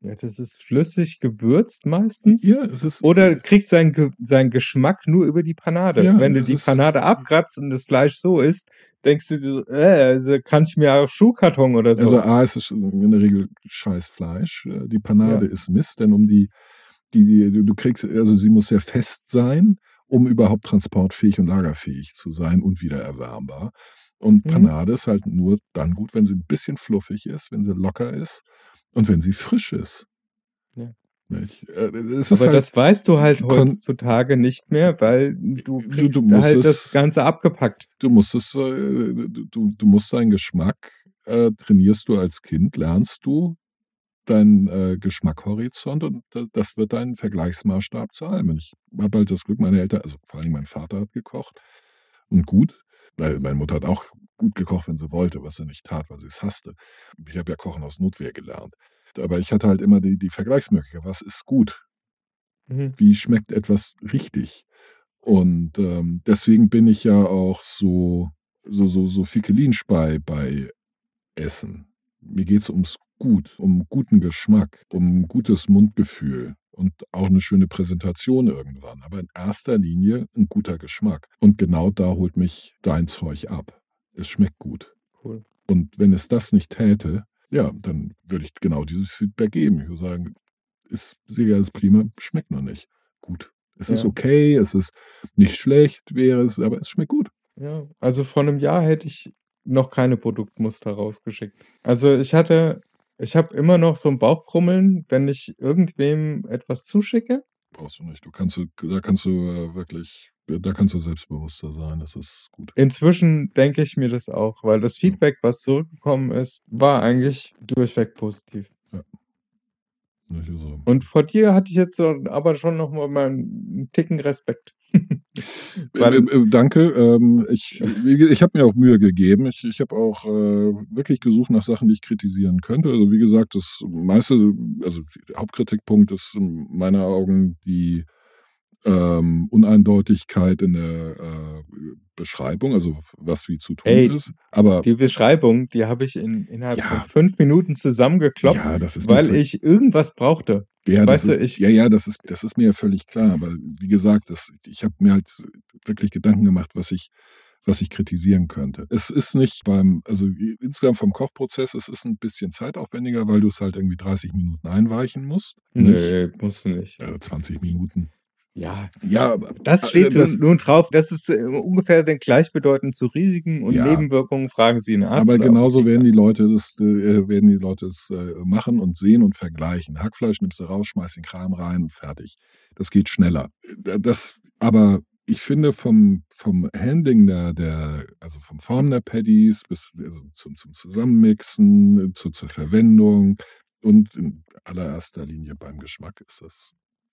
Speaker 3: Ja, das ist flüssig gewürzt meistens.
Speaker 2: Ja, es ist.
Speaker 3: Oder kriegt seinen, Ge seinen Geschmack nur über die Panade.
Speaker 2: Ja,
Speaker 3: Wenn du
Speaker 2: es
Speaker 3: die
Speaker 2: ist-
Speaker 3: Panade abkratzt und das Fleisch so isst, denkst du dir so, äh, also kann ich mir auch Schuhkarton oder so.
Speaker 2: Also A, es ist in der Regel scheiß Fleisch. Äh, Die Panade
Speaker 3: Ja.
Speaker 2: ist Mist, denn um die, die, die du- du kriegst, also sie muss sehr fest sein, um überhaupt transportfähig und lagerfähig zu sein und wieder erwärmbar. Und
Speaker 3: Mhm.
Speaker 2: Panade ist halt nur dann gut, wenn sie ein bisschen fluffig ist, wenn sie locker ist und wenn sie frisch ist.
Speaker 3: Ja.
Speaker 2: Nicht? Äh, Es ist
Speaker 3: Aber
Speaker 2: halt,
Speaker 3: das weißt du halt
Speaker 2: kon-
Speaker 3: heutzutage nicht mehr, weil du
Speaker 2: Du- du
Speaker 3: kriegst
Speaker 2: musst
Speaker 3: halt
Speaker 2: es-
Speaker 3: das Ganze abgepackt.
Speaker 2: du musst es, äh, du, du musst deinen Geschmack, äh, trainierst du als Kind, lernst du deinen äh, Geschmackhorizont und da- das wird dein Vergleichsmaßstab zu allem. Und ich habe halt das Glück, meine Eltern, also vor allem mein Vater hat gekocht und gut, weil meine Mutter hat auch gut gekocht, wenn sie wollte, was sie nicht tat, weil sie es hasste. Ich habe ja Kochen aus Notwehr gelernt. Aber ich hatte halt immer die, die Vergleichsmöglichkeit, was ist gut?
Speaker 3: Mhm.
Speaker 2: Wie schmeckt etwas richtig? Und ähm, deswegen bin ich ja auch so, so, so, so fickelinsch bei, bei Essen. Mir geht es ums Gut, um guten Geschmack, um gutes Mundgefühl und auch eine schöne Präsentation irgendwann. Aber in erster Linie ein guter Geschmack. Und genau da holt mich dein Zeug ab. Es schmeckt gut.
Speaker 3: Cool.
Speaker 2: Und wenn es das nicht täte, ja, dann würde ich genau dieses Feedback geben. Ich würde sagen, ist sehr ist prima, schmeckt noch nicht gut. Es ist
Speaker 3: Ja.
Speaker 2: okay, es ist nicht schlecht, wäre es, aber es schmeckt gut.
Speaker 3: Ja, also vor einem Jahr hätte ich noch keine Produktmuster rausgeschickt. Also ich hatte, ich habe immer noch so ein Bauchkrummeln, wenn ich irgendwem etwas zuschicke.
Speaker 2: Brauchst du nicht. Du kannst, du- da kannst du äh, wirklich, da kannst du selbstbewusster sein. Das ist gut.
Speaker 3: Inzwischen denke ich mir das auch, weil das Feedback, was zurückgekommen ist, war eigentlich durchweg positiv.
Speaker 2: Nicht so.
Speaker 3: Und vor dir hatte ich jetzt so, aber schon noch mal einen Ticken Respekt. Weil,
Speaker 2: Äh, äh, danke. Ähm, ich wie ge- ich habe mir auch Mühe gegeben. Ich, ich habe auch äh, wirklich gesucht nach Sachen, die ich kritisieren könnte. Also wie gesagt, das meiste, also der Hauptkritikpunkt ist in meinen Augen die ähm, Uneindeutigkeit in der äh, Beschreibung, also was wie zu tun
Speaker 3: Ey,
Speaker 2: ist. Aber
Speaker 3: die Beschreibung, die habe ich in, innerhalb
Speaker 2: Ja.
Speaker 3: von fünf Minuten zusammengekloppt,
Speaker 2: ja, das ist mir
Speaker 3: weil
Speaker 2: völ-
Speaker 3: ich irgendwas brauchte.
Speaker 2: Ja, das
Speaker 3: Weißt du,
Speaker 2: ist,
Speaker 3: ich-
Speaker 2: ja, ja, das ist, das ist mir ja völlig klar. Aber wie gesagt, das, ich habe mir halt wirklich Gedanken gemacht, was ich, was ich kritisieren könnte. Es ist nicht beim, also insgesamt vom Kochprozess, es ist ein bisschen zeitaufwendiger, weil du es halt irgendwie dreißig Minuten einweichen musst. Nicht?
Speaker 3: Nee, musst du nicht.
Speaker 2: Äh, zwanzig Minuten.
Speaker 3: Ja,
Speaker 2: Ja, aber
Speaker 3: das steht
Speaker 2: äh, das,
Speaker 3: nun drauf. Das ist äh, ungefähr den gleichbedeutend zu Risiken und
Speaker 2: Ja.
Speaker 3: Nebenwirkungen. Fragen Sie einen Arzt.
Speaker 2: aber
Speaker 3: oder
Speaker 2: genauso
Speaker 3: Apotheker.
Speaker 2: werden die Leute das, äh, werden die Leute es äh, machen und sehen und vergleichen. Hackfleisch nimmst du raus, schmeißt den Kram rein und fertig. Das geht schneller. Äh, Das, aber ich finde vom, vom Handling der, der, also vom Formen der Patties bis also zum, zum Zusammenmixen, zu, zur Verwendung und in allererster Linie beim Geschmack ist das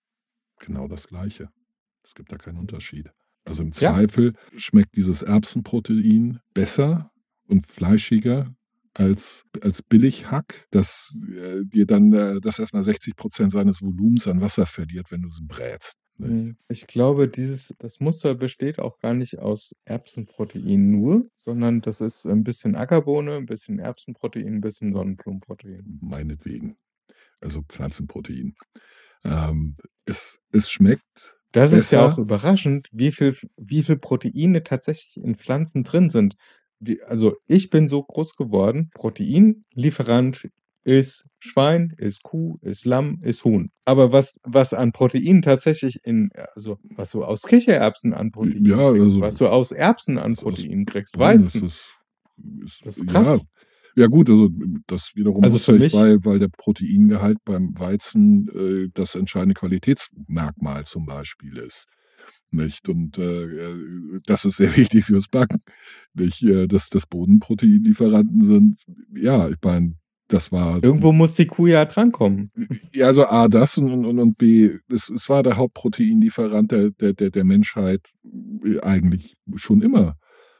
Speaker 2: genau das Gleiche. Es gibt da keinen Unterschied. Also im
Speaker 3: Ja.
Speaker 2: Zweifel schmeckt dieses Erbsenprotein besser und fleischiger als, als Billighack, das äh, dir dann äh, das erst mal sechzig Prozent seines Volumens an Wasser verliert, wenn du es brätst. Nicht?
Speaker 3: Hm, Ich glaube, dieses, das Muster besteht auch gar nicht aus Erbsenprotein nur, sondern das ist ein bisschen Ackerbohne, ein bisschen Erbsenprotein, ein bisschen Sonnenblumenprotein.
Speaker 2: Meinetwegen. Also Pflanzenprotein. Ähm, es, es schmeckt
Speaker 3: Das ist ja
Speaker 2: besser.
Speaker 3: auch überraschend, wie viel, wie viel Proteine tatsächlich in Pflanzen drin sind. Wie, also ich bin so groß geworden, Proteinlieferant ist Schwein, ist Kuh, ist Lamm, ist Huhn. Aber was, was an Protein tatsächlich in, also was du aus Kichererbsen an Protein
Speaker 2: Ja,
Speaker 3: kriegst,
Speaker 2: also-
Speaker 3: was du aus Erbsen an
Speaker 2: also aus
Speaker 3: Protein kriegst,
Speaker 2: Bohnen
Speaker 3: Weizen.
Speaker 2: ist es- ist-
Speaker 3: Das ist krass.
Speaker 2: Ja, ja gut, also das wiederum
Speaker 3: Also
Speaker 2: wusste
Speaker 3: für
Speaker 2: ich,
Speaker 3: mich-
Speaker 2: weil, weil der Proteingehalt beim Weizen äh, das entscheidende Qualitätsmerkmal zum Beispiel ist. Nicht? Und äh, das ist sehr wichtig fürs Backen. Nicht? Äh, dass das Bodenproteinlieferanten sind. Ja, ich meine, das war.
Speaker 3: Irgendwo muss die Kuh ja drankommen.
Speaker 2: Ja, also A, das und, und, und B, es, es war der Hauptproteinlieferant der, der, der, der Menschheit äh, eigentlich schon immer.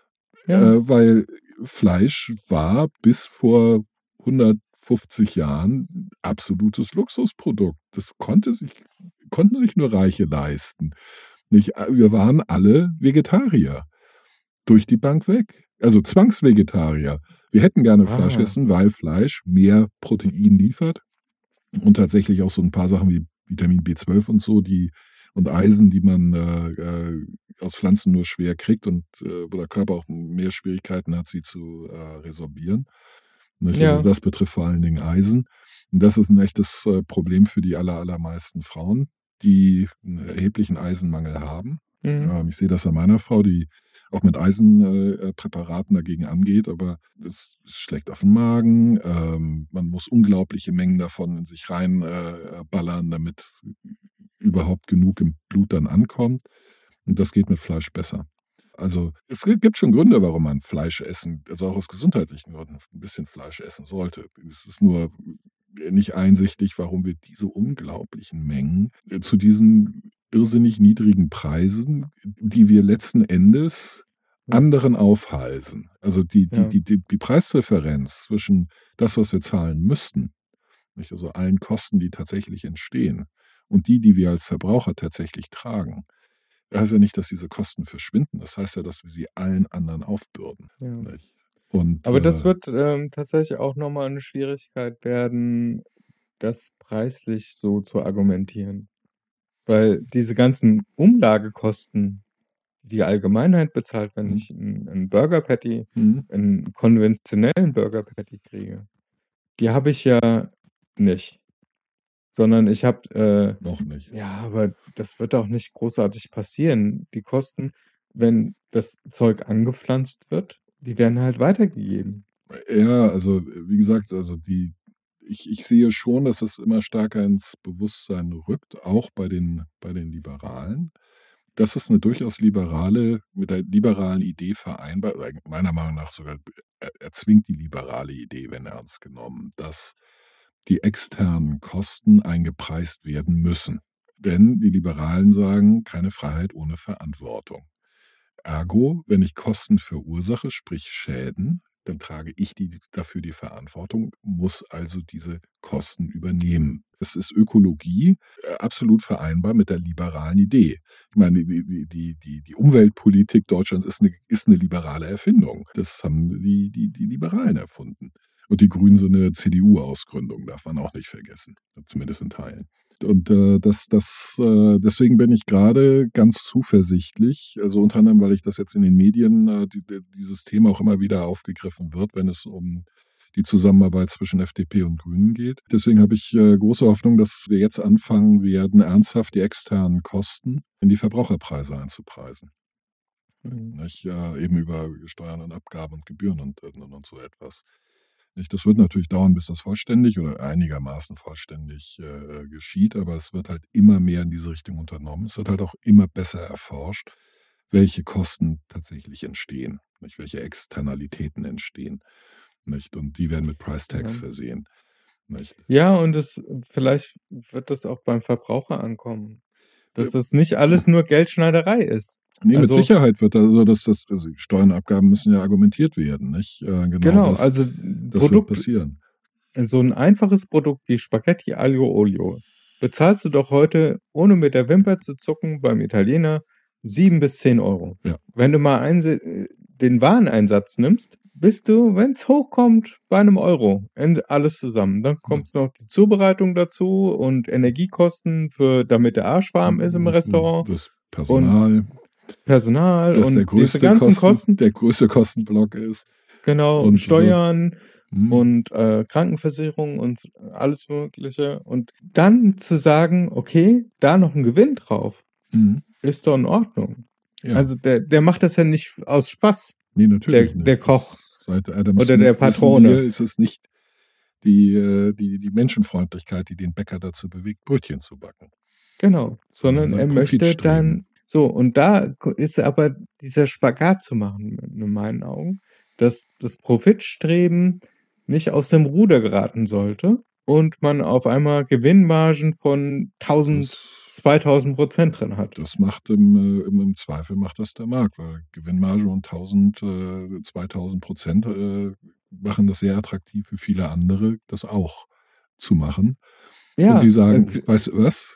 Speaker 3: Ja.
Speaker 2: Äh, weil Fleisch war bis vor hundertfünfzig Jahren absolutes Luxusprodukt. Das konnte sich, konnten sich nur Reiche leisten. Nicht, wir waren alle Vegetarier. Durch die Bank weg. Also Zwangsvegetarier. Wir hätten gerne
Speaker 3: Ah.
Speaker 2: Fleisch essen, weil Fleisch mehr Protein liefert. Und tatsächlich auch so ein paar Sachen wie Vitamin B zwölf und so, die und Eisen, die man äh, äh, aus Pflanzen nur schwer kriegt und äh, wo der Körper auch mehr Schwierigkeiten hat, sie zu äh, resorbieren. Nicht? Also
Speaker 3: Ja.
Speaker 2: das betrifft vor allen Dingen Eisen. Und das ist ein echtes äh, Problem für die aller, allermeisten Frauen, die einen erheblichen Eisenmangel haben.
Speaker 3: Mhm.
Speaker 2: Ähm, ich sehe das an meiner Frau, die auch mit Eisenpräparaten äh, dagegen angeht, aber das schlägt auf den Magen. Ähm, man muss unglaubliche Mengen davon in sich reinballern, äh, damit überhaupt genug im Blut dann ankommt. Und das geht mit Fleisch besser. Also es gibt schon Gründe, warum man Fleisch essen, also auch aus gesundheitlichen Gründen ein bisschen Fleisch essen sollte. Es ist nur nicht einsichtig, warum wir diese unglaublichen Mengen äh, zu diesen irrsinnig niedrigen Preisen, die wir letzten Endes
Speaker 3: Ja.
Speaker 2: anderen aufhalsen. Also die, die,
Speaker 3: Ja.
Speaker 2: die, die, die Preisdifferenz zwischen das, was wir zahlen müssten, nicht? Also allen Kosten, die tatsächlich entstehen und die, die wir als Verbraucher tatsächlich tragen. Das heißt ja nicht, dass diese Kosten verschwinden. Das heißt ja, dass wir sie allen anderen aufbürden.
Speaker 3: Ja.
Speaker 2: Nicht? Und,
Speaker 3: Aber das
Speaker 2: äh,
Speaker 3: wird ähm, tatsächlich auch nochmal eine Schwierigkeit werden, das preislich so zu argumentieren. Weil diese ganzen Umlagekosten, die die Allgemeinheit bezahlt, wenn
Speaker 2: Mhm.
Speaker 3: ich einen, einen Burger Patty,
Speaker 2: mhm.
Speaker 3: einen konventionellen Burger Patty kriege, die habe ich ja nicht. Sondern ich habe, äh,
Speaker 2: Noch nicht.
Speaker 3: ja, aber das wird auch nicht großartig passieren. Die Kosten, wenn das Zeug angepflanzt wird, die werden halt weitergegeben.
Speaker 2: Ja, also wie gesagt, also die, ich, ich sehe schon, dass es immer stärker ins Bewusstsein rückt, auch bei den, bei den Liberalen. Das ist eine durchaus liberale, mit der liberalen Idee vereinbar, oder meiner Meinung nach sogar er- erzwingt die liberale Idee, wenn ernst genommen, dass die externen Kosten eingepreist werden müssen. Denn die Liberalen sagen, keine Freiheit ohne Verantwortung. Ergo, wenn ich Kosten verursache, sprich Schäden, dann trage ich die, dafür die Verantwortung, muss also diese Kosten übernehmen. Es ist Ökologie äh, absolut vereinbar mit der liberalen Idee. Ich meine, die, die, die, die Umweltpolitik Deutschlands ist eine, ist eine liberale Erfindung. Das haben die, die, die Liberalen erfunden. Und die Grünen so eine C D U-Ausgründung, darf man auch nicht vergessen, zumindest in Teilen. Und äh, das, das, äh, deswegen bin ich gerade ganz zuversichtlich, also unter anderem, weil ich das jetzt in den Medien, äh, die, die, dieses Thema auch immer wieder aufgegriffen wird, wenn es um die Zusammenarbeit zwischen F D P und Grünen geht. Deswegen habe ich äh, große Hoffnung, dass wir jetzt anfangen werden, ernsthaft die externen Kosten in die Verbraucherpreise einzupreisen.
Speaker 3: Mhm.
Speaker 2: Nicht? Ja, eben über Steuern und Abgaben und Gebühren und, und, und so etwas. Nicht? Das wird natürlich dauern, bis das vollständig oder einigermaßen vollständig äh, geschieht, aber es wird halt immer mehr in diese Richtung unternommen. Es wird halt auch immer besser erforscht, welche Kosten tatsächlich entstehen, nicht? Welche Externalitäten entstehen. Nicht? Und die werden mit Price Tags
Speaker 3: Ja.
Speaker 2: versehen. Nicht?
Speaker 3: Ja, und es, vielleicht wird das auch beim Verbraucher ankommen. Dass
Speaker 2: Ja.
Speaker 3: das nicht alles nur Geldschneiderei ist.
Speaker 2: Nee, mit
Speaker 3: Also,
Speaker 2: Sicherheit wird also das, das also Steuern und Abgaben müssen ja argumentiert werden, nicht? Äh, genau,
Speaker 3: genau,
Speaker 2: das,
Speaker 3: also
Speaker 2: das wird
Speaker 3: Produkt,
Speaker 2: passieren.
Speaker 3: so ein einfaches Produkt wie Spaghetti Aglio Olio, bezahlst du doch heute, ohne mit der Wimper zu zucken, beim Italiener sieben bis zehn Euro.
Speaker 2: Ja.
Speaker 3: Wenn du mal einse- äh, den Wareneinsatz nimmst, bist du, wenn es hochkommt, bei einem Euro. Ende- Alles zusammen. Dann kommt noch die Zubereitung dazu und Energiekosten, für, damit der Arsch warm ist im Restaurant.
Speaker 2: Das Personal,
Speaker 3: Personal
Speaker 2: das
Speaker 3: und
Speaker 2: der
Speaker 3: diese
Speaker 2: größte,
Speaker 3: ganzen
Speaker 2: Kosten,
Speaker 3: Kosten.
Speaker 2: der größte Kostenblock ist.
Speaker 3: Genau,
Speaker 2: Und
Speaker 3: Steuern
Speaker 2: Hm.
Speaker 3: und äh, Krankenversicherung und alles Mögliche. Und dann zu sagen, okay, da noch ein Gewinn drauf,
Speaker 2: Mhm.
Speaker 3: ist doch in Ordnung.
Speaker 2: Ja.
Speaker 3: Also der, der macht das ja nicht aus Spaß,
Speaker 2: Nee,
Speaker 3: der,
Speaker 2: natürlich nicht.
Speaker 3: der Koch.
Speaker 2: Seit Adam
Speaker 3: Oder
Speaker 2: Smith
Speaker 3: der
Speaker 2: wissen
Speaker 3: Patrone.
Speaker 2: wir, ist es nicht die, äh, die, die Menschenfreundlichkeit, die den Bäcker dazu bewegt, Brötchen zu backen.
Speaker 3: Genau,
Speaker 2: Sondern
Speaker 3: sondern
Speaker 2: sein
Speaker 3: er möchte
Speaker 2: Profitstreben.
Speaker 3: dann so, und da ist aber dieser Spagat zu machen, in meinen Augen, dass das Profitstreben nicht aus dem Ruder geraten sollte und man auf einmal Gewinnmargen von tausend,
Speaker 2: Das,
Speaker 3: zweitausend Prozent drin hat.
Speaker 2: das macht im, äh, im, im Zweifel macht das der Markt, weil Gewinnmarge und tausend, äh, zweitausend Prozent äh, machen das sehr attraktiv für viele andere, das auch zu machen.
Speaker 3: Ja,
Speaker 2: Und die sagen,
Speaker 3: äh,
Speaker 2: weißt du was?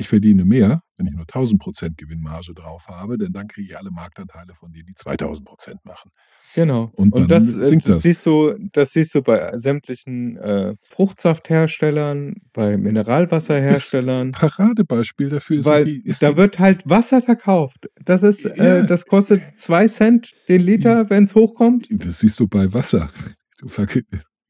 Speaker 2: ich verdiene mehr, wenn ich nur tausend Prozent Gewinnmarge drauf habe, denn dann kriege ich alle Marktanteile von denen, die zweitausend Prozent machen.
Speaker 3: Genau.
Speaker 2: Und
Speaker 3: Und
Speaker 2: dann
Speaker 3: das, äh,
Speaker 2: sinkt
Speaker 3: das
Speaker 2: das.
Speaker 3: siehst du, das siehst du bei sämtlichen äh, Fruchtsaftherstellern, bei
Speaker 2: Das
Speaker 3: Mineralwasserherstellern,
Speaker 2: Paradebeispiel dafür ist,
Speaker 3: weil
Speaker 2: die, ist
Speaker 3: da
Speaker 2: die,
Speaker 3: wird halt Wasser verkauft. Das ist, äh,
Speaker 2: ja,
Speaker 3: das kostet zwei Cent den Liter, wenn es hochkommt.
Speaker 2: das siehst du bei Wasser. Du verk-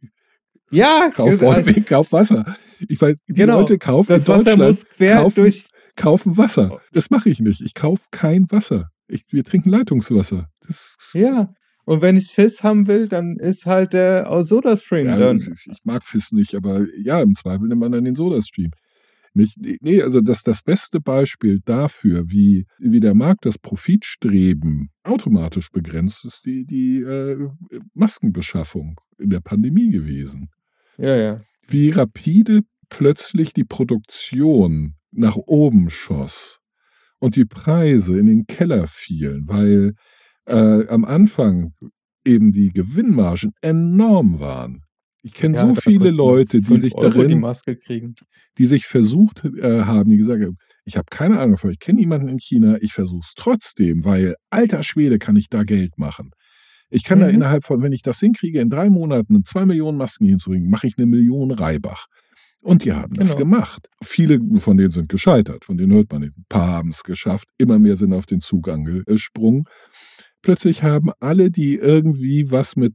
Speaker 3: Ja,
Speaker 2: kauf
Speaker 3: ges- also,
Speaker 2: Vorweg, kauf Wasser. Ich weiß, die
Speaker 3: genau.
Speaker 2: Leute kaufen
Speaker 3: Das
Speaker 2: in
Speaker 3: Wasser
Speaker 2: Deutschland,
Speaker 3: muss quer
Speaker 2: kaufen,
Speaker 3: durch.
Speaker 2: kaufen Wasser. Das mache ich nicht. Ich kaufe kein Wasser. Ich, wir trinken Leitungswasser. Das,
Speaker 3: Ja. Und wenn ich Fizz haben will, dann ist halt der aus SodaStream
Speaker 2: ja,
Speaker 3: dann.
Speaker 2: ich, ich mag Fizz nicht, aber ja, im Zweifel nimmt man dann den SodaStream. Nicht, nee, also das, das beste Beispiel dafür, wie, wie der Markt das Profitstreben automatisch begrenzt, ist die, die äh, Maskenbeschaffung in der Pandemie gewesen.
Speaker 3: Ja, ja.
Speaker 2: Wie rapide plötzlich die Produktion nach oben schoss und die Preise in den Keller fielen, weil äh, am Anfang eben die Gewinnmargen enorm waren. Ich kenne
Speaker 3: Ja,
Speaker 2: so
Speaker 3: da
Speaker 2: viele
Speaker 3: konntest du noch
Speaker 2: Leute, die
Speaker 3: fünf
Speaker 2: sich
Speaker 3: Euro die
Speaker 2: darin,
Speaker 3: Maske kriegen.
Speaker 2: die sich versucht äh, haben, die gesagt haben, ich habe keine Ahnung davon, ich kenne niemanden in China, ich versuche es trotzdem, weil alter Schwede kann ich da Geld machen. Ich kann da
Speaker 3: Mhm.
Speaker 2: innerhalb von, wenn ich das hinkriege, in drei Monaten zwei Millionen Masken hinzubringen, mache ich eine Million Reibach. Und die haben das
Speaker 3: Genau.
Speaker 2: gemacht. Viele von denen sind gescheitert, von denen hört man nicht. Ein paar haben es geschafft, immer mehr sind auf den Zug angesprungen. Plötzlich haben alle, die irgendwie was mit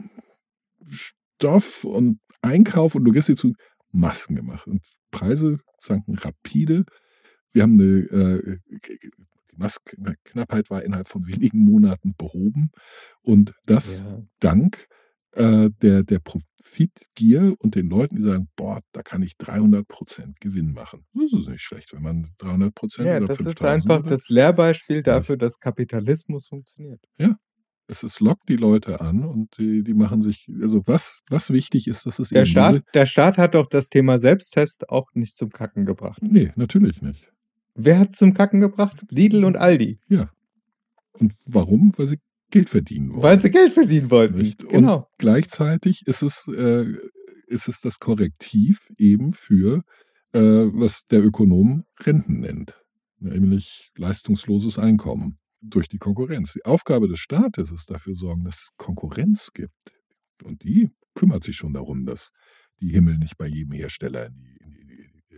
Speaker 2: Stoff und Einkauf und Logistik zu Masken gemacht. Und Preise sanken rapide. Wir haben eine, äh, die Maskenknappheit war innerhalb von wenigen Monaten behoben. Und das
Speaker 3: Ja.
Speaker 2: dank äh, der, der Profitgier und den Leuten, die sagen, boah, da kann ich dreihundert Prozent Gewinn machen. Das ist nicht schlecht, wenn man dreihundert Prozent
Speaker 3: Ja,
Speaker 2: oder
Speaker 3: das ist
Speaker 2: fünftausend
Speaker 3: einfach
Speaker 2: oder
Speaker 3: das Lehrbeispiel
Speaker 2: Nicht.
Speaker 3: dafür, dass Kapitalismus funktioniert.
Speaker 2: Ja, es ist, lockt die Leute an und die, die machen sich, also was, was wichtig ist, dass es
Speaker 3: Der
Speaker 2: eben
Speaker 3: Staat,
Speaker 2: diese,
Speaker 3: der Staat hat doch das Thema Selbsttest auch nicht zum Kacken gebracht.
Speaker 2: nee, natürlich nicht.
Speaker 3: Wer hat zum Kacken gebracht? Lidl und Aldi.
Speaker 2: Ja. Und warum? Weil sie Geld verdienen wollen.
Speaker 3: Weil sie Geld verdienen wollten.
Speaker 2: Nicht? Und
Speaker 3: Genau.
Speaker 2: gleichzeitig ist es, äh, ist es das Korrektiv eben für, äh, was der Ökonom Renten nennt, nämlich leistungsloses Einkommen durch die Konkurrenz. Die Aufgabe des Staates ist dafür sorgen, dass es Konkurrenz gibt. Und die kümmert sich schon darum, dass die Himmel nicht bei jedem Hersteller in die, in die,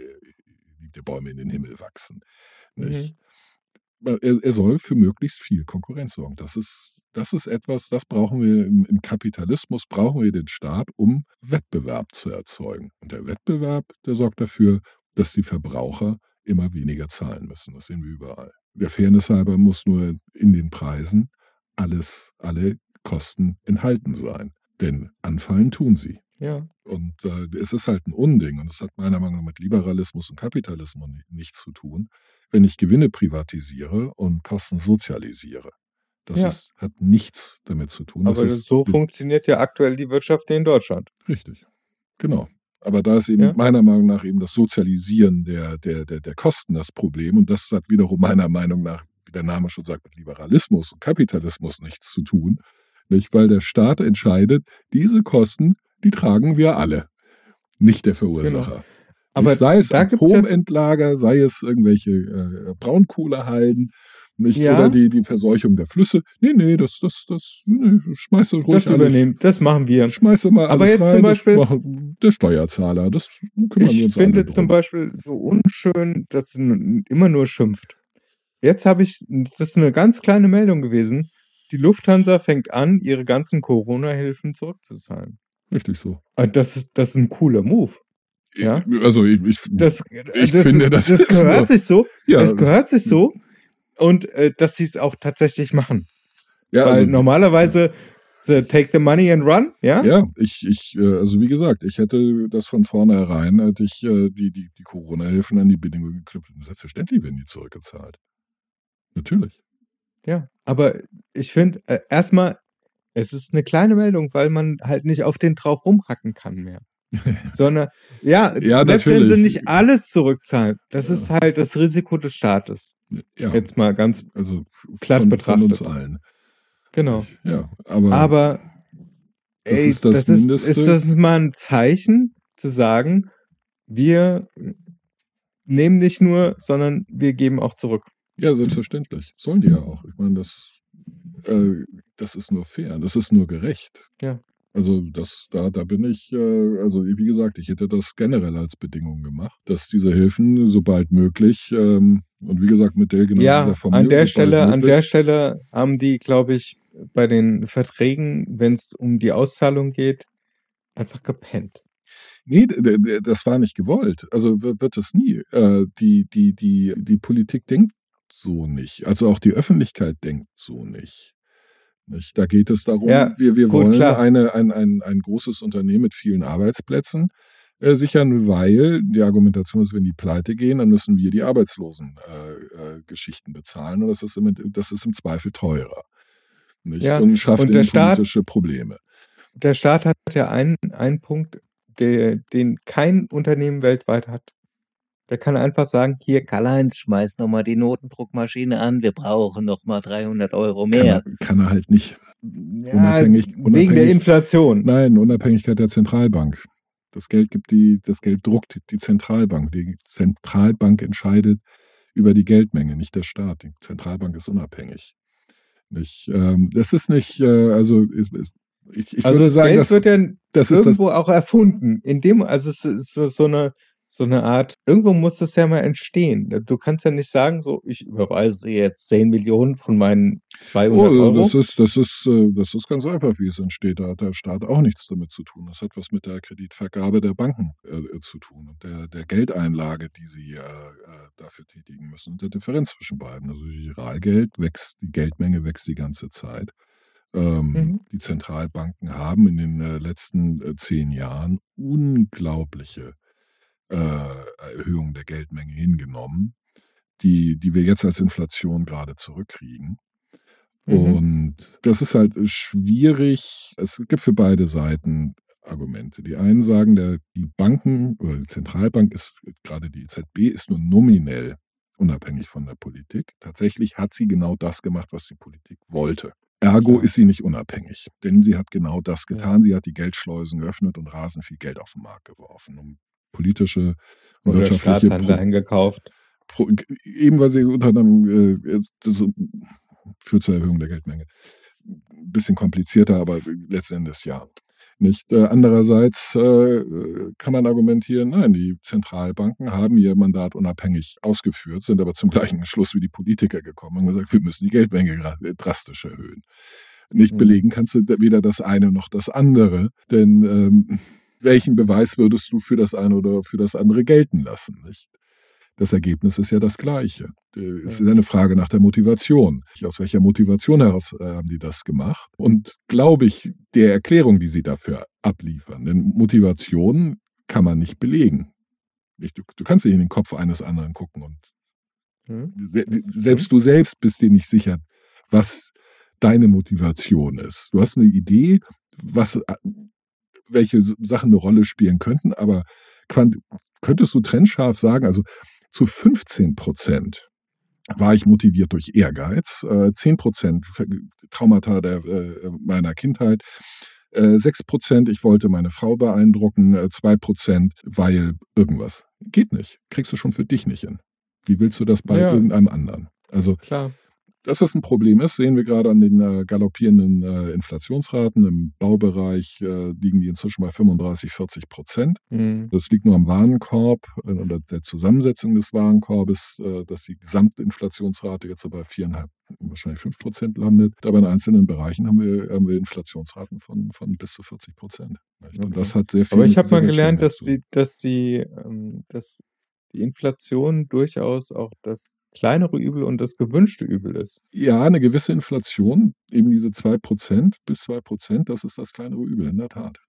Speaker 2: in die, die Bäume in den Himmel wachsen. Nicht?
Speaker 3: Mhm.
Speaker 2: Er, er soll für möglichst viel Konkurrenz sorgen. Das ist, das ist etwas, das brauchen wir im, im Kapitalismus, brauchen wir den Staat, um Wettbewerb zu erzeugen. Und der Wettbewerb, der sorgt dafür, dass die Verbraucher immer weniger zahlen müssen. Das sehen wir überall. Der Fairness halber muss nur in den Preisen alles, alle Kosten enthalten sein. Denn anfallen tun sie.
Speaker 3: Ja.
Speaker 2: Und äh, es ist halt ein Unding und es hat meiner Meinung nach mit Liberalismus und Kapitalismus nichts zu tun, wenn ich Gewinne privatisiere und Kosten sozialisiere. Das
Speaker 3: Ja.
Speaker 2: ist, hat nichts damit zu tun. Das
Speaker 3: Aber
Speaker 2: ist
Speaker 3: so funktioniert ja aktuell die Wirtschaft in Deutschland.
Speaker 2: richtig. Genau. Aber da ist eben
Speaker 3: Ja.
Speaker 2: meiner Meinung nach eben das Sozialisieren der, der, der, der Kosten das Problem. Und das hat wiederum meiner Meinung nach, wie der Name schon sagt, mit Liberalismus und Kapitalismus nichts zu tun. Nicht? Weil der Staat entscheidet, diese Kosten, die tragen wir alle. Nicht der Verursacher.
Speaker 3: Genau. Aber
Speaker 2: nicht, sei es
Speaker 3: da gibt's jetzt,
Speaker 2: Atomendlager, sei es irgendwelche äh, Braunkohlehalden, nicht,
Speaker 3: ja,
Speaker 2: oder die, die Verseuchung der Flüsse. Nee, nee, das, das, das, nee, schmeißt das ruhig
Speaker 3: das
Speaker 2: alles.
Speaker 3: übernehmen, das machen wir.
Speaker 2: Schmeiß doch mal
Speaker 3: Aber
Speaker 2: alles
Speaker 3: jetzt
Speaker 2: rein,
Speaker 3: zum Beispiel,
Speaker 2: das macht der Steuerzahler, das kümmern wir
Speaker 3: ich
Speaker 2: uns alle
Speaker 3: finde zum
Speaker 2: drum.
Speaker 3: Beispiel so unschön, dass n- immer nur schimpft. Jetzt habe ich, das ist eine ganz kleine Meldung gewesen, die Lufthansa fängt an, ihre ganzen Corona-Hilfen zurückzuzahlen.
Speaker 2: Richtig so.
Speaker 3: Und das ist, das ist ein cooler Move. Ja?
Speaker 2: Also ich, ich,
Speaker 3: Das,
Speaker 2: ich
Speaker 3: das,
Speaker 2: finde, das,
Speaker 3: das
Speaker 2: ist
Speaker 3: gehört
Speaker 2: nur,
Speaker 3: sich so.
Speaker 2: ja,
Speaker 3: Es gehört sich so. Und äh, dass sie es auch tatsächlich machen.
Speaker 2: ja,
Speaker 3: Weil
Speaker 2: also,
Speaker 3: normalerweise the take the money and run, ja?
Speaker 2: ja, ich, ich, äh, also wie gesagt, ich hätte das von vornherein, hätte ich äh, die, die, die Corona-Hilfen an die Bedingungen geknüpft. Selbstverständlich werden die zurückgezahlt. Natürlich.
Speaker 3: Ja, aber ich finde, äh, erstmal, es ist eine kleine Meldung, weil man halt nicht auf den drauf rumhacken kann mehr. Sondern, ja,
Speaker 2: Ja,
Speaker 3: selbst wenn sie
Speaker 2: natürlich.
Speaker 3: nicht alles zurückzahlen, das
Speaker 2: Ja.
Speaker 3: ist halt das Risiko des Staates.
Speaker 2: Ja,
Speaker 3: Jetzt mal ganz
Speaker 2: also
Speaker 3: platt
Speaker 2: von, von uns
Speaker 3: betrachtet.
Speaker 2: allen.
Speaker 3: Genau.
Speaker 2: Ja, aber,
Speaker 3: Aber
Speaker 2: das
Speaker 3: ey,
Speaker 2: ist das
Speaker 3: das ist,
Speaker 2: Mindeste.
Speaker 3: ist das mal ein Zeichen zu sagen, wir nehmen nicht nur, sondern wir geben auch zurück.
Speaker 2: Ja, selbstverständlich. Sollen die ja auch. Ich meine, das, äh, das ist nur fair, das ist nur gerecht.
Speaker 3: Ja.
Speaker 2: Also das, da, da bin ich, äh, also wie gesagt, ich hätte das generell als Bedingung gemacht, dass diese Hilfen sobald möglich, ähm, und wie gesagt, mit der genau dieser
Speaker 3: Ja, an
Speaker 2: Formulierung
Speaker 3: der
Speaker 2: sobald
Speaker 3: Stelle, an der
Speaker 2: möglich.
Speaker 3: Stelle haben die, glaube ich, bei den Verträgen, wenn es um die Auszahlung geht, einfach gepennt.
Speaker 2: Nee, d- d- das war nicht gewollt. Also wird, wird es nie. Äh, die, die, die, die Politik denkt so nicht. Also auch die Öffentlichkeit denkt so nicht. Nicht? Da geht es darum,
Speaker 3: Ja,
Speaker 2: wir, wir
Speaker 3: gut,
Speaker 2: wollen
Speaker 3: klar.
Speaker 2: eine, ein, ein, ein großes Unternehmen mit vielen Arbeitsplätzen äh, sichern, weil die Argumentation ist, wenn die pleite gehen, dann müssen wir die Arbeitslosengeschichten äh, äh, Geschichten bezahlen und das ist, im, das ist im Zweifel teurer. Nicht?
Speaker 3: Ja,
Speaker 2: Und schafft
Speaker 3: und der Staat,
Speaker 2: innenpolitische Probleme.
Speaker 3: der Staat hat ja einen, einen Punkt, der, den kein Unternehmen weltweit hat. Der kann einfach sagen, hier,
Speaker 4: Karl-Heinz, schmeiß nochmal die Notendruckmaschine an, wir brauchen nochmal dreihundert Euro
Speaker 2: Kann er,
Speaker 4: mehr.
Speaker 2: kann er halt nicht.
Speaker 3: ja,
Speaker 2: Unabhängig,
Speaker 3: wegen der
Speaker 2: unabhängig,
Speaker 3: Inflation.
Speaker 2: nein, Unabhängigkeit der Zentralbank. Das Geld gibt die, das Geld druckt die Zentralbank. Die Zentralbank entscheidet über die Geldmenge, nicht der Staat. Die Zentralbank ist unabhängig. Nicht, ähm, das ist nicht, äh, also ist, ist, ich, ich
Speaker 3: Also
Speaker 2: würde
Speaker 3: das
Speaker 2: sagen,
Speaker 3: Geld
Speaker 2: dass,
Speaker 3: wird ja
Speaker 2: das ist das.
Speaker 3: irgendwo auch erfunden. In dem, also es ist so so eine, so eine Art, irgendwo muss das ja mal entstehen. Du kannst ja nicht sagen, so, ich überweise jetzt zehn Millionen von meinen zweihundert
Speaker 2: Oh,
Speaker 3: Euro.
Speaker 2: das ist, das ist, äh, das ist ganz einfach, wie es entsteht. Da hat der Staat auch nichts damit zu tun. Das hat was mit der Kreditvergabe der Banken äh, zu tun und der, der Geldeinlage, die sie äh, äh, dafür tätigen müssen und der Differenz zwischen beiden. Also Giralgeld wächst, die Geldmenge wächst die ganze Zeit. Ähm,
Speaker 3: Mhm.
Speaker 2: Die Zentralbanken haben in den äh, letzten äh, zehn Jahren unglaubliche äh, Erhöhungen der Geldmenge hingenommen, die, die wir jetzt als Inflation gerade zurückkriegen.
Speaker 3: Mhm.
Speaker 2: Und das ist halt schwierig. Es gibt für beide Seiten Argumente. Die einen sagen, der, die Banken oder die Zentralbank ist, gerade die E Z B, ist nur nominell unabhängig von der Politik. Tatsächlich hat sie genau das gemacht, was die Politik wollte. Ergo
Speaker 3: Klar.
Speaker 2: ist sie nicht unabhängig, denn sie hat genau das
Speaker 3: Ja.
Speaker 2: getan. Sie hat die Geldschleusen geöffnet und rasend viel Geld auf den Markt geworfen, um politische und
Speaker 3: Oder
Speaker 2: wirtschaftliche Pro
Speaker 3: Staatsanleihen gekauft.
Speaker 2: Pro eben weil sie unter anderem äh, das führt zur Erhöhung der Geldmenge. Ein bisschen komplizierter, aber letzten Endes ja. Nicht? Äh, andererseits äh, kann man argumentieren, nein, die Zentralbanken haben ihr Mandat unabhängig ausgeführt, sind aber zum gleichen Schluss wie die Politiker gekommen und gesagt, wir müssen die Geldmenge drastisch erhöhen. Nicht
Speaker 3: Mhm.
Speaker 2: belegen kannst du weder das eine noch das andere, denn ähm, welchen Beweis würdest du für das eine oder für das andere gelten lassen? Nicht? Das Ergebnis ist ja das gleiche. Es ist
Speaker 3: Ja.
Speaker 2: eine Frage nach der Motivation. Aus welcher Motivation heraus äh, haben die das gemacht? Und glaube ich, der Erklärung, die sie dafür abliefern. Denn Motivation kann man nicht belegen. Nicht? Du, du kannst nicht in den Kopf eines anderen gucken und
Speaker 3: Mhm.
Speaker 2: se
Speaker 3: Das stimmt.
Speaker 2: selbst du selbst bist dir nicht sicher, was deine Motivation ist. Du hast eine Idee, was, welche Sachen eine Rolle spielen könnten, aber quant könntest du trennscharf sagen, also zu fünfzehn Prozent war ich motiviert durch Ehrgeiz, äh, zehn Prozent Traumata der, äh, meiner Kindheit, äh, sechs Prozent ich wollte meine Frau beeindrucken, äh, zwei Prozent weil irgendwas. Geht nicht. Kriegst du schon für dich nicht hin. Wie willst du das bei
Speaker 3: Ja,
Speaker 2: irgendeinem anderen? Also,
Speaker 3: klar.
Speaker 2: dass das ein Problem ist, sehen wir gerade an den äh, galoppierenden äh, Inflationsraten. Im Baubereich äh, liegen die inzwischen bei fünfunddreißig, vierzig Prozent.
Speaker 3: Mhm. Das
Speaker 2: Das liegt nur am Warenkorb äh, oder der Zusammensetzung des Warenkorbes, äh, dass die Gesamtinflationsrate jetzt so bei viereinhalb, wahrscheinlich fünf Prozent landet. Aber in einzelnen Bereichen haben wir, haben wir Inflationsraten von, von bis zu vierzig Prozent. Und
Speaker 3: Okay.
Speaker 2: das hat sehr viel
Speaker 3: Aber ich
Speaker 2: mit
Speaker 3: habe
Speaker 2: dieser
Speaker 3: mal gelernt,
Speaker 2: Geldschwemme
Speaker 3: dass
Speaker 2: zu tun.
Speaker 3: die, dass die, ähm, dass die Inflation durchaus auch das kleinere Übel und das gewünschte Übel ist.
Speaker 2: Ja, eine gewisse Inflation, eben diese zwei Prozent bis zwei Prozent, das ist das kleinere Übel, in der Tat.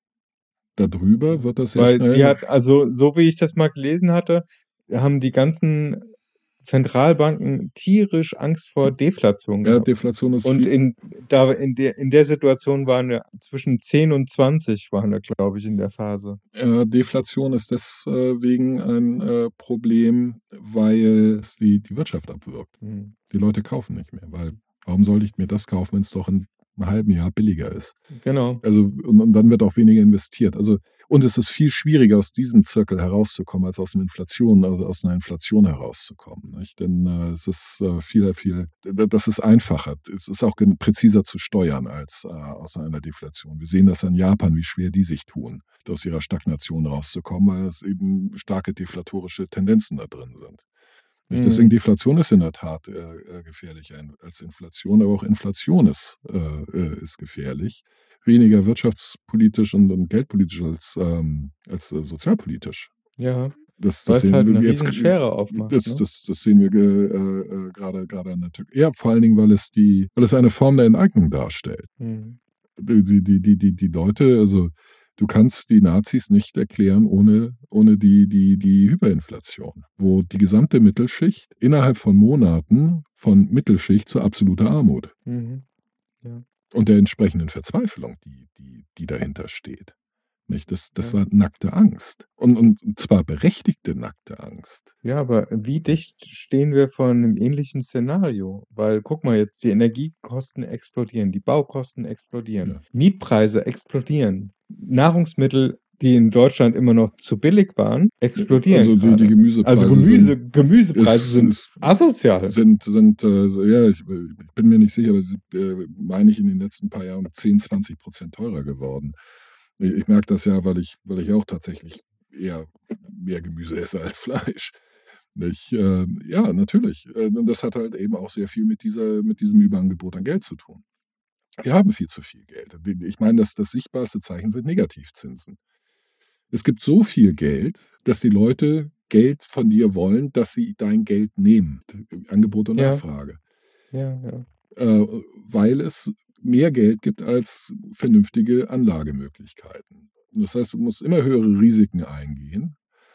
Speaker 2: Darüber wird das sehr
Speaker 3: Weil die
Speaker 2: schnell.
Speaker 3: hat, also so wie ich das mal gelesen hatte, haben die ganzen Zentralbanken tierisch Angst vor Deflation
Speaker 2: Ja,
Speaker 3: gehabt.
Speaker 2: Deflation ist
Speaker 3: Und
Speaker 2: viel.
Speaker 3: in, da, in, der, in der Situation waren wir zwischen zehn und zwanzig, waren wir, glaube ich, in der Phase.
Speaker 2: Äh, Deflation ist deswegen ein äh, Problem, weil es die, die Wirtschaft abwirkt.
Speaker 3: Hm.
Speaker 2: Die Leute kaufen nicht mehr, weil warum sollte ich mir das kaufen, wenn es doch in einem halben Jahr billiger ist.
Speaker 3: Genau.
Speaker 2: Also, und, und dann wird auch weniger investiert. Also, und es ist viel schwieriger, aus diesem Zirkel herauszukommen, als aus einer Inflation, also aus einer Inflation herauszukommen. Nicht? Denn äh, es ist äh, viel, viel, das ist einfacher. Es ist auch präziser zu steuern als äh, aus einer Deflation. Wir sehen das an Japan, wie schwer die sich tun, aus ihrer Stagnation rauszukommen, weil es eben starke deflatorische Tendenzen da drin sind. Nicht? Deswegen
Speaker 3: Mhm.
Speaker 2: Deflation ist in der Tat äh, gefährlicher als Inflation, aber auch Inflation ist, äh, ist gefährlich. Weniger wirtschaftspolitisch und, und geldpolitisch als, ähm, als äh, sozialpolitisch.
Speaker 3: Ja,
Speaker 2: Das,
Speaker 3: weil
Speaker 2: das
Speaker 3: es
Speaker 2: sehen
Speaker 3: halt
Speaker 2: wir
Speaker 3: eine
Speaker 2: jetzt.
Speaker 3: riesen Schere aufmacht.
Speaker 2: Das,
Speaker 3: Ne?
Speaker 2: das, das sehen wir äh, äh, gerade gerade an der Türkei. Ja, vor allen Dingen, weil es die, weil es eine Form der Enteignung darstellt.
Speaker 3: Mhm.
Speaker 2: Die, die, die, die, die Leute, also du kannst die Nazis nicht erklären ohne, ohne die, die, die Hyperinflation, wo die gesamte Mittelschicht innerhalb von Monaten von Mittelschicht zu absoluter Armut
Speaker 3: Mhm. Ja.
Speaker 2: und der entsprechenden Verzweiflung, die, die, die dahinter steht. Nicht? Das, das
Speaker 3: Ja.
Speaker 2: war nackte Angst. Und, und zwar berechtigte nackte Angst.
Speaker 3: Ja, aber wie dicht stehen wir vor einem ähnlichen Szenario? Weil, guck mal jetzt, die Energiekosten explodieren, die Baukosten explodieren,
Speaker 2: Ja.
Speaker 3: Mietpreise explodieren, Nahrungsmittel, die in Deutschland immer noch zu billig waren, explodieren
Speaker 2: Also die,
Speaker 3: gerade.
Speaker 2: die Gemüsepreise
Speaker 3: Also Gemüse,
Speaker 2: sind,
Speaker 3: Gemüsepreise
Speaker 2: ist,
Speaker 3: sind
Speaker 2: ist,
Speaker 3: asozial.
Speaker 2: sind, sind äh, so- ja, ich, ich bin mir nicht sicher, aber sie, äh, meine ich in den letzten paar Jahren zehn, zwanzig Prozent teurer geworden. Ich, ich merke das ja, weil ich, weil ich auch tatsächlich eher mehr Gemüse esse als Fleisch. Nicht? Äh, ja, natürlich. Äh, Und das hat halt eben auch sehr viel mit, dieser, mit diesem Überangebot an Geld zu tun. Wir haben viel zu viel Geld. Ich meine, das, das sichtbarste Zeichen sind Negativzinsen. Es gibt so viel Geld, dass die Leute Geld von dir wollen, dass sie dein Geld nehmen. Angebot und
Speaker 3: Ja.
Speaker 2: Nachfrage.
Speaker 3: Ja, ja.
Speaker 2: Äh, weil es mehr Geld gibt als vernünftige Anlagemöglichkeiten. Und das heißt, du musst immer höhere Risiken eingehen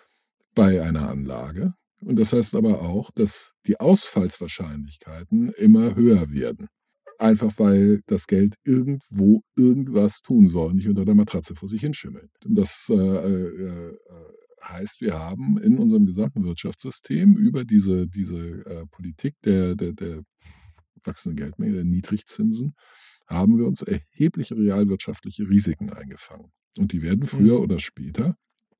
Speaker 2: bei einer Anlage. Und das heißt aber auch, dass die Ausfallswahrscheinlichkeiten immer höher werden. Einfach weil das Geld irgendwo irgendwas tun soll, nicht unter der Matratze vor sich hinschimmelt. Und das äh, äh, heißt, wir haben in unserem gesamten Wirtschaftssystem über diese, diese äh, Politik der, der, der wachsenden Geldmenge, der Niedrigzinsen, haben wir uns erhebliche realwirtschaftliche Risiken eingefangen. Und die werden früher
Speaker 3: Mhm.
Speaker 2: oder später,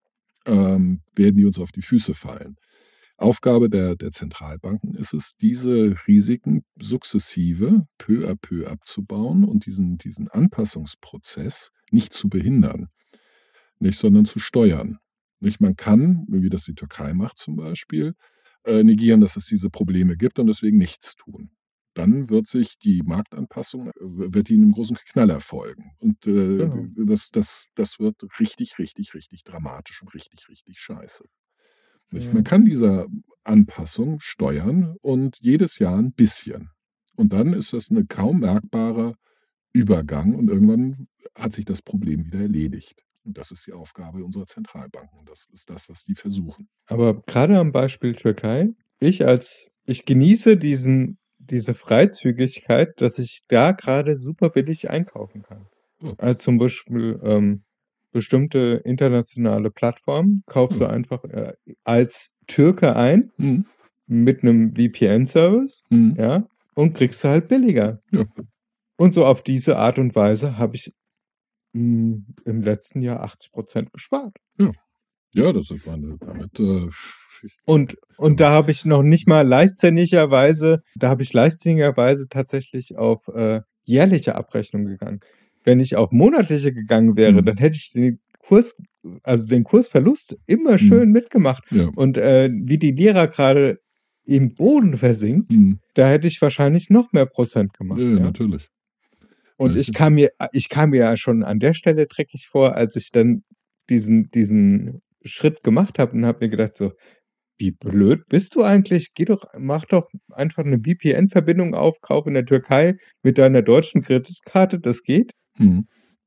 Speaker 2: ähm, werden die uns auf die Füße fallen. Aufgabe der, der Zentralbanken ist es, diese Risiken sukzessive, peu à peu abzubauen und diesen, diesen Anpassungsprozess nicht zu behindern, nicht, sondern zu steuern. Nicht? Man kann, wie das die Türkei macht zum Beispiel, äh, negieren, dass es diese Probleme gibt und deswegen nichts tun. Dann wird sich die Marktanpassung, äh, wird ihnen im großen Knall erfolgen. Und äh,
Speaker 3: Genau.
Speaker 2: das, das, das wird richtig, richtig, richtig dramatisch und richtig, richtig scheiße. Nicht?
Speaker 3: Ja.
Speaker 2: Man kann diese Anpassung steuern und jedes Jahr ein bisschen. Und dann ist das ein kaum merkbarer Übergang und irgendwann hat sich das Problem wieder erledigt. Und das ist die Aufgabe unserer Zentralbanken. Und das ist das, was die versuchen.
Speaker 3: Aber gerade am Beispiel Türkei, ich als, ich genieße diesen, diese Freizügigkeit, dass ich da gerade super billig einkaufen kann.
Speaker 2: Ja.
Speaker 3: Also zum Beispiel ähm, bestimmte internationale Plattformen kaufst du
Speaker 2: Ja.
Speaker 3: einfach äh, als Türke ein
Speaker 2: Mhm.
Speaker 3: mit einem V P N-Service,
Speaker 2: Mhm.
Speaker 3: ja, und kriegst du halt billiger.
Speaker 2: Ja.
Speaker 3: Und so auf diese Art und Weise habe ich mh, im letzten Jahr achtzig Prozent gespart.
Speaker 2: Ja, das ist meine, damit. Äh, ich,
Speaker 3: Und, und da habe ich noch nicht mal leichtsinnigerweise, da habe ich leichtsinnigerweise tatsächlich auf äh, jährliche Abrechnung gegangen. Wenn ich auf monatliche gegangen wäre,
Speaker 2: Mhm.
Speaker 3: dann hätte ich den Kurs, also den Kursverlust immer
Speaker 2: Mhm.
Speaker 3: schön mitgemacht.
Speaker 2: ja.
Speaker 3: Und äh, wie die Lira gerade im Boden versinkt,
Speaker 2: Mhm.
Speaker 3: da hätte ich wahrscheinlich noch mehr Prozent gemacht.
Speaker 2: Ja,
Speaker 3: Ja?
Speaker 2: natürlich.
Speaker 3: Und
Speaker 2: Ja,
Speaker 3: ich kam mir, ich kam mir ja schon an der Stelle dreckig vor, als ich dann diesen, diesen Schritt gemacht habe und habe mir gedacht, so, wie blöd bist du eigentlich? Geh doch, mach doch einfach eine V P N-Verbindung auf, kauf in der Türkei mit deiner deutschen Kreditkarte, das geht.
Speaker 2: Mhm.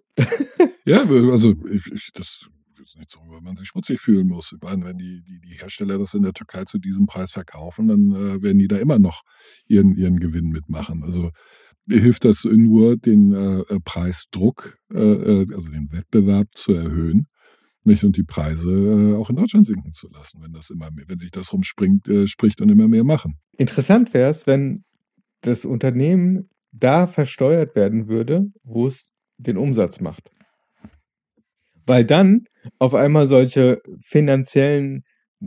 Speaker 2: Ja, also ich, ich, das ist nicht so, worüber man sich schmutzig fühlen muss. Ich meine, wenn die, die, die Hersteller das in der Türkei zu diesem Preis verkaufen, dann äh, werden die da immer noch ihren, ihren Gewinn mitmachen. Also hilft das nur, den äh, Preisdruck, äh, also den Wettbewerb zu erhöhen, nicht, und die Preise äh, auch in Deutschland sinken zu lassen, wenn das immer mehr, wenn sich das rumspringt, äh, spricht und immer mehr machen.
Speaker 3: Interessant wäre es, wenn das Unternehmen da versteuert werden würde, wo es den Umsatz macht. Weil dann auf einmal solche finanziellen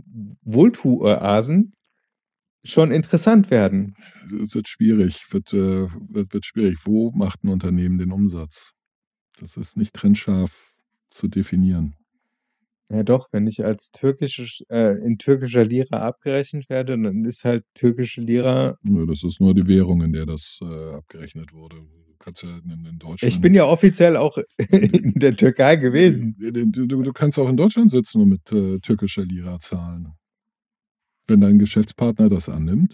Speaker 3: Wohltuoasen schon interessant werden.
Speaker 2: Es wird schwierig, wird, äh, wird, wird schwierig. Wo macht ein Unternehmen den Umsatz? Das ist nicht trennscharf zu definieren.
Speaker 3: Ja doch, wenn ich als türkische, äh, in türkischer Lira abgerechnet werde, dann ist halt türkische Lira.
Speaker 2: Nö, das ist nur die Währung, in der das äh, abgerechnet wurde. Du kannst ja in, in Deutschland.
Speaker 3: Ich bin ja offiziell auch in der Türkei gewesen.
Speaker 2: Du, du, du kannst auch in Deutschland sitzen und mit äh, türkischer Lira zahlen. Wenn dein Geschäftspartner das annimmt.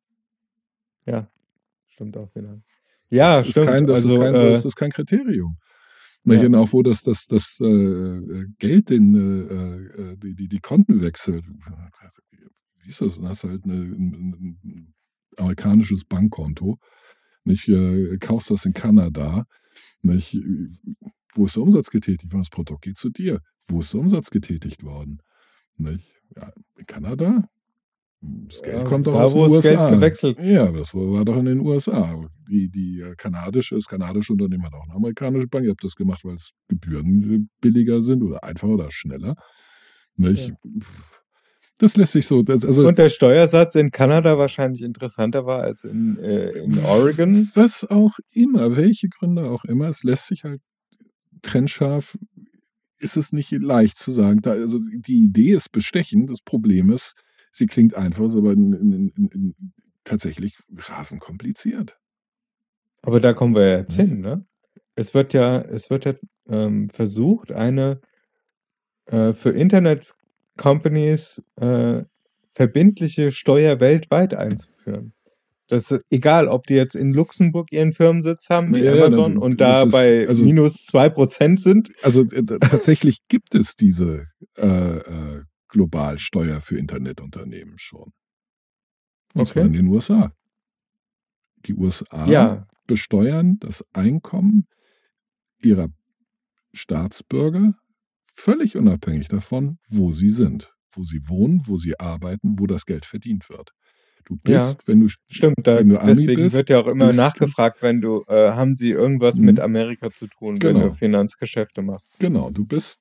Speaker 3: Ja, stimmt auch wieder. Ja,
Speaker 2: das
Speaker 3: stimmt.
Speaker 2: Ist kein, das,
Speaker 3: also,
Speaker 2: ist kein,
Speaker 3: äh,
Speaker 2: das ist kein Kriterium.
Speaker 3: Ja.
Speaker 2: Ja. Auch wo das, das, das äh, Geld, in, äh, die, die, die Konten wechselt. Wie ist das? Du hast halt eine, ein, ein amerikanisches Bankkonto. Nicht, äh, kaufst das in Kanada. Nicht, wo ist der Umsatz getätigt worden? Das Produkt geht zu dir. Wo ist der Umsatz getätigt worden? Nicht? Ja, in Kanada? Das Geld
Speaker 3: Ja,
Speaker 2: kommt doch
Speaker 3: da,
Speaker 2: aus den
Speaker 3: wo es
Speaker 2: U S A.
Speaker 3: Geld gewechselt.
Speaker 2: Ja, das war, war doch in den U S A. Die, die äh, kanadische, das kanadische Unternehmen hat auch eine amerikanische Bank. Ihr habt das gemacht, weil es Gebühren billiger sind oder einfacher oder schneller. Nicht?
Speaker 3: Ja.
Speaker 2: Das lässt sich so. Das, also,
Speaker 3: Und der Steuersatz in Kanada wahrscheinlich interessanter war als in, äh, in Oregon.
Speaker 2: Was auch immer, welche Gründe auch immer, es lässt sich halt trennscharf, ist es nicht leicht zu sagen. Da, also die Idee ist bestechend, das Problem ist, sie klingt einfach, ist aber in, in, in, in, tatsächlich rasend kompliziert.
Speaker 3: Aber da kommen wir jetzt hin, ne? Es wird ja, es wird ja ähm, versucht, eine äh, für Internet-Companies äh, verbindliche Steuer weltweit einzuführen. Das ist egal, ob die jetzt in Luxemburg ihren Firmensitz haben, wie
Speaker 2: Ja, ja,
Speaker 3: Amazon,
Speaker 2: na,
Speaker 3: und
Speaker 2: das
Speaker 3: da
Speaker 2: ist-
Speaker 3: bei
Speaker 2: also-
Speaker 3: minus zwei Prozent sind.
Speaker 2: Also äh, d- tatsächlich gibt es diese äh, äh, Globalsteuer für Internetunternehmen schon. Und zwar
Speaker 3: Okay.
Speaker 2: in den U S A. Die U S A
Speaker 3: Ja,
Speaker 2: besteuern das Einkommen ihrer Staatsbürger völlig unabhängig davon, wo sie sind, wo sie wohnen, wo sie arbeiten, wo das Geld verdient wird. Du bist,
Speaker 3: Ja,
Speaker 2: wenn du
Speaker 3: stimmt. Da,
Speaker 2: wenn du Ami
Speaker 3: deswegen
Speaker 2: bist,
Speaker 3: wird ja auch immer
Speaker 2: bist du-
Speaker 3: nachgefragt, wenn du, äh, haben sie irgendwas
Speaker 2: Mhm.
Speaker 3: mit Amerika zu tun, wenn
Speaker 2: Genau.
Speaker 3: du Finanzgeschäfte machst.
Speaker 2: genau, du bist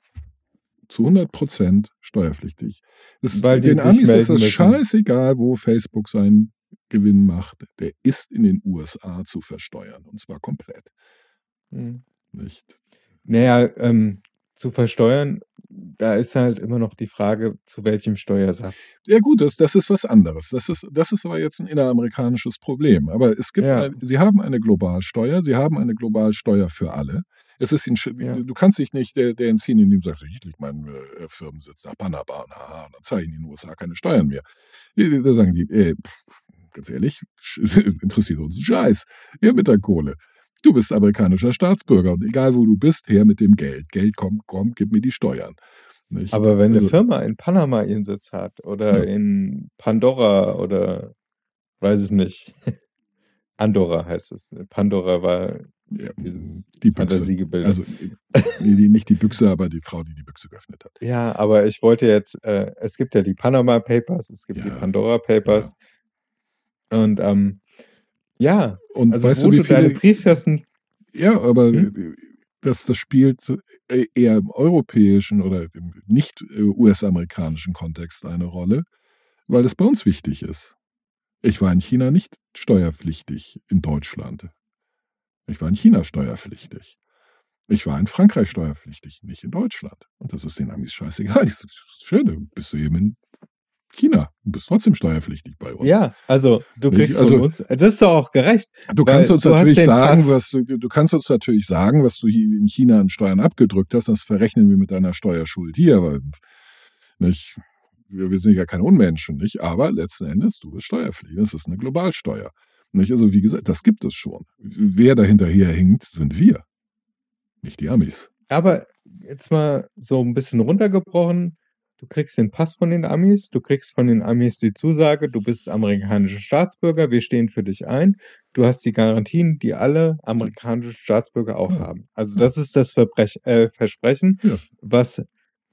Speaker 2: zu hundert Prozent steuerpflichtig. Es,
Speaker 3: Weil die
Speaker 2: den
Speaker 3: dich
Speaker 2: Amis ist
Speaker 3: melden
Speaker 2: es
Speaker 3: müssen.
Speaker 2: scheißegal, wo Facebook seinen Gewinn macht. Der ist in den U S A zu versteuern. Und zwar komplett.
Speaker 3: Hm.
Speaker 2: Nicht?
Speaker 3: Naja, ähm, zu versteuern, da ist halt immer noch die Frage, zu welchem Steuersatz.
Speaker 2: Ja gut, das, das ist was anderes. Das ist, das ist aber jetzt ein inneramerikanisches Problem. Aber es gibt,
Speaker 3: Ja.
Speaker 2: ein, sie haben eine Globalsteuer, sie haben eine Globalsteuer für alle. Es ist ihnen, sch-
Speaker 3: Ja.
Speaker 2: Du kannst dich nicht der, der entziehen, indem du sagst, ich lege meinen äh, Firmensitz nach Panama und, haha, und dann zahle ich in den U S A keine Steuern mehr. Die- Da sagen die, äh, pff, ganz ehrlich, sch- interessiert uns ein Scheiß. Her mit der Kohle. Du bist amerikanischer Staatsbürger und egal wo du bist, her mit dem Geld. Geld kommt, kommt, gib mir die Steuern. Nicht?
Speaker 3: Aber wenn eine
Speaker 2: Also-
Speaker 3: Firma in Panama ihren Sitz hat oder
Speaker 2: Ja.
Speaker 3: in Pandora oder weiß es nicht. Andorra heißt es. Pandora war
Speaker 2: Ja,
Speaker 3: dieses
Speaker 2: die Büchse.
Speaker 3: Fantasiegebilde.
Speaker 2: Also nee, die, nicht die Büchse, aber die Frau, die die Büchse geöffnet hat.
Speaker 3: Ja, aber ich wollte jetzt, äh, es gibt ja die Panama Papers, es gibt die
Speaker 2: Ja,
Speaker 3: Pandora Papers. Und ähm, ja,
Speaker 2: Und
Speaker 3: also
Speaker 2: weißt
Speaker 3: wo
Speaker 2: du, wie
Speaker 3: du deine
Speaker 2: viele.
Speaker 3: Briefkästen.
Speaker 2: Ja, aber
Speaker 3: Hm?
Speaker 2: das, das spielt äh, eher im europäischen oder im nicht äh, U S-amerikanischen Kontext eine Rolle, weil es bei uns wichtig ist. Ich war in China nicht steuerpflichtig in Deutschland. Ich war in China steuerpflichtig. Ich war in Frankreich steuerpflichtig, nicht in Deutschland. Und das ist den Amis scheißegal. Ich so, schön, du bist du eben in China. Du bist trotzdem steuerpflichtig bei uns.
Speaker 3: Ja, also du
Speaker 2: Nicht?
Speaker 3: kriegst
Speaker 2: Also-
Speaker 3: von uns, das ist doch auch gerecht.
Speaker 2: Du
Speaker 3: Weil
Speaker 2: kannst uns
Speaker 3: du hast
Speaker 2: natürlich
Speaker 3: den
Speaker 2: sagen,
Speaker 3: Pass-
Speaker 2: was du, du kannst uns natürlich sagen, was du hier in China an Steuern abgedrückt hast, das verrechnen wir mit deiner Steuerschuld hier, weil nicht, wir, wir sind ja keine Unmenschen, nicht? Aber letzten Endes, du bist steuerpflichtig. Das ist eine Globalsteuer. Nicht? Also wie gesagt, das gibt es schon. Wer dahinterher hinkt, sind wir, nicht die Amis.
Speaker 3: Aber jetzt mal so ein bisschen runtergebrochen. Du kriegst den Pass von den Amis, du kriegst von den Amis die Zusage, du bist amerikanischer Staatsbürger, wir stehen für dich ein. Du hast die Garantien, die alle amerikanischen Staatsbürger auch
Speaker 2: Ja.
Speaker 3: haben. Also
Speaker 2: Ja.
Speaker 3: das ist das Verbrech äh, Versprechen,
Speaker 2: Ja.
Speaker 3: was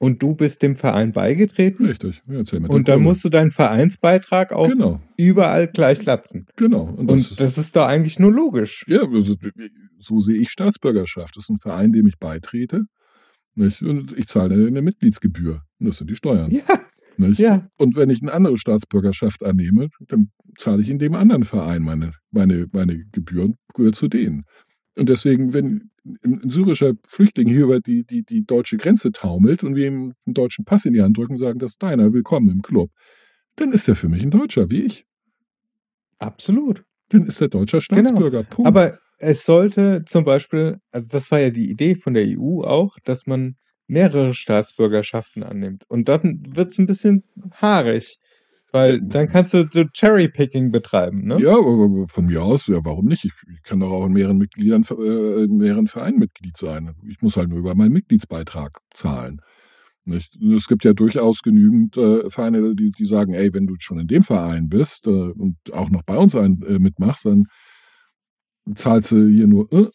Speaker 3: und du bist dem Verein beigetreten
Speaker 2: Richtig. Ja, erzähl mir der
Speaker 3: und dann
Speaker 2: Kurve.
Speaker 3: musst du deinen Vereinsbeitrag auch
Speaker 2: Genau,
Speaker 3: überall gleich latzen.
Speaker 2: genau. Und das
Speaker 3: Und
Speaker 2: ist,
Speaker 3: das ist doch eigentlich nur logisch.
Speaker 2: ja, also, so sehe ich Staatsbürgerschaft. Das ist ein Verein, dem ich beitrete. Nicht? Und ich zahle eine Mitgliedsgebühr. Und das sind die Steuern.
Speaker 3: Ja,
Speaker 2: Nicht?
Speaker 3: ja.
Speaker 2: Und wenn ich eine andere Staatsbürgerschaft annehme, dann zahle ich in dem anderen Verein meine, meine, meine Gebühren, gehört zu denen. Und deswegen, wenn ein, ein syrischer Flüchtling hier über die, die, die deutsche Grenze taumelt und wir ihm einen deutschen Pass in die Hand drücken und sagen, das ist deiner, willkommen im Club, dann ist er für mich ein Deutscher, wie ich.
Speaker 3: Absolut.
Speaker 2: Dann ist er deutscher Staatsbürger. Punkt.
Speaker 3: Aber es sollte zum Beispiel, also das war ja die Idee von der E U auch, dass man mehrere Staatsbürgerschaften annimmt. Und dann wird es ein bisschen haarig, weil
Speaker 2: Ja.
Speaker 3: dann kannst du so Cherry-Picking betreiben, ne?
Speaker 2: Ja, aber von mir aus, ja, warum nicht? Ich, ich kann doch auch in mehreren Mitgliedern, äh, in mehreren Vereinen Mitglied sein. Ich muss halt nur über meinen Mitgliedsbeitrag zahlen. Nicht? Es gibt ja durchaus genügend äh, Vereine, die, die sagen, ey, wenn du schon in dem Verein bist äh, und auch noch bei uns ein, äh, mitmachst, dann zahlst du hier nur, äh,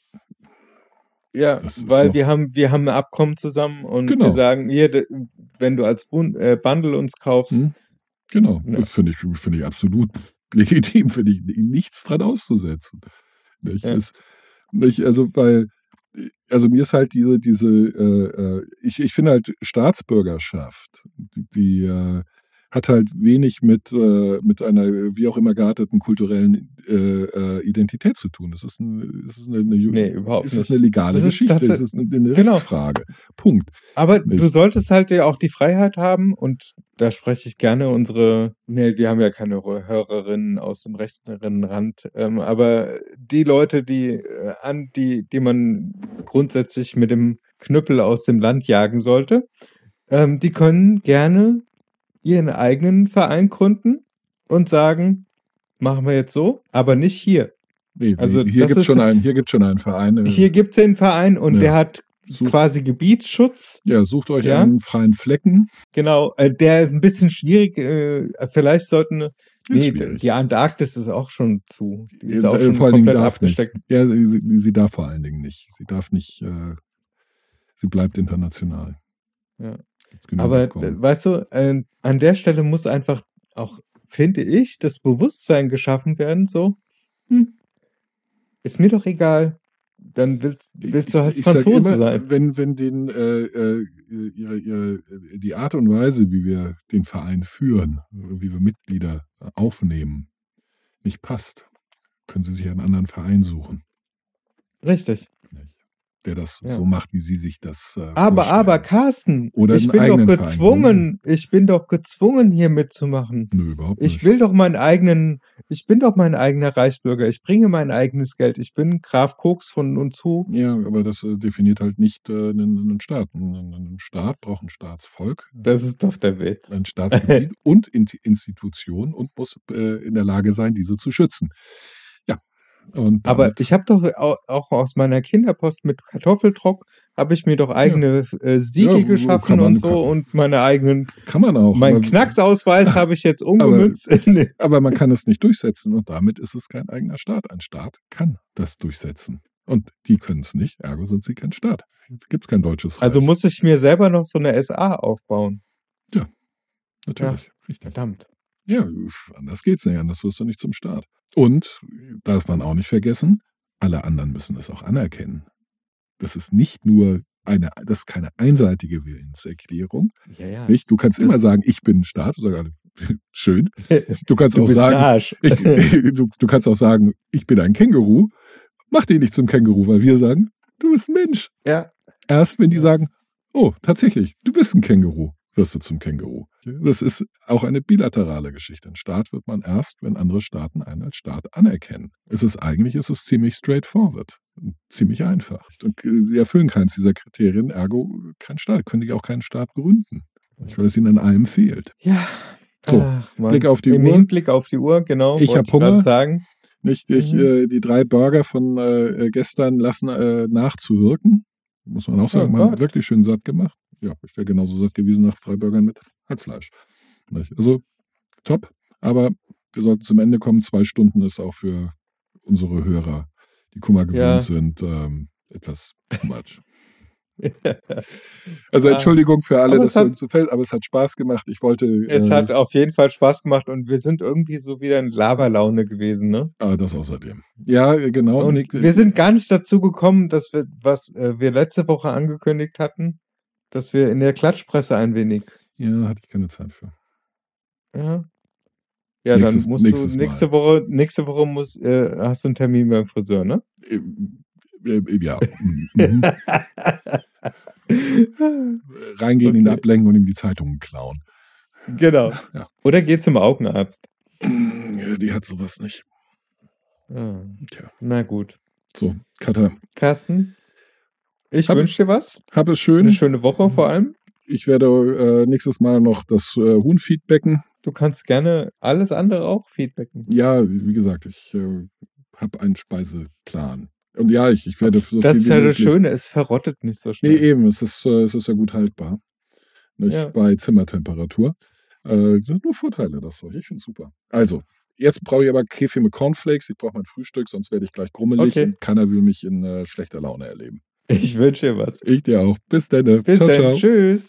Speaker 3: Ja,
Speaker 2: Das ist
Speaker 3: weil
Speaker 2: doch-
Speaker 3: wir haben, wir haben ein Abkommen zusammen und
Speaker 2: Genau.
Speaker 3: wir sagen, hier, de- wenn du als Bund, äh, Bundle uns kaufst,
Speaker 2: hm? Genau,
Speaker 3: Ja.
Speaker 2: das finde ich, finde ich absolut legitim, finde ich nichts dran auszusetzen. Nicht?
Speaker 3: Ja.
Speaker 2: Es, nicht, also, weil, also mir ist halt diese, diese, äh, äh, ich, ich finde halt Staatsbürgerschaft, die, die äh, hat halt wenig mit, äh, mit einer wie auch immer gearteten kulturellen äh, äh, Identität zu tun. Es ist, ein, es ist eine, eine,
Speaker 3: nee, überhaupt
Speaker 2: es ist
Speaker 3: nicht.
Speaker 2: eine legale
Speaker 3: Das ist
Speaker 2: Geschichte, es
Speaker 3: tats-
Speaker 2: ist eine, eine
Speaker 3: Genau.
Speaker 2: Rechtsfrage. Punkt.
Speaker 3: Aber du
Speaker 2: Nicht.
Speaker 3: solltest halt ja auch die Freiheit haben und da spreche ich gerne unsere, nee, wir haben ja keine Hörerinnen aus dem rechteren Rand, ähm, aber die Leute, die, äh, an, die, die man grundsätzlich mit dem Knüppel aus dem Land jagen sollte, ähm, die können gerne ihren eigenen Verein gründen und sagen, machen wir jetzt so, aber nicht hier.
Speaker 2: Nee,
Speaker 3: Also
Speaker 2: nee, hier
Speaker 3: das
Speaker 2: gibt es
Speaker 3: ist-
Speaker 2: schon einen, hier gibt's schon einen Verein. äh,
Speaker 3: Hier gibt es den Verein und
Speaker 2: Ja.
Speaker 3: der hat
Speaker 2: sucht,
Speaker 3: quasi Gebietsschutz.
Speaker 2: ja, sucht euch
Speaker 3: Ja.
Speaker 2: einen freien Flecken.
Speaker 3: Genau, äh, der ist ein bisschen schwierig. Äh, vielleicht sollten.
Speaker 2: Ist
Speaker 3: Nee,
Speaker 2: schwierig.
Speaker 3: die Antarktis ist auch schon zu. Die ist
Speaker 2: Ja,
Speaker 3: auch schon
Speaker 2: vor allen Dingen
Speaker 3: komplett
Speaker 2: darf nicht.
Speaker 3: abgesteckt.
Speaker 2: Ja, sie, sie, sie darf vor allen Dingen nicht. Sie darf nicht, äh, sie bleibt international.
Speaker 3: Ja.
Speaker 2: Gibt's genug
Speaker 3: Aber
Speaker 2: Abkommen.
Speaker 3: äh, weißt du, äh, an der Stelle muss einfach auch, finde ich, das Bewusstsein geschaffen werden, so, hm, ist mir doch egal. Dann willst, willst du halt
Speaker 2: ich, ich sag
Speaker 3: Franzose
Speaker 2: immer,
Speaker 3: sein.
Speaker 2: Wenn, wenn den, äh, äh, ihre, ihre, die Art und Weise, wie wir den Verein führen, wie wir Mitglieder aufnehmen, nicht passt, können sie sich einen anderen Verein suchen,
Speaker 3: Richtig.
Speaker 2: nicht? Der das
Speaker 3: Ja.
Speaker 2: so macht, wie sie sich das äh,
Speaker 3: Aber,
Speaker 2: vorstellen.
Speaker 3: aber, Carsten,
Speaker 2: Oder
Speaker 3: ich
Speaker 2: einen
Speaker 3: bin doch
Speaker 2: eigenen Verein
Speaker 3: gezwungen, ich bin doch gezwungen, hier mitzumachen.
Speaker 2: Nö, überhaupt
Speaker 3: Ich
Speaker 2: nicht.
Speaker 3: will doch meinen eigenen, ich bin doch mein eigener Reichsbürger. Ich bringe mein eigenes Geld. Ich bin Graf Koks von und zu.
Speaker 2: Ja, aber das äh, definiert halt nicht äh, einen, einen Staat. Ein, ein Staat braucht ein Staatsvolk,
Speaker 3: Das ist doch der Witz.
Speaker 2: ein Staatsgebiet und in Institutionen und muss äh, in der Lage sein, diese zu schützen. Ja. Und
Speaker 3: Aber
Speaker 2: damit-
Speaker 3: ich habe doch au- auch aus meiner Kinderpost mit Kartoffeltrock habe ich mir doch eigene äh, Siegel
Speaker 2: Ja, wo-
Speaker 3: geschaffen
Speaker 2: kann man-
Speaker 3: und so
Speaker 2: kann-
Speaker 3: und meine eigenen,
Speaker 2: kann man auch.
Speaker 3: meinen
Speaker 2: aber,
Speaker 3: Knacksausweis habe ich jetzt umgemünzt. in-
Speaker 2: aber man kann es nicht durchsetzen und damit ist es kein eigener Staat. Ein Staat kann das durchsetzen. Und die können es nicht, ergo sind sie kein Staat. Gibt es kein deutsches Reich.
Speaker 3: Also muss ich mir selber noch so eine S A aufbauen.
Speaker 2: Natürlich. Richtig.
Speaker 3: Verdammt.
Speaker 2: Ja, anders geht's nicht, anders wirst du nicht zum Staat. Und, darf man auch nicht vergessen, alle anderen müssen es auch anerkennen. Das ist nicht nur eine, das ist keine einseitige Willenserklärung.
Speaker 3: Ja, ja.
Speaker 2: Nicht? Du kannst
Speaker 3: Das-
Speaker 2: immer sagen, ich bin ein Staat. Sag alle, schön. Du kannst
Speaker 3: Du
Speaker 2: auch
Speaker 3: bist ein
Speaker 2: sagen,
Speaker 3: Arsch.
Speaker 2: ich, du, du kannst auch sagen, ich bin ein Känguru. Mach dich nicht zum Känguru, weil wir sagen, du bist ein Mensch.
Speaker 3: Ja.
Speaker 2: Erst wenn die sagen, oh, tatsächlich, du bist ein Känguru, wirst du zum Känguru. Das ist auch eine bilaterale Geschichte. Ein Staat wird man erst, wenn andere Staaten einen als Staat anerkennen. Es ist eigentlich, es ist ziemlich straightforward. Ziemlich einfach. Und sie erfüllen keins dieser Kriterien, ergo kein Staat. Können die auch keinen Staat gründen. Weil es ihnen an allem fehlt.
Speaker 3: Ja.
Speaker 2: So,
Speaker 3: Ach, Mann.
Speaker 2: Blick auf die
Speaker 3: Im
Speaker 2: Uhr.
Speaker 3: Hinblick auf die Uhr, genau.
Speaker 2: Ich
Speaker 3: wollte
Speaker 2: hab Hunger.
Speaker 3: gerade sagen.
Speaker 2: Nicht? Ich,
Speaker 3: Mhm.
Speaker 2: äh, die drei Burger von äh, gestern lassen äh, nachzuwirken. Muss man auch sagen,
Speaker 3: Oh
Speaker 2: man hat
Speaker 3: Gott.
Speaker 2: wirklich schön satt gemacht. Ja, ich wäre genauso satt gewesen nach drei Burgern mit Hackfleisch. Nicht? Also top, aber wir sollten zum Ende kommen. Zwei Stunden ist auch für unsere Hörer, die Kummer gewöhnt
Speaker 3: Ja.
Speaker 2: sind, ähm, etwas too much. Also
Speaker 3: Ah,
Speaker 2: Entschuldigung für alle,
Speaker 3: aber
Speaker 2: dass
Speaker 3: es
Speaker 2: wir
Speaker 3: hat,
Speaker 2: uns so fällt, aber es hat Spaß gemacht. Ich wollte,
Speaker 3: es
Speaker 2: äh,
Speaker 3: hat auf jeden Fall Spaß gemacht und wir sind irgendwie so wieder in Laberlaune gewesen, ne?
Speaker 2: ah, das außerdem. Ja, äh, genau.
Speaker 3: Und
Speaker 2: Nick,
Speaker 3: wir sind gar nicht dazu gekommen, dass wir, was äh, wir letzte Woche angekündigt hatten, dass wir in der Klatschpresse ein wenig.
Speaker 2: ja, hatte ich keine Zeit für.
Speaker 3: Ja, ja dann
Speaker 2: Nächstes,
Speaker 3: musst du
Speaker 2: nächstes Mal.
Speaker 3: nächste Woche, nächste Woche muss, äh, hast du einen Termin beim Friseur, ne?
Speaker 2: Äh, äh, ja. Mhm. Reingehen, ihn
Speaker 3: Okay,
Speaker 2: ablenken und ihm die Zeitungen klauen.
Speaker 3: genau.
Speaker 2: Ja.
Speaker 3: Oder geh zum Augenarzt.
Speaker 2: Die hat sowas nicht.
Speaker 3: Ah,
Speaker 2: Tja.
Speaker 3: na gut.
Speaker 2: So, Katha,
Speaker 3: Carsten, ich
Speaker 2: hab,
Speaker 3: wünsche dir was.
Speaker 2: hab es
Speaker 3: Eine
Speaker 2: schön.
Speaker 3: schöne Woche vor allem.
Speaker 2: Ich werde äh, nächstes Mal noch das äh, Huhn feedbacken.
Speaker 3: Du kannst gerne alles andere auch feedbacken.
Speaker 2: Ja, wie gesagt, ich äh, habe einen Speiseplan. Und ja, ich, ich werde so
Speaker 3: Das
Speaker 2: viel
Speaker 3: ist
Speaker 2: wie
Speaker 3: ja das
Speaker 2: möglich.
Speaker 3: Schöne, es verrottet nicht so
Speaker 2: Nee,
Speaker 3: schnell.
Speaker 2: eben, es ist, äh, es ist ja gut haltbar. Nicht
Speaker 3: Ja.
Speaker 2: bei Zimmertemperatur. Äh, das sind nur Vorteile, das Zeug. Ich finde es super. Also, jetzt brauche ich aber Kefir mit Cornflakes. Ich brauche mein Frühstück, sonst werde ich gleich grummelig
Speaker 3: Okay.
Speaker 2: und keiner will mich in äh, schlechter Laune erleben.
Speaker 3: Ich wünsche dir was.
Speaker 2: Ich dir auch. Bis dann.
Speaker 3: Bis
Speaker 2: Ciao,
Speaker 3: dann.
Speaker 2: ciao.
Speaker 3: Tschüss.